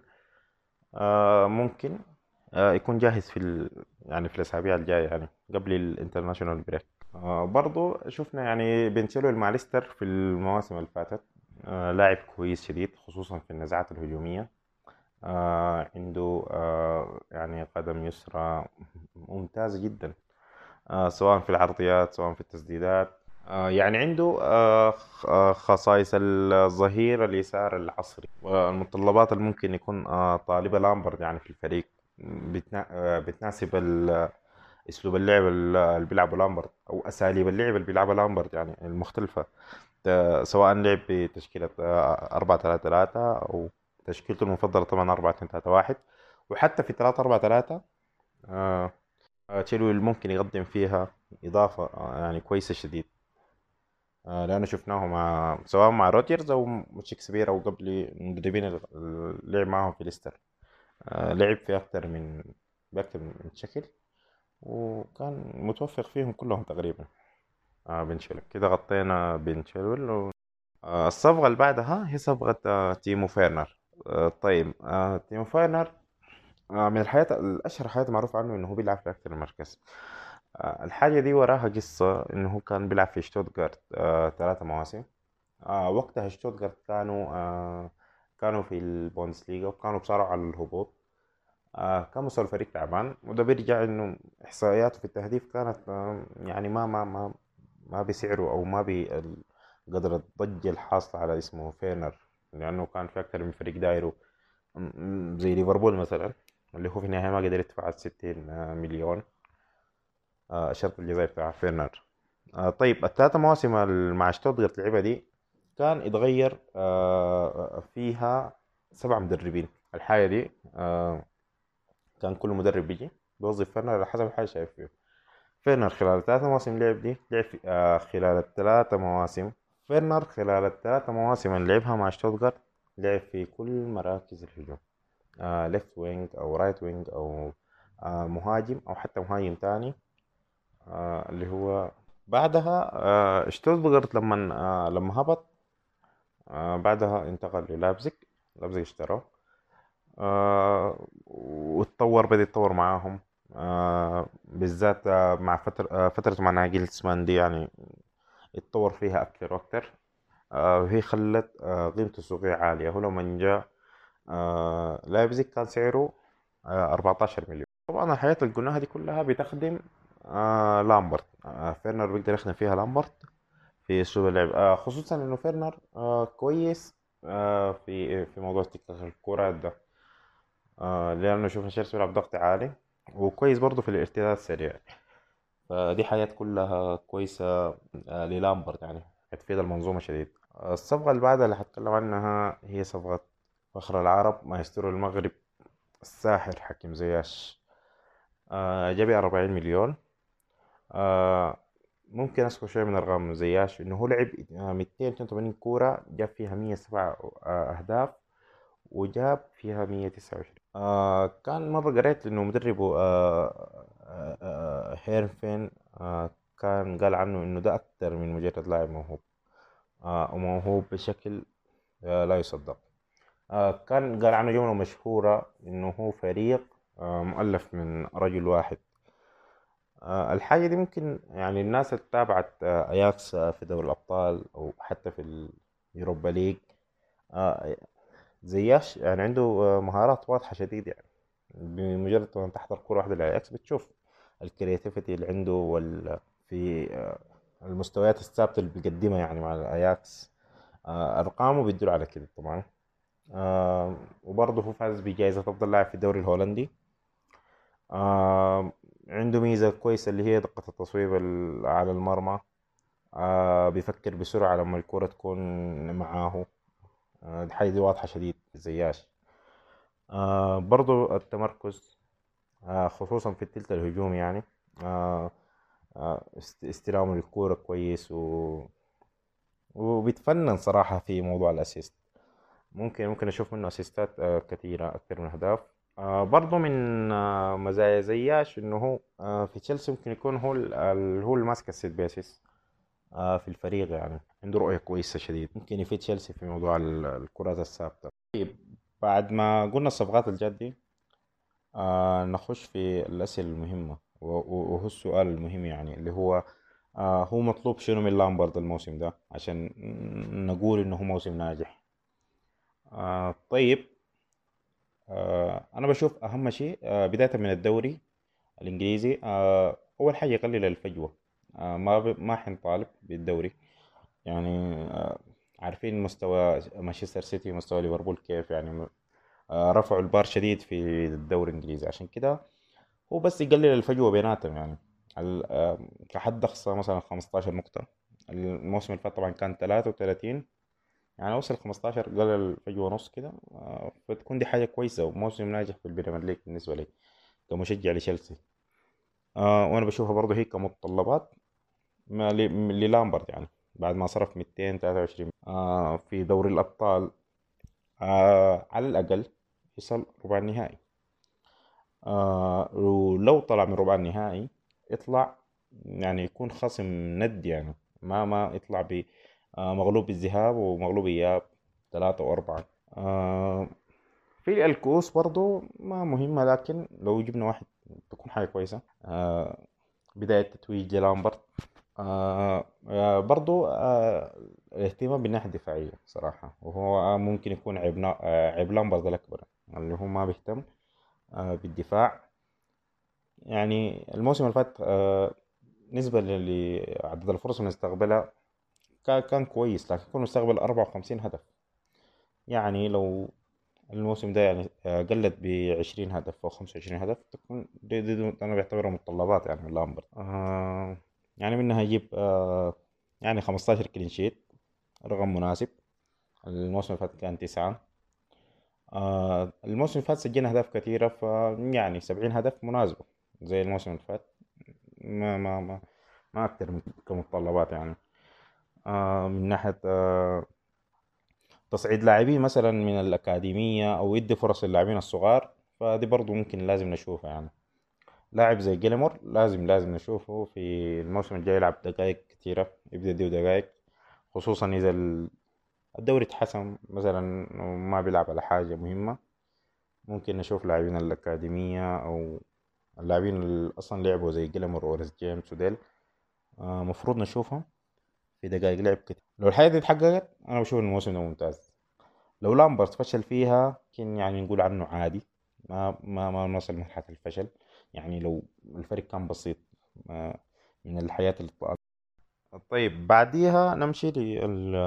آه ممكن آه يكون جاهز في ال... يعني في الأسابيع الجاية، يعني قبل الانترناشونال بريك. آه برضو شفنا يعني بن تشيلويل مع ليستر في المواسم اللي فاتت. آه لاعب كويس شديد خصوصا في النزاعات الهجومية. آه عنده آه يعني قدم يسرى ممتازة جدا، آه سواء في العرضيات سواء في التسديدات. آه يعني عنده آه خ- آه خصائص الظهير اليسار العصري، والمتطلبات اللي ممكن يكون آه طالبها لامبرد يعني في الفريق. بتنا... آه بتناسب ال- اسلوب اللعب اللي بيلعبه لامبرد، او اساليب اللعب اللي بيلعبها لامبرد يعني المختلفة. ت- سواء لعب بتشكيلة آه، أربعة ثلاثة ثلاثة، أو تشكيلته المفضلة طبعا أربعة اثنين ثلاثة واحد. وحتى في ثلاثة أربعة ثلاثة آه، آه، تشيلويل ممكن يقدم فيها إضافة آه، يعني كويسة شديد. آه، لأنه شفناه مع سواء مع روجرز أو شكسبير أو قبل المدربين اللي لعب معهم في ليستر. آه، لعب في أكثر من بأكثر من شكل، وكان متوفق فيهم كلهم تقريبا. آه بن شيلويل كده غطينا بن شيلويل. آه، الصبغة اللي بعدها هي صبغة آه، تيمو فيرنر. آه، طيب آه، تيمو فيرنر آه، من الحياة الأشهر حياة معروف عنه إنه هو بيلعب في أكثر من مركز. آه، الحاجة دي وراها قصة، إنه هو كان بيلعب في شتوتغارت آه، ثلاثة مواسم. آه، وقتها شتوتغارت كانوا آه، كانوا في البوندسليغا وكانوا بصاروا على الهبوط. آه، كان مستوى الفريق تعبان، وده بيرجع إنه إحصائياته في التهديف كانت آه، يعني ما ما ما ما بيسعروا أو ما بي قدر الضجة الحاصلة على اسمه فيرنر، لأنه كان في أكثر من فريق دايره. م- م- زي ليفربول مثلا، اللي هو في النهاية ما قدر يدفع ستين مليون آه، الشرط الجزائي بتاع فيرنر. آه، طيب الثلاثة مواسم اللي مع شتوتغارت لعبها دي كان يتغير آه، فيها سبع مدربين. الحاجة دي آه، كان كل مدرب بيجي بيوظف فيرنر على حسب الحاجة شايف فيه. فيرنر خلال الثلاثة مواسم لعب دي لعب في آه خلال الثلاثة مواسم فيرنر خلال الثلاثة مواسم اللي لعبها مع شتوتغارت لعب في كل مراكز الهجوم. آه ليفت وينج أو رايت وينج أو آه مهاجم أو حتى مهاجم تاني. آه اللي هو بعدها آه شتوتغارت لما آه لما هبط، آه بعدها انتقل للابزيج. لابزيج اشتروه آه واتطور، بدأ يتطور معاهم. آه بالذات آه مع فترة آه فترة مع ناجلسمان دي يعني اتطور فيها أكتر وأكتر. آه وهي خلت آه قيمته السوقية عالية. هو لما جاء آه لايبزيج كان سعره آه أربعتاشر مليون. طبعا الحياة اللي قلناها دي كلها بتخدم آه لامبرت. آه فيرنر بيقدر يخدم فيها لامبرت في أسلوب اللعب، آه خصوصا إنه فيرنر آه كويس آه في في موضوع تكتيك الكرات ده. آه لأنه شوفنا تشيلسي بيلعب ضغط عالي، وكويس برضه في الارتداد السريع. فدي حاجات كلها كويسة آه، للامبرد، يعني هتفيد المنظومة شديد. آه، الصفقة اللي بعدها اللي هتكلم عنها هي صفقة فخر العرب مايسترو المغرب الساحر حكيم زياش. آه، جاب أربعين مليون. آه، ممكن أذكر شوية من أرقام زياش، إنه هو لعب آه، مئتين واثنين وثمانين كورة، جاب فيها مية وسبعة آه، أهداف، وجاب فيها مية وتسعة وعشرين. آه كان مرة قريت إنه مدربه آه آه آه هيرفين آه كان قال عنه إنه ده أكتر من مجرد لاعب موهوب، آه وموهوب بشكل آه لا يصدق. آه كان قال عنه جملة مشهورة إنه هو فريق آه مؤلف من رجل واحد. آه الحاجة دي ممكن يعني الناس اللي تابعت آه أياكس آه في دوري الأبطال أو حتى في اليوروبا ليج، آه زياش يعني عنده آه، مهارات واضحة شديد. يعني بمجرد ما تحضر كورة واحدة للأياكس بتشوف الكرياتيفيتي اللي عنده وال في آه، المستويات الثابتة اللي بيقدمها يعني مع الأياكس. آه، أرقامه بيدل على كده طبعا. آه، وبرضه هو فاز بجائزة أفضل لاعب في الدوري الهولندي. آه، عنده ميزة كويسة اللي هي دقة التصويب ال- على المرمى. آه، بيفكر بسرعة لما الكرة تكون معاه. آه، دي حاجة دي واضحة شديد زياش. آه، برضو التمركز آه، خصوصا في التلت الهجومي يعني. آه، آه، است- استلامه للكورة كويس و... وبيتفنن صراحة في موضوع الأسيست. ممكن ممكن اشوف منه اسيستات آه، كثيره اكثر من اهداف. آه، برضه من آه، مزايا زياش انه هو آه، في تشيلسي ممكن يكون هو ال- ال- هو اللي ماسك السيت بيسيس آه، في الفريق، يعني عنده رؤيه كويسه شديد، ممكن يفيد تشيلسي في موضوع ال- الكرات الثابته. طيب، بعد ما قلنا الصفقات الجد دي آه نخش في الأسئلة المهمة و- و- وهو السؤال المهم، يعني اللي هو آه هو مطلوب شنو من لامبرد الموسم ده عشان نقول إنه هو موسم ناجح. آه طيب، آه أنا بشوف أهم شيء آه بداية من الدوري الإنجليزي، آه أول حاجة يقلل الفجوة. آه ما ب... ما حنطالب بالدوري، يعني آه عارفين مستوى مانشستر سيتي مستوى ليفربول كيف، يعني آه رفعوا البار شديد في الدوري الإنجليزي، عشان كده هو بس يقلل الفجوة بيناتهم، يعني ال- آه، كحد أقصى مثلا خمستاشر نقطة. الموسم اللي فات طبعا كان تلاتة وتلاتين، يعني وصل خمستاشر، قلل الفجوة نص كده. آه، فتكون دي حاجة كويسة وموسم ناجح في البريمير ليج بالنسبة لي كمشجع لتشيلسي. آه، وأنا بشوفها برضه هي كمتطلبات ما ل- للامبرد، يعني بعد ما صرف مئتين وثلاثة وعشرين آه، في دوري الأبطال، آه، على الأقل يصل ربع النهائي. آه ولو طلع من ربع النهائي يطلع، يعني يكون خصم ند، يعني ما ما يطلع ب آه مغلوب الذهاب ومغلوب الإياب ثلاثة وأربعة. آه في الكؤوس برضو ما مهمة، لكن لو جبنا واحد تكون حاجة كويسة. آه بداية تتويج لامبرت. آه آه برضو آه الاهتمام بالناحية الدفاعية صراحة، وهو ممكن يكون عيب نا- آه عيب لامبرد الأكبر، اللي هو ما بيهتم آه بالدفاع. يعني الموسم اللي فات آه، نسبة لعدد الفرص اللي استقبلها كا- كان كويس، لكن كنا نستقبل أربعة وخمسين هدف. يعني لو الموسم ده يعني آه، قلت بعشرين هدف أو خمسة وعشرين هدف، تكون دي, دي, دي أنا بعتبرها متطلبات يعني من لامبرد. آه يعني منها يجيب آه يعني خمستاشر كلين شيت، رقم مناسب. الموسم اللي فات كان تسعة. آه الموسم اللي فات سجلنا أهداف كثيرة، ف يعني سبعين هدف مناسبة زي الموسم اللي فات. ما ما ما ما أكتر من كمتطلبات، يعني آه من ناحية آه تصعيد لاعبين مثلا من الأكاديمية أو يدي فرص للاعبين الصغار، فدي برضو ممكن لازم نشوفها. يعني لاعب زي جيلمور لازم لازم نشوفه في الموسم الجاي يلعب دقائق كتيرة، يبدأ يديه دقائق، خصوصا إذا ال- الدوري اتحسم مثلا وما بيلعب على حاجة مهمة. ممكن نشوف لاعبين الأكاديمية أو اللاعبين اللي أصلا لعبوا زي جيلمور وريس جيمس وديل، آه مفروض نشوفهم في دقائق لعب كتير. لو الحاجة دي اتحققت أنا بشوف إن الموسم ده ممتاز. لو لامبرت فشل فيها كن يعني نقول عنه عادي، ما ما ما نوصل لمرحلة الفشل. يعني لو الفريق كان بسيط ما من الحياة اللي طال. طيب، بعديها نمشي لل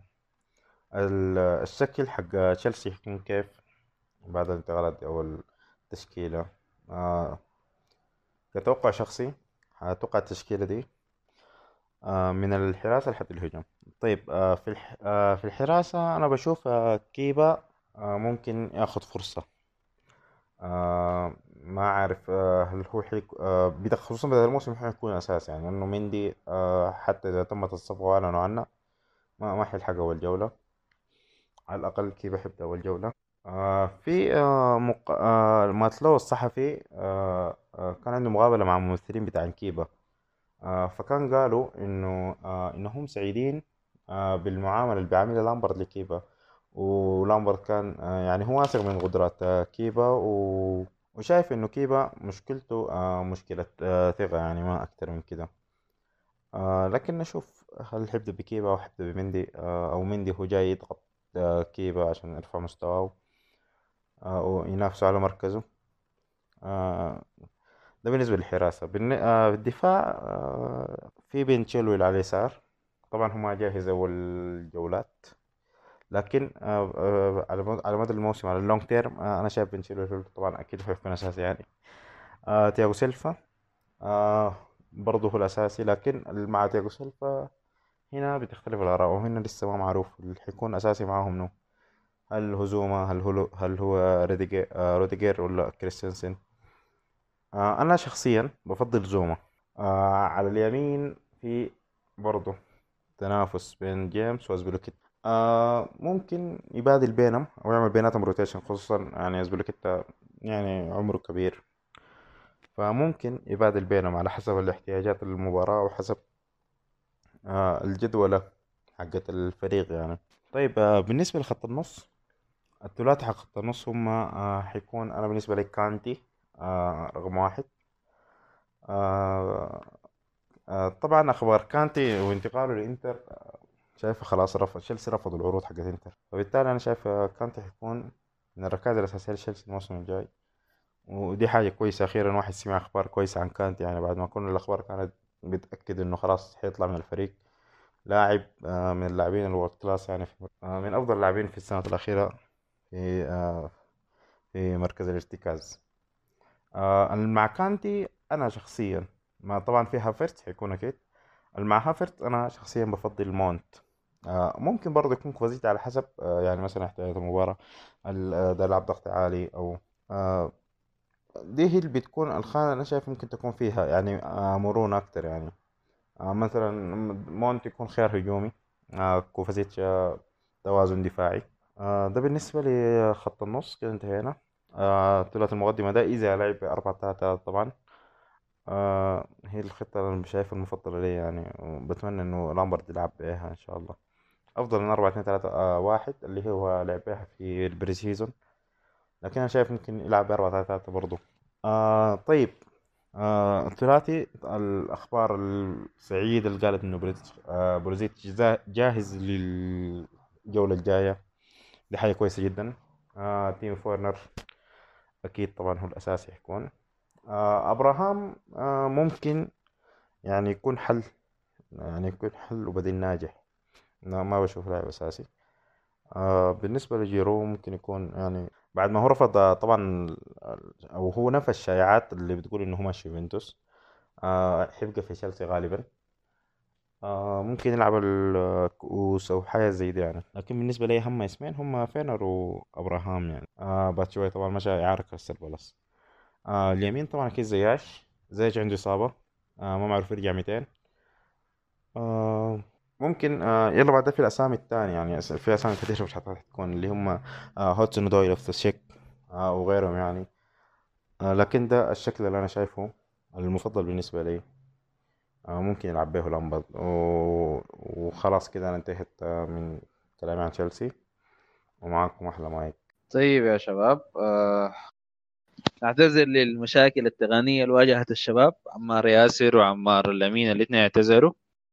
ال- الشكل حق تشيلسي يكون كيف بعد الانتقالات دي أو التشكيلة. آه كتوقع شخصي أتوقع التشكيلة دي آه، من الحراسة لحد الهجوم. طيب، آه، في الح... آه، في الحراسة أنا بشوف آه، كيبا آه، ممكن ياخد فرصة. آه، ما عارف آه، هل هو حيك آه، بدأ خصوصا بدأ الموسم حيكون أساسي، يعني لأنه مندي آه، حتى إذا تمت الصفقة وأعلنوا عنها ما ما حيلحق أول جولة. على الأقل كيبا حيبدأ أول جولة. آه، في آه، مق... آه، ماتلو الصحفي آه، آه، كان عنده مقابلة مع الممثلين بتاع كيبا. آه، فكان قالوا إنه آه، إنهم سعيدين آه، بالمعاملة اللي بيعملها لامبرد لكيبا. ولامبرد كان آه، يعني هو واثق من قدرات آه، كيبا و... وشايف إنه كيبا مشكلته آه، مشكلة آه، ثقة، يعني ما أكتر من كده. آه، لكن نشوف هل حيبدأ بكيبا أو حيبدأ بمندي آه، أو مندي هو جاي يضغط آه، كيبا عشان يرفع مستواه آه، وينافسه على مركزه. آه، ده بالنسبة للحراسة. بالن- آه، بالدفاع آه، في بن تشيلويل على اليسار. طبعا هو ما جاهز أول جولات، لكن آه، آه، على مد- على مدى الموسم على اللونج تيرم آه، أنا شايف بن تشيلويل طبعا أكيد حيكون أساسي يعني. آه، تياغو سيلفا آه، برضه هو الأساسي، لكن مع تياغو سيلفا هنا بتختلف الآراء، وهنا لسه ما معروف اللي حيكون أساسي معاهم منو. هل هزومة، هل هو هل هو روديجير, آه، روديجير ولا كريستنسن. آه، أنا شخصيا بفضل زوما. آه، على اليمين في برضه تنافس بين جيمس وأزبيلوكيت. آه ممكن يبادل بينهم او يعمل بيناتهم روتيشن، خصوصا يعني ازبيليكيتا يعني عمره كبير، فممكن يبادل بينهم على حسب الاحتياجات المباراة وحسب آه الجدولة حقة الفريق يعني. طيب آه بالنسبة لخط النص، الثلاثي حق خط النص هم آه حيكون أنا بالنسبة لي كانتي آه رقم واحد. آه آه طبعا أخبار كانتي وانتقاله لإنتر آه، شايفه خلاص رفض تشيلسي، رفضوا العروض حقت إنتر، فبالتالي أنا شايف آه، كانتي حيكون من الركائز الأساسية لتشيلسي الموسم الجاي، ودي حاجة كويسة. أخيرا واحد سمع أخبار كويسة عن كانتي، يعني بعد ما كل الأخبار كانت بتأكد إنه خلاص حيطلع من الفريق. لاعب آه، من اللاعبين الورد كلاس، يعني في آه، من أفضل اللاعبين في السنة الأخيرة في آه، في مركز الارتكاز. آه، مع كانتي أنا شخصيا، ما طبعا في هافرت حيكون أكيد، مع هافرت أنا شخصيا بفضل مونت. آه، ممكن برضه يكون كوزيت على حسب آه، يعني مثلا احتياجات المباراة، ال- آه، ده لعب ضغط عالي أو آه، دي هي اللي بتكون الخانة أنا شايف ممكن تكون فيها يعني آه، مرونة أكتر يعني. آه، مثلا مونت يكون خيار هجومي، آه، كوفازيتش آه، توازن دفاعي. آه، ده بالنسبة لخط النص كده انتهينا. آه، ثلاثي المقدمة ده إذا لعب أربعة ثلاثة ثلاثة طبعا. آه، هي الخطة اللي أنا شايفها المفضلة لي يعني، وبتمنى إنه لامبرد يلعب بيها إن شاء الله. أفضل من أربعة اثنين ثلاثة آه، واحد اللي هو لعب بيها في البري سيزون، لكن أنا شايف ممكن يلعب بأربعة ثلاثة ثلاثة برضو. آه طيب آه الثلاثي الأخبار السعيدة اللي قالت إنه بريز- آه بروزيتش جا- جاهز للجولة الجاية، دي حاجة كويسة جدا. آه تيم فورنر أكيد طبعا هو الأساسي يكون. آه أبراهام آه ممكن يعني يكون حل، يعني يكون حل وبديل ناجح. لا، ما بشوف لاعب أساسي. آه بالنسبة لجيرو ممكن يكون يعني بعد ما هو رفض آه، طبعا أو هو نفى الشائعات اللي بتقول إنه هو ماشي يوفنتوس، آه حيبقى في تشيلسي غالبا. آه ممكن يلعب الكؤوس أو حاجة زي دي يعني، لكن بالنسبة لي هم اسمين هم فينر وأبراهام يعني. آه باتشوي طبعا مشى إعارة كريستال بالاس. آه اليمين طبعا أكيد زياش، زياش عنده إصابة، آه ما معروف يرجع متين. آه ممكن آه يلا بعد في الأسامي التانية يعني أس- في أسامي كثيرة مش حتكون اللي هم آه هوتسون ودويل اوف ذا شيك آه وغيرهم يعني. آه لكن ده الشكل اللي أنا شايفه المفضل بالنسبة لي. آه ممكن يلعب به لامبرد و... وخلاص كده أنا انتهت آه من كلامي عن تشيلسي، ومعاكم أحلى مايك. طيب يا شباب، آه نعتذر للمشاكل التقنية اللي واجهت الشباب عمار ياسر وعمار الأمين الاثنين اعتذروا،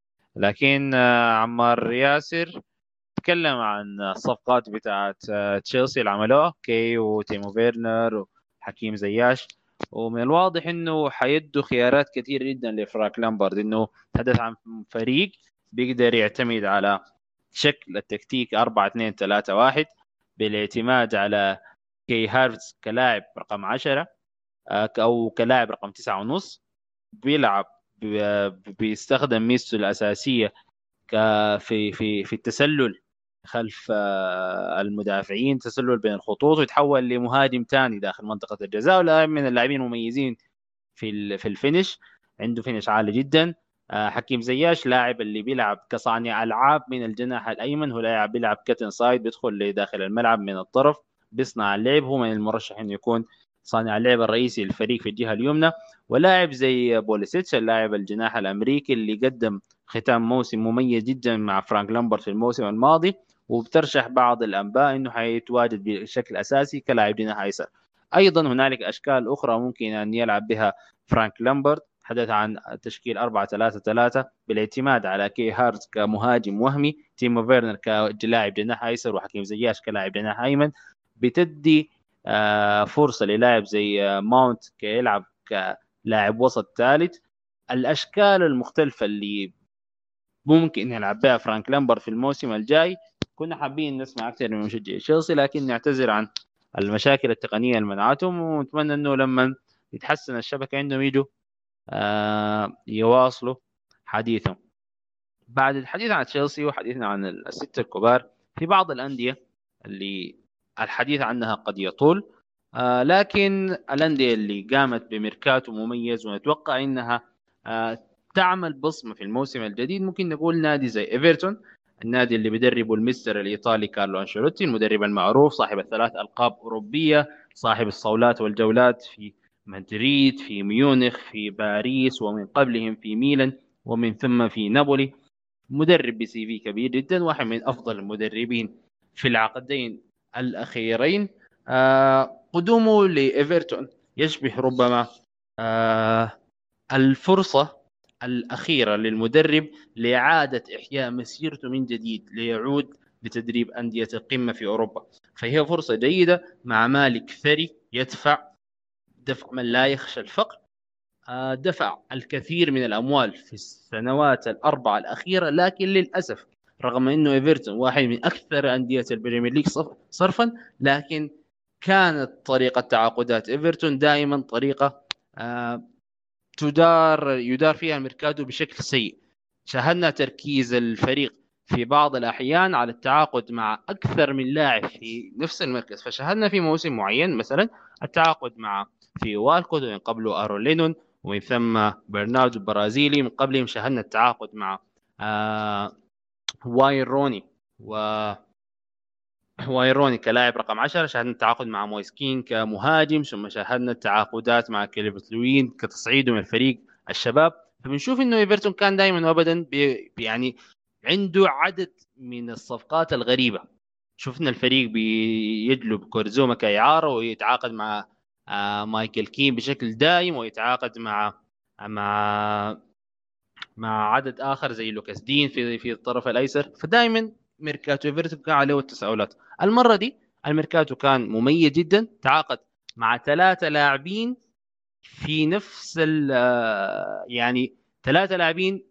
لكن آه عمار ياسر تكلم عن الصفقات بتاعت آه، تشيلسي اللي عملوها كي وتيمو فيرنر وحكيم زياش، ومن الواضح انه حيدوا خيارات كثير جدا لفراك لامبارد، انه تحدث عن فريق بيقدر يعتمد على شكل التكتيك أربعة اثنين ثلاثة واحد بالاعتماد على كي هارفز كلاعب رقم عشرة آه، او كلاعب رقم تسعة ونص، بيلعب ب- بيستخدم ميزته الأساسية ك- في في في التسلل خلف آه، المدافعين، تسلل بين الخطوط، ويتحول لمهاجم ثاني داخل منطقة الجزاء، ولاعب من اللاعبين المميزين في ال- في الفينش، عنده فينش عالي جدا. آه، حكيم زياش لاعب اللي بيلعب كصانع العاب من الجناح الايمن، هو لاعب بيلعب كاتن سايد، بيدخل لداخل الملعب من الطرف، بيصنع اللعب، هو من المرشح انه يكون صانع اللعب الرئيسي للفريق في الجهه اليمنى. ولاعب زي بوليسيتش اللاعب الجناح الامريكي اللي قدم ختام موسم مميز جدا مع فرانك لامبرت في الموسم الماضي، وبترشح بعض الانباء انه حيتواجد بشكل اساسي كلاعب جناح ايسر. ايضا هنالك اشكال اخرى ممكن ان يلعب بها فرانك لامبرت، حدث عن تشكيل أربعة ثلاثة ثلاثة بالاعتماد على كي هارت كمهاجم وهمي، تيمو فيرنر كلاعب جناح ايسر، وحكيم زياش كلاعب جناح ايمن، بتدي آه، فرصه للاعب زي آه، ماونت كيلعب كلاعب وسط ثالث. الاشكال المختلفه اللي ممكن يلعب بها فرانك لامبرت في الموسم الجاي كنا حابين نسمع اكثر من مشجعي تشيلسي، لكن نعتذر عن المشاكل التقنيه اللي منعتهم، ونتمنى انه لما يتحسن الشبكه عندهم يجوا آه يواصلوا حديثهم. بعد الحديث عن تشيلسي وحديثنا عن الستة الكبار، في بعض الأندية اللي الحديث عنها قد يطول، آه لكن الأندية اللي قامت بميركاتو مميز ونتوقع إنها آه تعمل بصمة في الموسم الجديد، ممكن نقول نادي زي إيفرتون النادي اللي بيدربه المستر الإيطالي كارلو أنشيلوتي، المدرب المعروف صاحب الثلاث ألقاب أوروبية، صاحب الصولات والجولات في مدريد، في ميونخ، في باريس، ومن قبلهم في ميلان، ومن ثم في نابولي. مدرب بسي في كبير جدا، واحد من أفضل المدربين في العقدين الأخيرين. آه قدومه لإيفرتون يشبه ربما آه الفرصة الأخيرة للمدرب لإعادة إحياء مسيرته من جديد، ليعود لتدريب أندية القمة في أوروبا. فهي فرصة جيدة مع مالك ثري يدفع دفع من لا يخشى الفقر. دفع الكثير من الأموال في السنوات الأربعة الأخيرة، لكن للأسف رغم أنه إيفرتون واحد من أكثر أندية البريمير ليج صرفا، لكن كانت طريقة تعاقدات إيفرتون دائما طريقة تدار يدار فيها الميركاتو بشكل سيء. شاهدنا تركيز الفريق في بعض الأحيان على التعاقد مع أكثر من لاعب في نفس المركز. فشاهدنا في موسم معين مثلا التعاقد مع في والكوت، ومن قبله آرون لينون، ومن ثم برناردو برازيلي، من قبلهم شاهدنا التعاقد مع آه واين روني و واين روني كلاعب رقم عشرة، شاهدنا التعاقد مع مويسكين كمهاجم، ثم شاهدنا التعاقدات مع كليفرت لوين كتصعيده من الفريق الشباب. فبنشوف انه ايفرتون كان دائما وابدا بي يعني عنده عدد من الصفقات الغريبة. شفنا الفريق بيجلب كورزوما كإعارة، ويتعاقد مع آه مايكل كين بشكل دائم، ويتعاقد مع مع مع عدد آخر زي لوكاس دين في في الطرف الأيسر. فدائما ميركاتو ايفرتون كان عليه التساؤلات. المرة دي الميركاتو كان مميز جدا، تعاقد مع ثلاثة لاعبين في نفس ال يعني ثلاثة لاعبين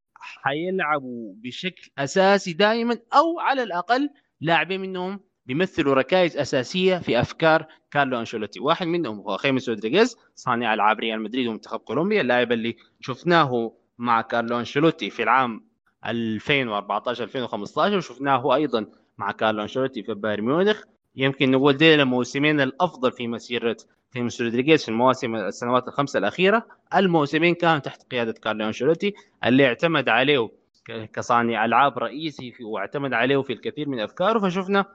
حيلعبوا بشكل أساسي دائما، أو على الأقل لاعبين منهم بيمثلوا ركائز أساسية في أفكار كارلو أنشيلوتي. واحد منهم هو خيمس رودريغيز صانع ألعاب ريال مدريد ومنتخب كولومبيا، اللاعب اللي شفناه مع كارلو أنشيلوتي في العام ألفين وأربعة عشر ألفين وخمسة عشر، وشفناه أيضا مع كارلو أنشيلوتي في بايرن ميونخ. يمكن نقول دي الموسمين الأفضل في مسيرة خيمس رودريغيز في المواسم السنوات الخمسة الأخيرة. الموسمين كانوا تحت قيادة كارلو أنشيلوتي اللي اعتمد عليه كصانع ألعاب رئيسي واعتمد عليه في الكثير من أفكاره. فشفنا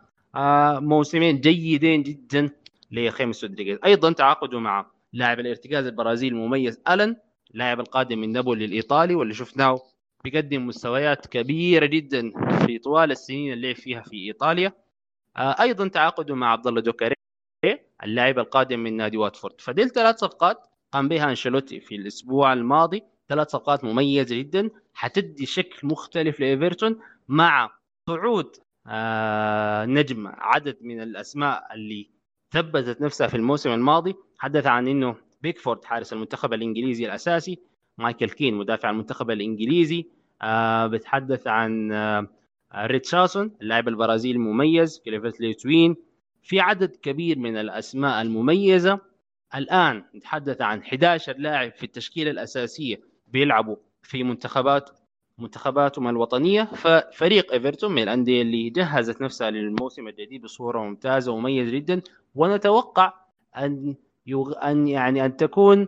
موسمين جيدين جدا لخيمس رودريغيز. أيضا تعاقدوا مع لاعب الارتكاز البرازيلي المميز ألان، لاعب القادم من نابولي الإيطالي، واللي شفناه بيقدم مستويات كبيرة جدا في طوال السنين اللي فيها في إيطاليا. أيضا تعاقدوا مع عبد الله دوكاري اللاعب القادم من نادي واتفورد. فدي الثلاث صفقات قام بها أنشيلوتي في الأسبوع الماضي، ثلاث صفقات مميزة جدا حتدي شكل مختلف لإيفرتون مع صعود آه نجم عدد من الأسماء اللي ثبتت نفسها في الموسم الماضي. حدث عن إنه بيكفورد حارس المنتخب الإنجليزي الأساسي، مايكل كين مدافع المنتخب الإنجليزي، آه بتحدث عن آه ريتشارسون اللاعب البرازيلي المميز، كليفرت لوين. في عدد كبير من الأسماء المميزة. الآن نتحدث عن أحد عشر لاعب في التشكيلة الأساسية بيلعبوا في منتخبات منتخباتهم الوطنية. ففريق إيفرتون من الأندية اللي جهزت نفسها للموسم الجديد بصورة ممتازة ومميز جدا. ونتوقع أن يغ... أن يعني أن تكون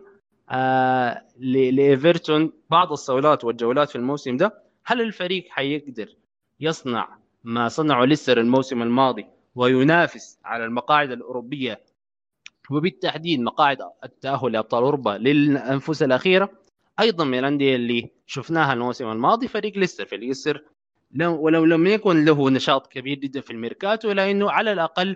آه ل... لإيفرتون بعض الصولات والجولات في الموسم ده. هل الفريق حيقدر يصنع ما صنعه ليستر الموسم الماضي وينافس على المقاعد الأوروبية وبالتحديد مقاعد التأهل لأبطال أوروبا للأنفس الأخيرة؟ أيضا من الأندية اللي شفناها الموسم الماضي فريق ليستر. في ليستر ولو لم يكن له نشاط كبير جدا في الميركاتو، لأنه على الأقل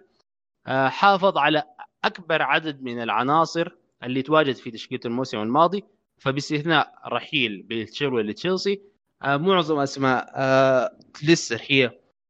حافظ على أكبر عدد من العناصر اللي تواجد في تشكيلة الموسم الماضي. فباستثناء رحيل بيلتشيلوي لتشيلسي، معظم أسماء ليستر هي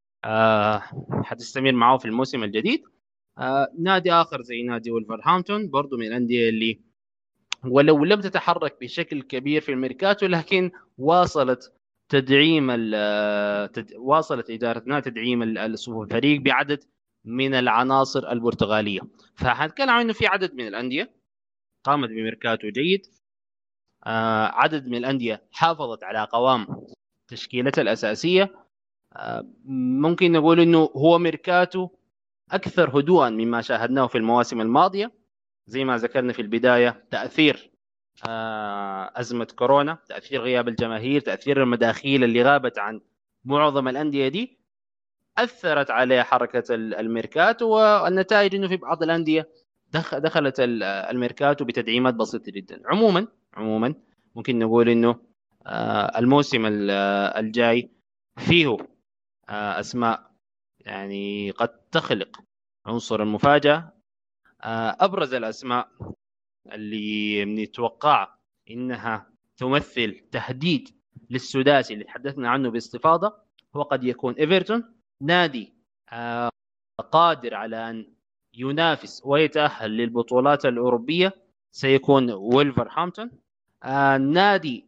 حتستمر معه في الموسم الجديد. آه، نادي آخر زي نادي ولفرهامبتون برضو من الأندية اللي ولو لم تتحرك بشكل كبير في الميركاتو، لكن واصلت تدعيم تد... واصلت إدارتنا تدعيم الفريق بعدد من العناصر البرتغالية. فحنتكلم عنه في عدد من الأندية قامت بميركاتو جيد. آه، عدد من الأندية حافظت على قوام تشكيلتها الأساسية. آه، ممكن نقول إنه هو ميركاتو أكثر هدوءا مما شاهدناه في المواسم الماضية. زي ما ذكرنا في البداية، تأثير أزمة كورونا، تأثير غياب الجماهير، تأثير المداخيل اللي غابت عن معظم الأندية دي أثرت عليه حركة الميركاتو، والنتائج إنه في بعض الأندية دخلت الميركاتو بتدعيمات بسيطة جدا. عموما عموما ممكن نقول إنه الموسم الجاي فيه أسماء يعني قد تخلق عنصر المفاجأة. أبرز الأسماء اللي نتوقع إنها تمثل تهديد للسداسي اللي تحدثنا عنه باستفاضة هو قد يكون إيفرتون، نادي قادر على أن ينافس ويتأهل للبطولات الأوروبية سيكون وولفرهامبتون، نادي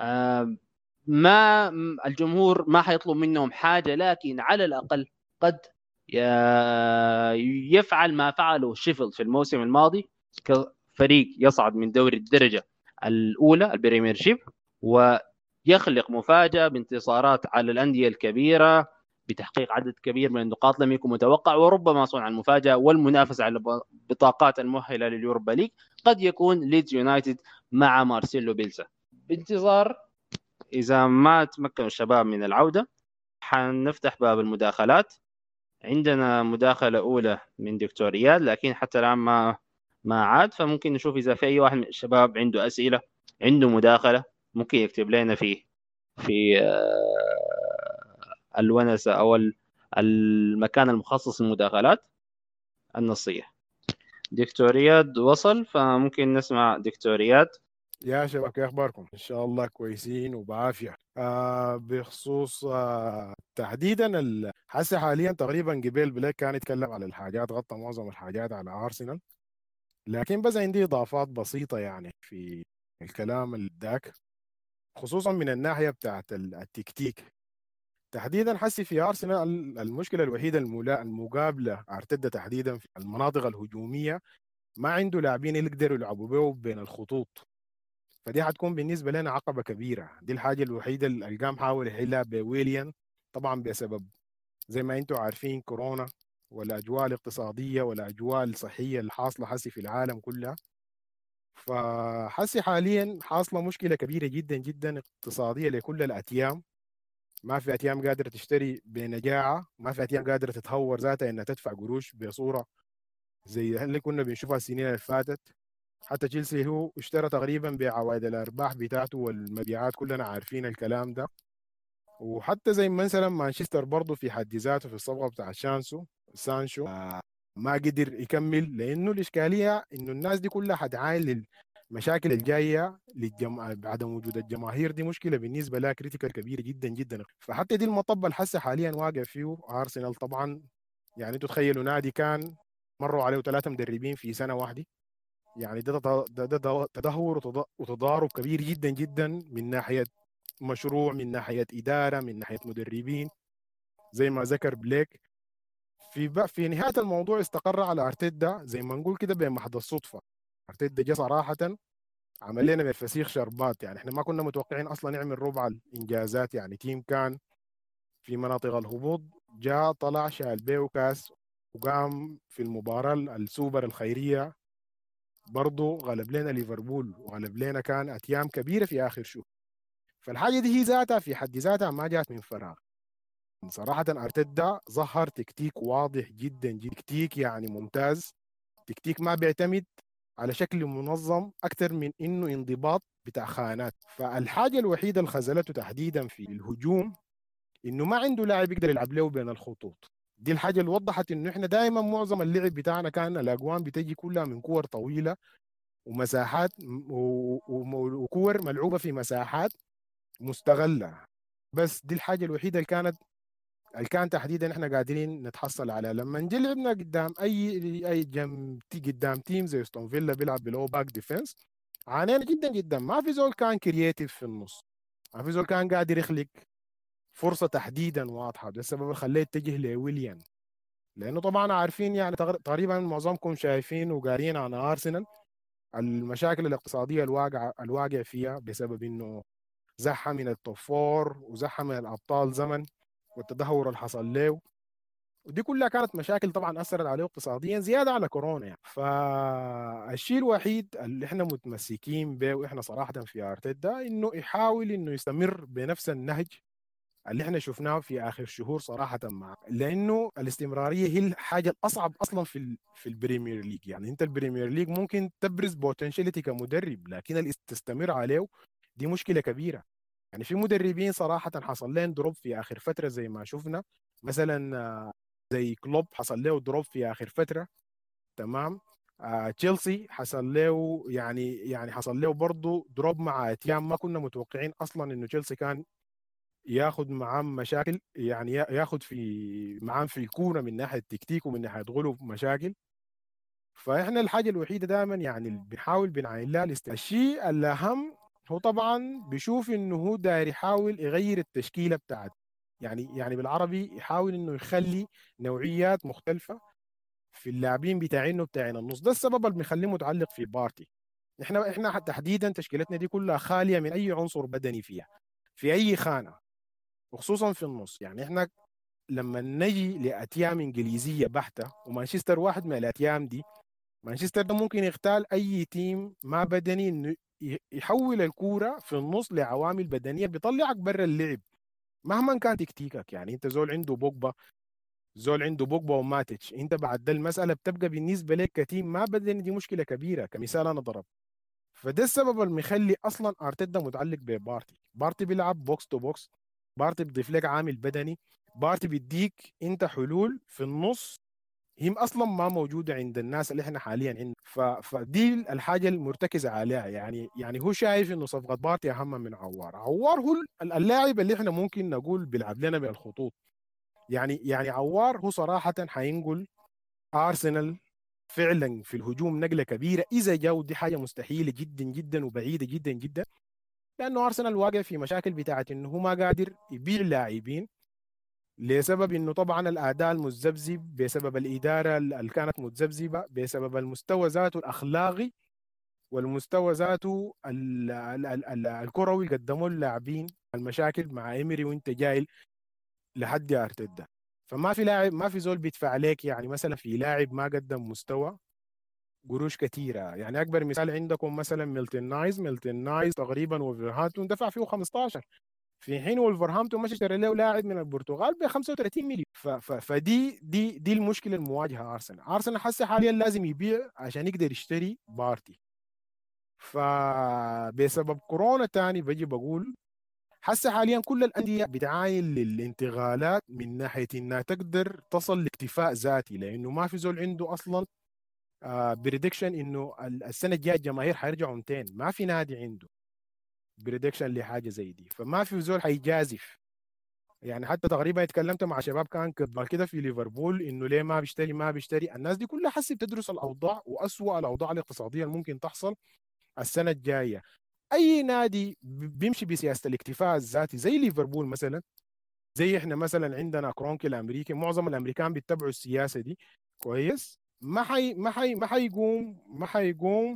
ما الجمهور ما حيطلب منهم حاجة لكن على الأقل قد يفعل ما فعله شيفيلد في الموسم الماضي كفريق يصعد من دوري الدرجة الأولى البريمير شيب ويخلق مفاجأة بانتصارات على الأندية الكبيرة بتحقيق عدد كبير من النقاط لم يكن متوقع، وربما صنع المفاجأة والمنافسة على بطاقات المؤهلة لليوروبا ليج قد يكون ليدز يونايتد مع مارسيلو بيلسا. بانتظار إذا ما تمكن الشباب من العودة حنفتح باب المداخلات. عندنا مداخلة أولى من دكتور إياد لكن حتى الآن ما ما عاد، فممكن نشوف إذا في أي واحد من الشباب عنده أسئلة عنده مداخلة ممكن يكتب لنا في في الونسة أو المكان المخصص للمداخلات النصية. دكتور إياد وصل، فممكن نسمع دكتور إياد. يا شباب كيف أخباركم؟ إن شاء الله كويسين وبعافية. آه بخصوص آه تحديدا حسي حاليا تقريبا قبل بلاك كان يتكلم على الحاجات، غطى معظم الحاجات على أرسنال، لكن بس عندي إضافات بسيطة يعني في الكلام الداك، خصوصا من الناحية بتاعت التكتيك. تحديدا حسي في أرسنال المشكلة الوحيدة المقابلة أرتيتا تحديدا في المناطق الهجومية ما عنده لاعبين يقدروا يلعبوا به بين الخطوط، فدي حتكون بالنسبة لنا عقبة كبيرة. دي الحاجة الوحيدة اللي القام حاول يحلها بويليان، طبعا بسبب زي ما انتم عارفين كورونا والأجواء الاقتصادية والأجواء الصحية الحاصلة حسي في العالم كلها. فحسي حاليا حاصلة مشكلة كبيرة جدا جدا اقتصادية لكل الأتيام. ما في أتيام قادرة تشتري بنجاعة، ما في أتيام قادرة تتهور ذاتها إنها تدفع قروش بصورة زي اللي كنا بنشوفها السنين اللي فاتت. حتى تشيلسي هو اشترى تقريبا بعوائد الارباح بتاعته والمبيعات كلنا عارفين الكلام ده. وحتى زي مثلا مانشستر برضه في حد ذاته في الصفقه بتاع شانسو سانشو آه ما قدر يكمل، لانه الاشكاليه انه الناس دي كلها حتعاين للمشاكل الجايه للجم... بعدم وجود الجماهير. دي مشكله بالنسبه لها كريتيكال كبيره جدا جدا. فحتى دي المطب الحسي حاليا واقع فيه ارسنال. طبعا يعني انتوا تخيلوا نادي كان مروا عليه ثلاثه مدربين في سنه واحده، يعني ده ده ده تدهور وتضارب كبير جدا جدا من ناحيه مشروع، من ناحيه اداره، من ناحيه مدربين زي ما ذكر بليك. في في نهايه الموضوع استقر على ارتيتا زي ما نقول كده بمحض الصدفه. ارتيتا جه صراحه عمل لنا بالفسيخ شربات، يعني احنا ما كنا متوقعين اصلا نعمل ربع الانجازات. يعني تيم كان في مناطق الهبوط جاء طلع شال بيه كاس، وقام في المباراه السوبر الخيريه برضه غلب لنا ليفربول وغلب لنا كان أتيام كبيرة في آخر شهر. فالحاجة دي هي ذاتها في حد ذاتها ما جات من فراغ. صراحة أرتيتا ظهر تكتيك واضح جدا جدا، تكتيك يعني ممتاز، تكتيك ما بيعتمد على شكل منظم أكثر من إنه انضباط بتاع خانات. فالحاجة الوحيدة اللي خزلته تحديدا في الهجوم إنه ما عنده لاعب يقدر يلعب له بين الخطوط. دي الحاجة اللي وضحت إنه إحنا دائما معظم اللعب بتاعنا كان الأجوان بتجي كلها من كور طويلة ومساحات وكور ملعوبه في مساحات مستغله. بس دي الحاجه الوحيده اللي كانت اللي كان تحديدا احنا قادرين نتحصل عليها. لما نجي لعبنا قدام اي اي جم قدام تيم زي استون فيلا بيلعب بلو باك ديفنس، عانينا جدا جدا. ما في زول كان كرييتيف في النص، ما في زول كان قادر يخلق فرصه تحديدا واضحه. ده السبب اللي خليه يتجه لويليان، لانه طبعا عارفين يعني تقريبا معظمكم شايفين وقارين عن ارسنال المشاكل الاقتصادية الواقع الواقع فيها بسبب انه زحة من التوب فور وزحة من الابطال زمن والتدهور اللي حصل له، ودي كلها كانت مشاكل طبعا اثرت عليه اقتصاديا زيادة على كورونا يعني. فالشيء الوحيد اللي احنا متمسكين به واحنا صراحة في ارتيتا انه يحاول انه يستمر بنفس النهج اللي احنا شفناه في اخر شهور صراحه، مع لانه الاستمراريه هي الحاجه الاصعب اصلا في ال... في البريمير ليج. يعني انت البريمير ليج ممكن تبرز بوتنشاليتي كمدرب، لكن اللي تستمر عليه دي مشكله كبيره. يعني في مدربين صراحه حصل لهم دروب في اخر فتره زي ما شفنا، مثلا آه، زي كلوب حصل له دروب في اخر فتره. تمام. آه، تشيلسي حصل له يعني يعني حصل له برضه دروب مع اتيام، ما كنا متوقعين اصلا انه تشيلسي كان ياخد معاه مشاكل، يعني يا- ياخد في معاه في الكوره من ناحيه تكتيك ومن ناحيه غلو مشاكل. فاحنا الحاجه الوحيده دائما يعني اللي بنحاول بنعين لها الاست- الشيء الاهم هو طبعا بيشوف انه هو داير يحاول يغير التشكيله بتاعته. يعني يعني بالعربي يحاول انه يخلي نوعيات مختلفه في اللاعبين بتاعينه بتاعين النص. ده السبب اللي بيخليه متعلق في بارتي. احنا احنا تحديدا تشكيلتنا دي كلها خاليه من اي عنصر بدني فيها في اي خانه، وخصوصا في النص. يعني احنا لما نجي لاتيام انجليزيه بحته، ومانشستر واحد من الاتيام دي، مانشستر ده ممكن يختال اي تيم ما بدني انه ي- يحول الكوره في النص لعوامل بدنيه بيطلعك برا اللعب مهما كان تكتيكك. يعني انت زول عنده بوجبا، زول عنده بوجبا وماتش، انت بعد ده المساله بتبقى بالنسبه لك كتيم ما بدني دي مشكله كبيره. كمثال انا ضرب، فده السبب اللي مخلي اصلا ارتيتا متعلق ببارتي. بارتي بيلعب بوكس تو بوكس، بارتي بيضيف لك عامل بدني، بارتي بيديك انت حلول في النص هي اصلا ما موجوده عند الناس اللي احنا حاليا عندنا. ف... فدي الحاجه المرتكزه عليها. يعني يعني هو شايف انه صفقه بارتي اهم من عوار. عوار هو اللاعب اللي احنا ممكن نقول بيلعب لنا بالخطوط. يعني يعني عوار هو صراحه حينقل ارسنال فعلا في الهجوم نقله كبيره اذا جاء، ودي حاجه مستحيله جدا جدا وبعيده جدا جدا، لانه ارسنال واقع في مشاكل بتاعت انه هو ما قادر يبيع لاعبين لسبب انه طبعا الاداء المتذبذب، بسبب الاداره اللي كانت متذبذبه، بسبب المستوى ذاته الاخلاقي والمستوى ذاته ال- ال- ال- ال- الكروي اللي قدموه اللاعبين. المشاكل مع ايمري وانت جاي لحد ارتيتا، فما في لاعب، ما في زول بيدفع عليك. يعني مثلا في لاعب ما قدم مستوى قروش كثيره. يعني اكبر مثال عندكم مثلا ميلتون نايز. ميلتون نايز تقريبا وفرهاتون دفع فيه خمستاشر، في حين ولفرهامبتون مش اشترى له لاعب من البرتغال ب خمسة وثلاثين مليون. ف ف فدي دي دي المشكله المواجهه ارسنال. ارسنال حسي حاليا لازم يبيع عشان يقدر يشتري بارتي. فبسبب كورونا تاني بجي بقول حسي حاليا كل الانديه بتعاين للانتقالات من ناحيه انها تقدر تصل لاكتفاء ذاتي، لانه ما في زول عنده اصلا بريدكشن انه السنه الجايه الجماهير حيرجعوا مئتين. ما في نادي عنده بريدكشن لحاجه زي دي، فما في زول حيجازف. يعني حتى تقريبا اتكلمت مع شباب كان قبل كده في ليفربول انه ليه ما بيشتري ما بيشتري. الناس دي كلها حسي بتدرس الاوضاع واسوأ الاوضاع الاقتصاديه اللي ممكن تحصل السنه الجايه. اي نادي بيمشي بسياسه الاكتفاء الذاتي زي ليفربول مثلا، زي احنا مثلا عندنا كرونكي الامريكي، معظم الامريكان بيتبعوا السياسه دي كويس. ما حي ما حي ما حيقوم ما حيقوم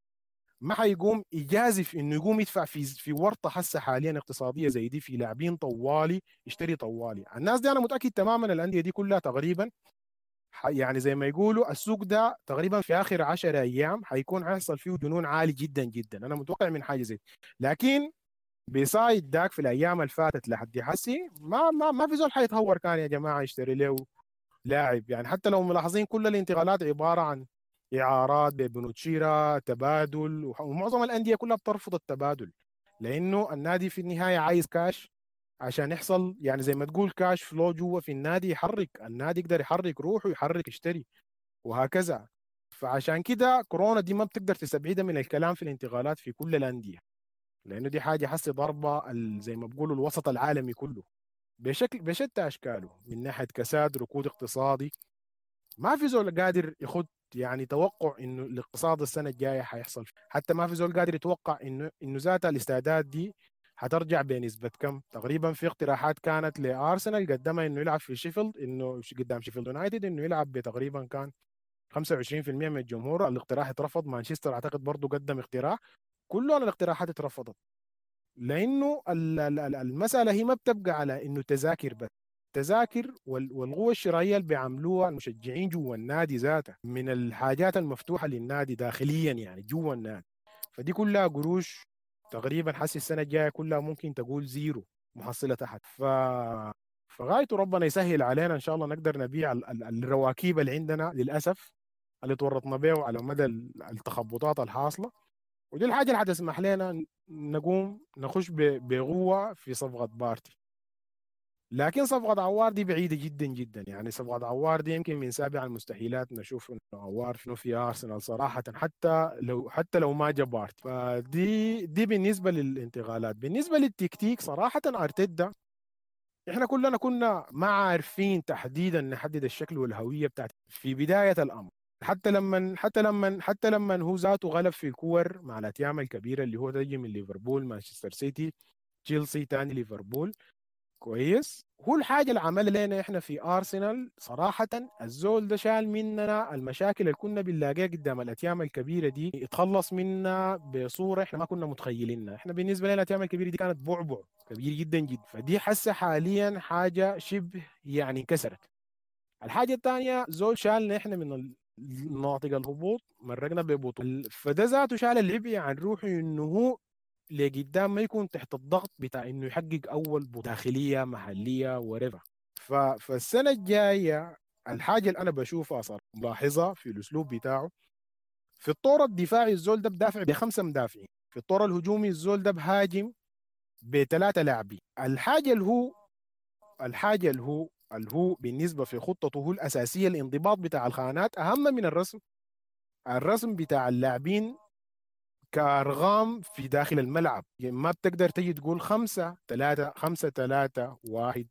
ما حيقوم يجازف انه يقوم يدفع في في ورطه حسه حاليا اقتصاديه زي دي في لاعبين طوالي، يشتري طوالي. الناس دي انا متاكد تماما الانديه دي كلها تقريبا ح- يعني زي ما يقولوا السوق ده تقريبا في اخر عشرة ايام حيكون هيحصل فيه جنون عالي جدا جدا. انا متوقع من حاجه زي دي. لكن بيسايد داك في الايام اللي فاتت لحد حسي ما ما ما في زول حيتهور كان يا جماعه يشتري له لاعب. يعني حتى لو ملاحظين كل الانتقالات عباره عن اعارات ببنوتشيرا تبادل، وح- ومعظم الانديه كلها بترفض التبادل، لانه النادي في النهايه عايز كاش عشان يحصل يعني زي ما تقول كاش فلو جوا في النادي، يحرك النادي، يقدر يحرك روحه، يحرك يشتري وهكذا. فعشان كده كورونا دي ما بتقدر تستبعدها من الكلام في الانتقالات في كل الانديه، لانه دي حاجه حسي ضربه ال- زي ما بيقولوا الوسط العالمي كله بشكل بشتى اشكاله، من ناحيه كساد، ركود اقتصادي. ما في زول قادر يخد يعني توقع انه الاقتصاد السنه الجايه حيحصل. حتى ما في زول قادر يتوقع انه انه ذات الاستعداد دي حترجع بنسبه كم. تقريبا في اقتراحات كانت لارسنال قدمها انه يلعب في شيفيلد، انه قدام شيفيلد يونايتد، انه يلعب بتقريبا كان خمسة وعشرين في المية من الجمهور. الاقتراح اترفض. مانشستر اعتقد برضه قدم اقتراح. كل الاقتراحات اترفضت، لانه ال- ال- ال- المساله هي ما بتبقى على انه تذاكر بس. تذاكر وال- والقوه الشرائيه اللي بيعملوها المشجعين جوا النادي ذاته من الحاجات المفتوحه للنادي داخليا يعني جوا النادي، فدي كلها قروش تقريبا. حسي السنه الجايه كلها ممكن تقول زيرو محصله تحت. ف فغايته ربنا يسهل علينا ان شاء الله نقدر نبيع ال- ال- الرواكيب اللي عندنا للاسف اللي تورطنا بيه على مدى ال- التخبطات الحاصله. ودي الحاجه اللي حتسمح لنا ن- نقوم نخش ب- بقوه في صفقه بارتي. لكن صفقة عوار دي بعيدة جدا جدا، يعني صفقة عوار دي يمكن من سابع المستحيلات نشوف انه عوار شنو في ارسنال صراحة، حتى لو حتى لو ما جا بارتي. فدي دي بالنسبة للانتقالات. بالنسبة للتكتيك صراحة ارتيتا احنا كلنا كنا ما عارفين تحديدا نحدد الشكل والهوية بتاعت في بداية الامر، حتى لما حتى لما حتى لما هو ذاته غلب في الكور مع الاتيام الكبيرة اللي هو تجي من ليفربول، مانشستر سيتي، تشيلسي، تاني ليفربول. كويس. هو الحاجة اللي عملها لنا احنا في ارسنال صراحة، الزول ده شال مننا المشاكل اللي كنا بنلاقيها قدام الاتيام الكبيرة دي، يتخلص منها بصورة احنا ما كنا متخيلينها. احنا بالنسبة لنا الاتيام الكبيرة دي كانت بعبع كبير جدا جدا، فدي حاسة حاليا حاجة شبه يعني انكسرت. الحاجة الثانية، زول شالنا احنا من مناطق الهبوط، مرقنا ببطولة، فده ذاته شال العبء عن روحه انه هو لقدام ما يكون تحت الضغط بتاع انه يحقق اول بطولة داخليه محليه ورفع. فالسنه الجايه الحاجه اللي انا بشوفها صار ملاحظه في الاسلوب بتاعه، في الطور الدفاعي الزول ده بدافع بخمسه مدافعين، في الطور الهجومي الزول ده بهاجم بثلاثه لاعبين. الحاجه اللي هو الحاجه اللي هو اللي هو بالنسبه في خطته هو الاساسيه، الانضباط بتاع الخانات اهم من الرسم. الرسم بتاع اللاعبين كأرقام في داخل الملعب، يعني ما بتقدر تيجي تقول خمسة ثلاثة خمسة ثلاثة واحد،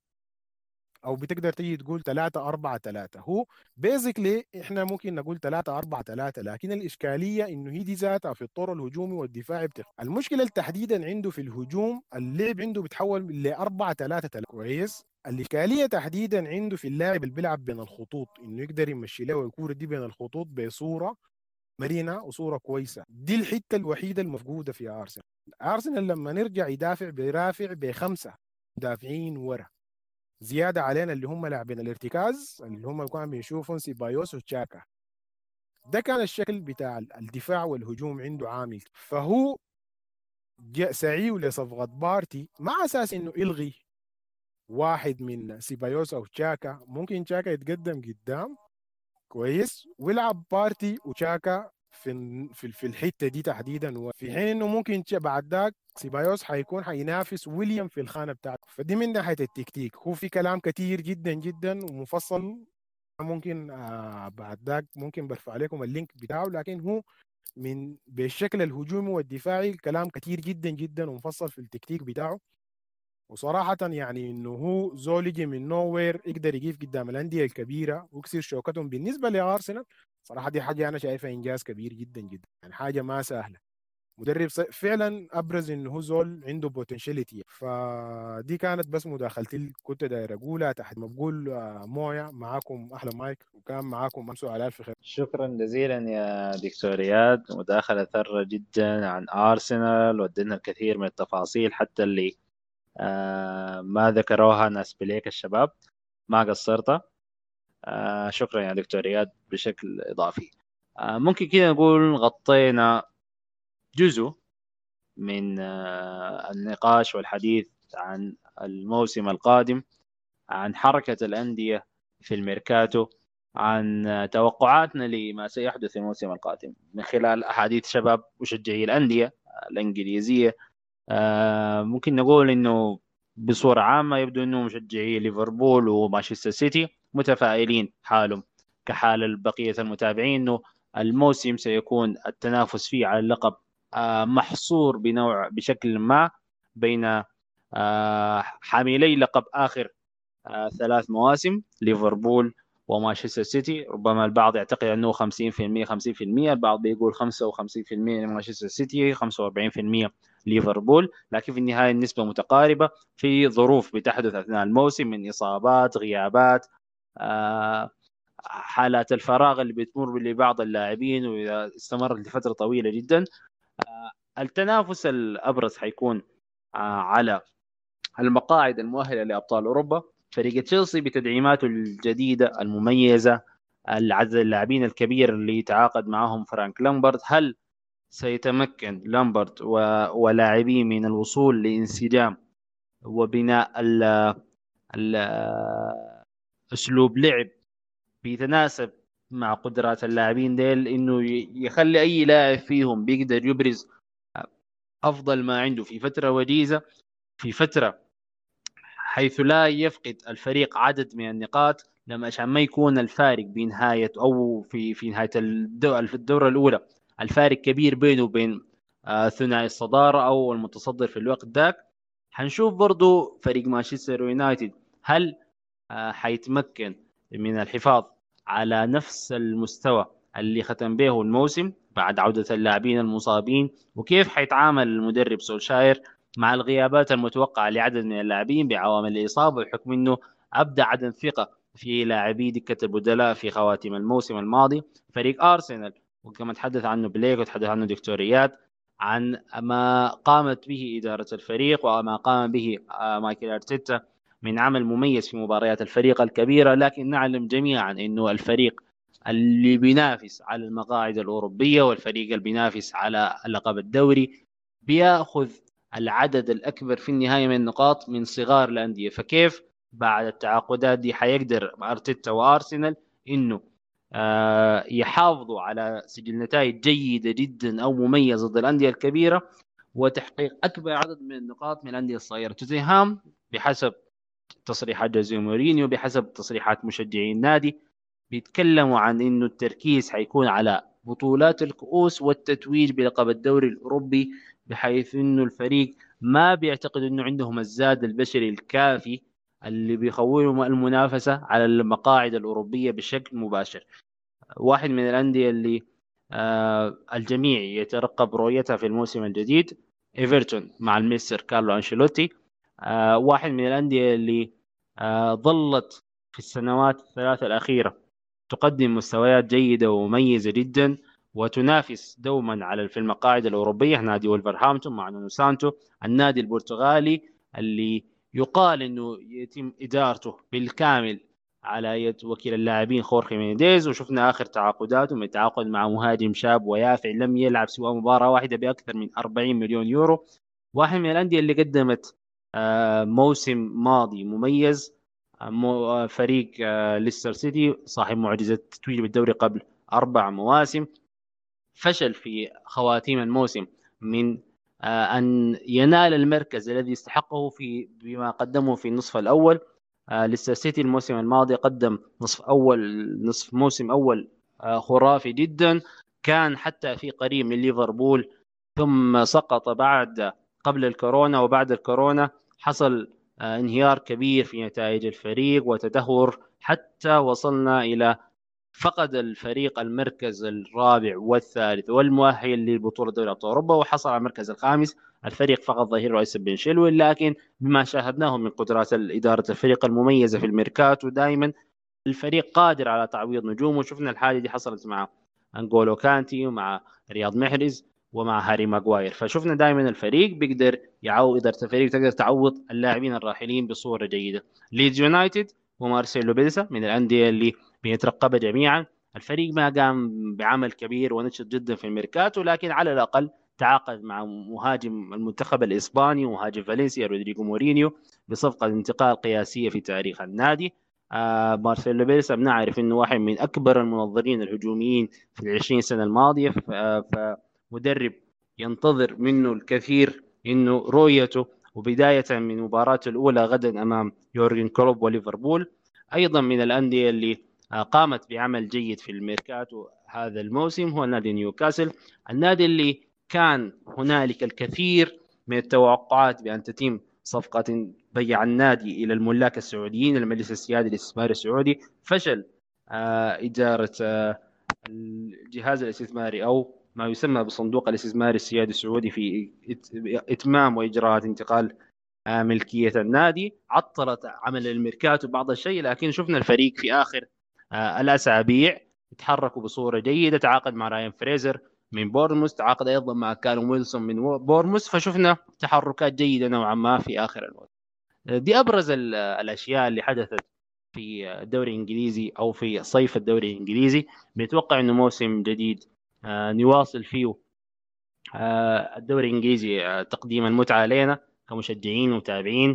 أو بتقدر تيجي تقول ثلاثة أربعة ثلاثة. هو بيزيكلي إحنا ممكن نقول ثلاثة أربعة ثلاثة، لكن الإشكالية إنه هي دي ذاتها في الطور الهجومي والدفاعي بتخ. المشكلة تحديدا عنده في الهجوم، اللعب عنده بيتحول ل أربعة ثلاثة ثلاثة. كويس. الإشكالية تحديدا عنده في اللاعب اللي بيلعب بين الخطوط، إنه يقدر يمشي له الكورة دي بين الخطوط بصورة مرينة وصورة كويسة. دي الحتة الوحيدة المفقودة في أرسنال. أرسنال لما نرجع يدافع بيرافع بخمسة مدافعين ورا زيادة علينا اللي هم لاعبين الارتكاز، اللي هم كانوا بنشوفهم سيبايوس وتشاكا. ده كان الشكل بتاع الدفاع والهجوم عنده عامل. فهو جاء سعيه لصفقة بارتي مع أساس إنه يلغي واحد من سيبايوس أو تشاكا، ممكن تشاكا يتقدم قدام كويس ويلعب بارتي وتشاكا في في في الحته دي تحديدا، وفي حين انه ممكن بعد ذاك سيبايوس حيكون حينافس ويليام في الخانه بتاعته. فدي من ناحيه التكتيك هو في كلام كتير جدا جدا ومفصل، ممكن آه بعد ذاك ممكن برفع عليكم اللينك بتاعه، لكن هو من بالشكل الهجومي والدفاعي الكلام كتير جدا جدا ومفصل في التكتيك بتاعه. وصراحة يعني انه هو زول يجي من نوير يقدر يقيف قدام الاندية الكبيرة ويكسر شوكتهم. بالنسبة لارسنال صراحة دي حاجة انا شايفها انجاز كبير جدا جدا، يعني حاجة ما سهلة. مدرب فعلا ابرز انه هو زول عنده بوتنشاليتي. فدي كانت بس مداخلتي اللي كنت داير اقولها تحت ما بقول مويا. معاكم احلى مايك، وكان معاكم امسوا على الف خير. شكرا جزيلا يا دكتور رياض، مداخلة ثرة جدا عن أرسنال، ودينا الكثير من التفاصيل حتى اللي آه ما ذكروها ناس بليك الشباب، ما قصرت. آه شكرا يا دكتور رياض بشكل إضافي. آه ممكن كده نقول غطينا جزء من آه النقاش والحديث عن الموسم القادم، عن حركة الأندية في الميركاتو، عن توقعاتنا لما سيحدث في الموسم القادم من خلال أحاديث شباب مشجعي الأندية الإنجليزية. آه ممكن نقول إنه بصورة عامة يبدو إنه مشجعي ليفربول ومانشستر سيتي متفائلين حالهم كحال بقية المتابعين، إنه الموسم سيكون التنافس فيه على اللقب آه محصور بنوع بشكل ما بين آه حاملي لقب آخر آه ثلاث مواسم ليفربول ومانشستر سيتي. ربما البعض يعتقد أنه خمسين بالمئة خمسين بالمئة، البعض بيقول خمسة وخمسين بالمئة لمانشستر سيتي خمسة وأربعين بالمئة ليفربول، لكن في النهاية النسبة متقاربة في ظروف بتحدث أثناء الموسم من إصابات، غيابات، آه حالات الفراغ اللي بتمر لبعض اللاعبين وإذا استمرت لفترة طويلة جدا. آه التنافس الأبرز حيكون آه على المقاعد المؤهلة لأبطال أوروبا. فريق تشيلسي بتدعيماته الجديدة المميزة، العدد اللاعبين الكبير اللي تعاقد معهم فرانك لامبرد، هل سيتمكن لامبرد ولاعبيه من الوصول لانسجام وبناء ال ال أسلوب لعب بيتناسب مع قدرات اللاعبين ديل، إنه يخلي أي لاعب فيهم بيقدر يبرز أفضل ما عنده في فترة وجيزة، في فترة حيث لا يفقد الفريق عدد من النقاط، لما عشان ما يكون الفارق بنهاية أو في في نهاية الدورة في الدورة الأولى الفارق كبير بينه وبين آه ثنائي الصدارة أو المتصدر في الوقت ذاك. حنشوف برضو فريق مانشستر يونايتد هل آه حيتمكن من الحفاظ على نفس المستوى اللي ختم به الموسم بعد عودة اللاعبين المصابين، وكيف حيتعامل المدرب سولشاير مع الغيابات المتوقعة لعدد من اللاعبين بعوامل الإصابة، بحكم أنه أبدى عدم ثقة في لاعبي دكة البدلاء في خواتيم الموسم الماضي. فريق أرسنال وكما تحدث عنه بليك وتحدث عنه دكتوريات عن ما قامت به إدارة الفريق وما قام به مايكل أرتيتا من عمل مميز في مباريات الفريق الكبيرة، لكن نعلم جميعا أنه الفريق اللي بينافس على المقاعد الأوروبية والفريق اللي بينافس على لقب الدوري بيأخذ العدد الأكبر في النهاية من النقاط من صغار الأندية. فكيف بعد التعاقدات دي حيقدر أرتيتا وأرسنال إنه آه يحافظوا على سجل نتائج جيدة جدا أو مميزة ضد الأندية الكبيرة وتحقيق أكبر عدد من النقاط من الأندية الصغيرة؟ توتنهام بحسب تصريحات جوزيه مورينيو، بحسب تصريحات مشجعي النادي، بيتكلموا عن إنه التركيز حيكون على بطولات الكؤوس والتتويج بلقب الدوري الأوروبي، بحيث إنه الفريق ما بيعتقد إنه عندهم الزاد البشري الكافي اللي بيخولهم المنافسة على المقاعد الأوروبية بشكل مباشر. واحد من الأندية اللي آه الجميع يترقب رؤيتها في الموسم الجديد إيفرتون مع المستر كارلو أنشيلوتي، آه واحد من الأندية اللي آه ظلت في السنوات الثلاثة الأخيرة تقدم مستويات جيدة ومميزة جدا وتنافس دوما على في المقاعد الأوروبية، نادي ولفرهامبتون مع نونو سانتو، النادي البرتغالي اللي يقال أنه يتم إدارته بالكامل على يد وكيل اللاعبين خورخي مينديز، وشفنا آخر تعاقداته من تعاقد مع مهاجم شاب ويافع لم يلعب سوى مباراة واحدة بأكثر من أربعين مليون يورو. واحد من الأندية اللي قدمت موسم ماضي مميز فريق ليستر سيتي صاحب معجزة التتويج بالدوري قبل أربع مواسم، فشل في خواتيم الموسم من أن ينال المركز الذي يستحقه في بما قدمه في النصف الأول. ليستر سيتي الموسم الماضي قدم نصف أول نصف موسم أول خرافي جدا، كان حتى في قريب من ليفربول، ثم سقط بعد قبل الكورونا، وبعد الكورونا حصل انهيار كبير في نتائج الفريق وتدهور حتى وصلنا إلى فقد الفريق المركز الرابع والثالث والمؤهل لبطولة دوري أبطال أوروبا، وحصل على المركز الخامس. الفريق فقد ظهير رئيس بن شيلويل، لكن بما شاهدناه من قدرات إدارة الفريق المميزة في الميركاتو دائما الفريق قادر على تعويض نجومه. وشفنا الحالة دي حصلت مع أنغولو كانتي ومع رياض محرز ومع هاري ماغواير، فشفنا دائما الفريق بيقدر يعوض، إدارة الفريق تقدر تعوض اللاعبين الراحلين بصورة جيدة. ليدز يونايتد ومارسيلو بيلسا من الأندية اللي بيترقبها جميعا، الفريق ما قام بعمل كبير ونشط جدا في الميركاتو، لكن على الأقل تعاقد مع مهاجم المنتخب الإسباني ومهاجم فالنسيا رودريغو مورينيو بصفقة انتقال قياسية في تاريخ النادي. آه مارسيلو بيلسا بنعرف انه واحد من اكبر المنظرين الهجوميين في العشرين سنة الماضية، فمدرب ينتظر منه الكثير، انه رؤيته وبداية من مباراته الاولى غدا امام يورجن كلوب وليفربول. ايضا من الاندية اللي قامت بعمل جيد في الميركاتو هذا الموسم هو نادي نيوكاسل، النادي اللي كان هنالك الكثير من التوقعات بأن تتم صفقة بيع النادي إلى الملاك السعوديين المجلس السيادي للاستثمار السعودي. فشل آه إدارة آه الجهاز الاستثماري أو ما يسمى بصندوق الاستثمار السيادي السعودي في إتمام وإجراءات انتقال آه ملكية النادي، عطلت عمل الميركاتو بعض الشيء، لكن شفنا الفريق في آخر آه الأسابيع يتحركوا بصورة جيدة. تعاقد مع راين فريزر من بورنموث، تعاقد أيضا مع كالوم ويلسون من بورنموث، فشفنا تحركات جيدة نوعا ما في آخر الموسم. دي أبرز الأشياء اللي حدثت في الدوري الإنجليزي أو في صيف الدوري الإنجليزي. بنتوقع إنه موسم جديد نواصل فيه الدوري الإنجليزي تقديم المتعة لنا كمشجعين ومتابعين،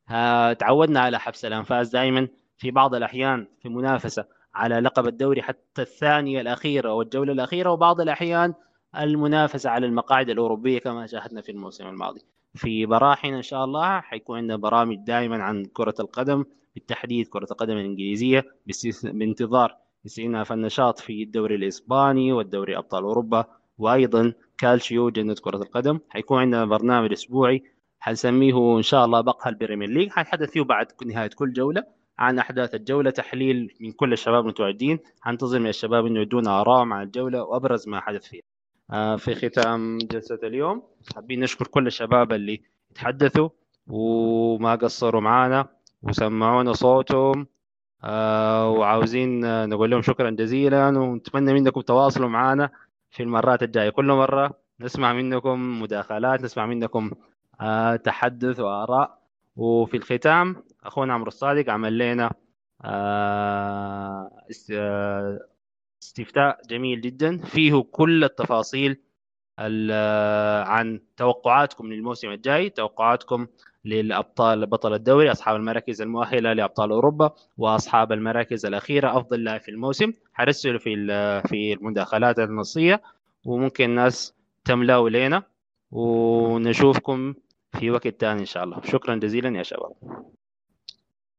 آه، تعودنا على حبس الأنفاس دائما في بعض الأحيان في منافسة على لقب الدوري حتى الثانية الأخيرة والجولة الأخيرة، وبعض الأحيان المنافسة على المقاعد الأوروبية كما شاهدنا في الموسم الماضي. في براحين إن شاء الله حيكون عندنا برامج دائما عن كرة القدم، بالتحديد كرة القدم الإنجليزية، باستث- بانتظار استئناف النشاط في الدوري الإسباني والدوري أبطال أوروبا، وأيضا كالشيو جنة كرة القدم. حيكون عندنا برنامج أسبوعي حنسميه إن شاء الله بقى البريمير ليج، حنتحدث فيه بعد نهاية كل جولة عن أحداث الجولة، تحليل من كل الشباب المتواجدين. حنتظر من الشباب إنه يدونا آراء عن الجولة وأبرز ما حدث فيها. آه، في ختام جلسة اليوم حابين نشكر كل الشباب اللي تحدثوا وما قصروا معنا وسمعونا صوتهم. آه، وعاوزين آه، نقول لهم شكرا جزيلا، ونتمنى منكم تواصلوا معنا في المرات الجاية. كل مرة نسمع منكم مداخلات، نسمع منكم آه، تحدث وآراء. وفي الختام أخونا عمرو الصادق عمل لنا آه، است- آه، استفتاء جميل جدا فيه كل التفاصيل ال- عن توقعاتكم للموسم الجاي، توقعاتكم للأبطال، بطل الدوري، أصحاب المراكز المؤهلة لأبطال أوروبا، وأصحاب المراكز الأخيرة أفضل لاعب في الموسم. حرسلوا في ال- في المداخلات النصية، وممكن الناس تملأوا لنا، ونشوفكم في وقت تاني إن شاء الله. شكرا جزيلا يا شباب.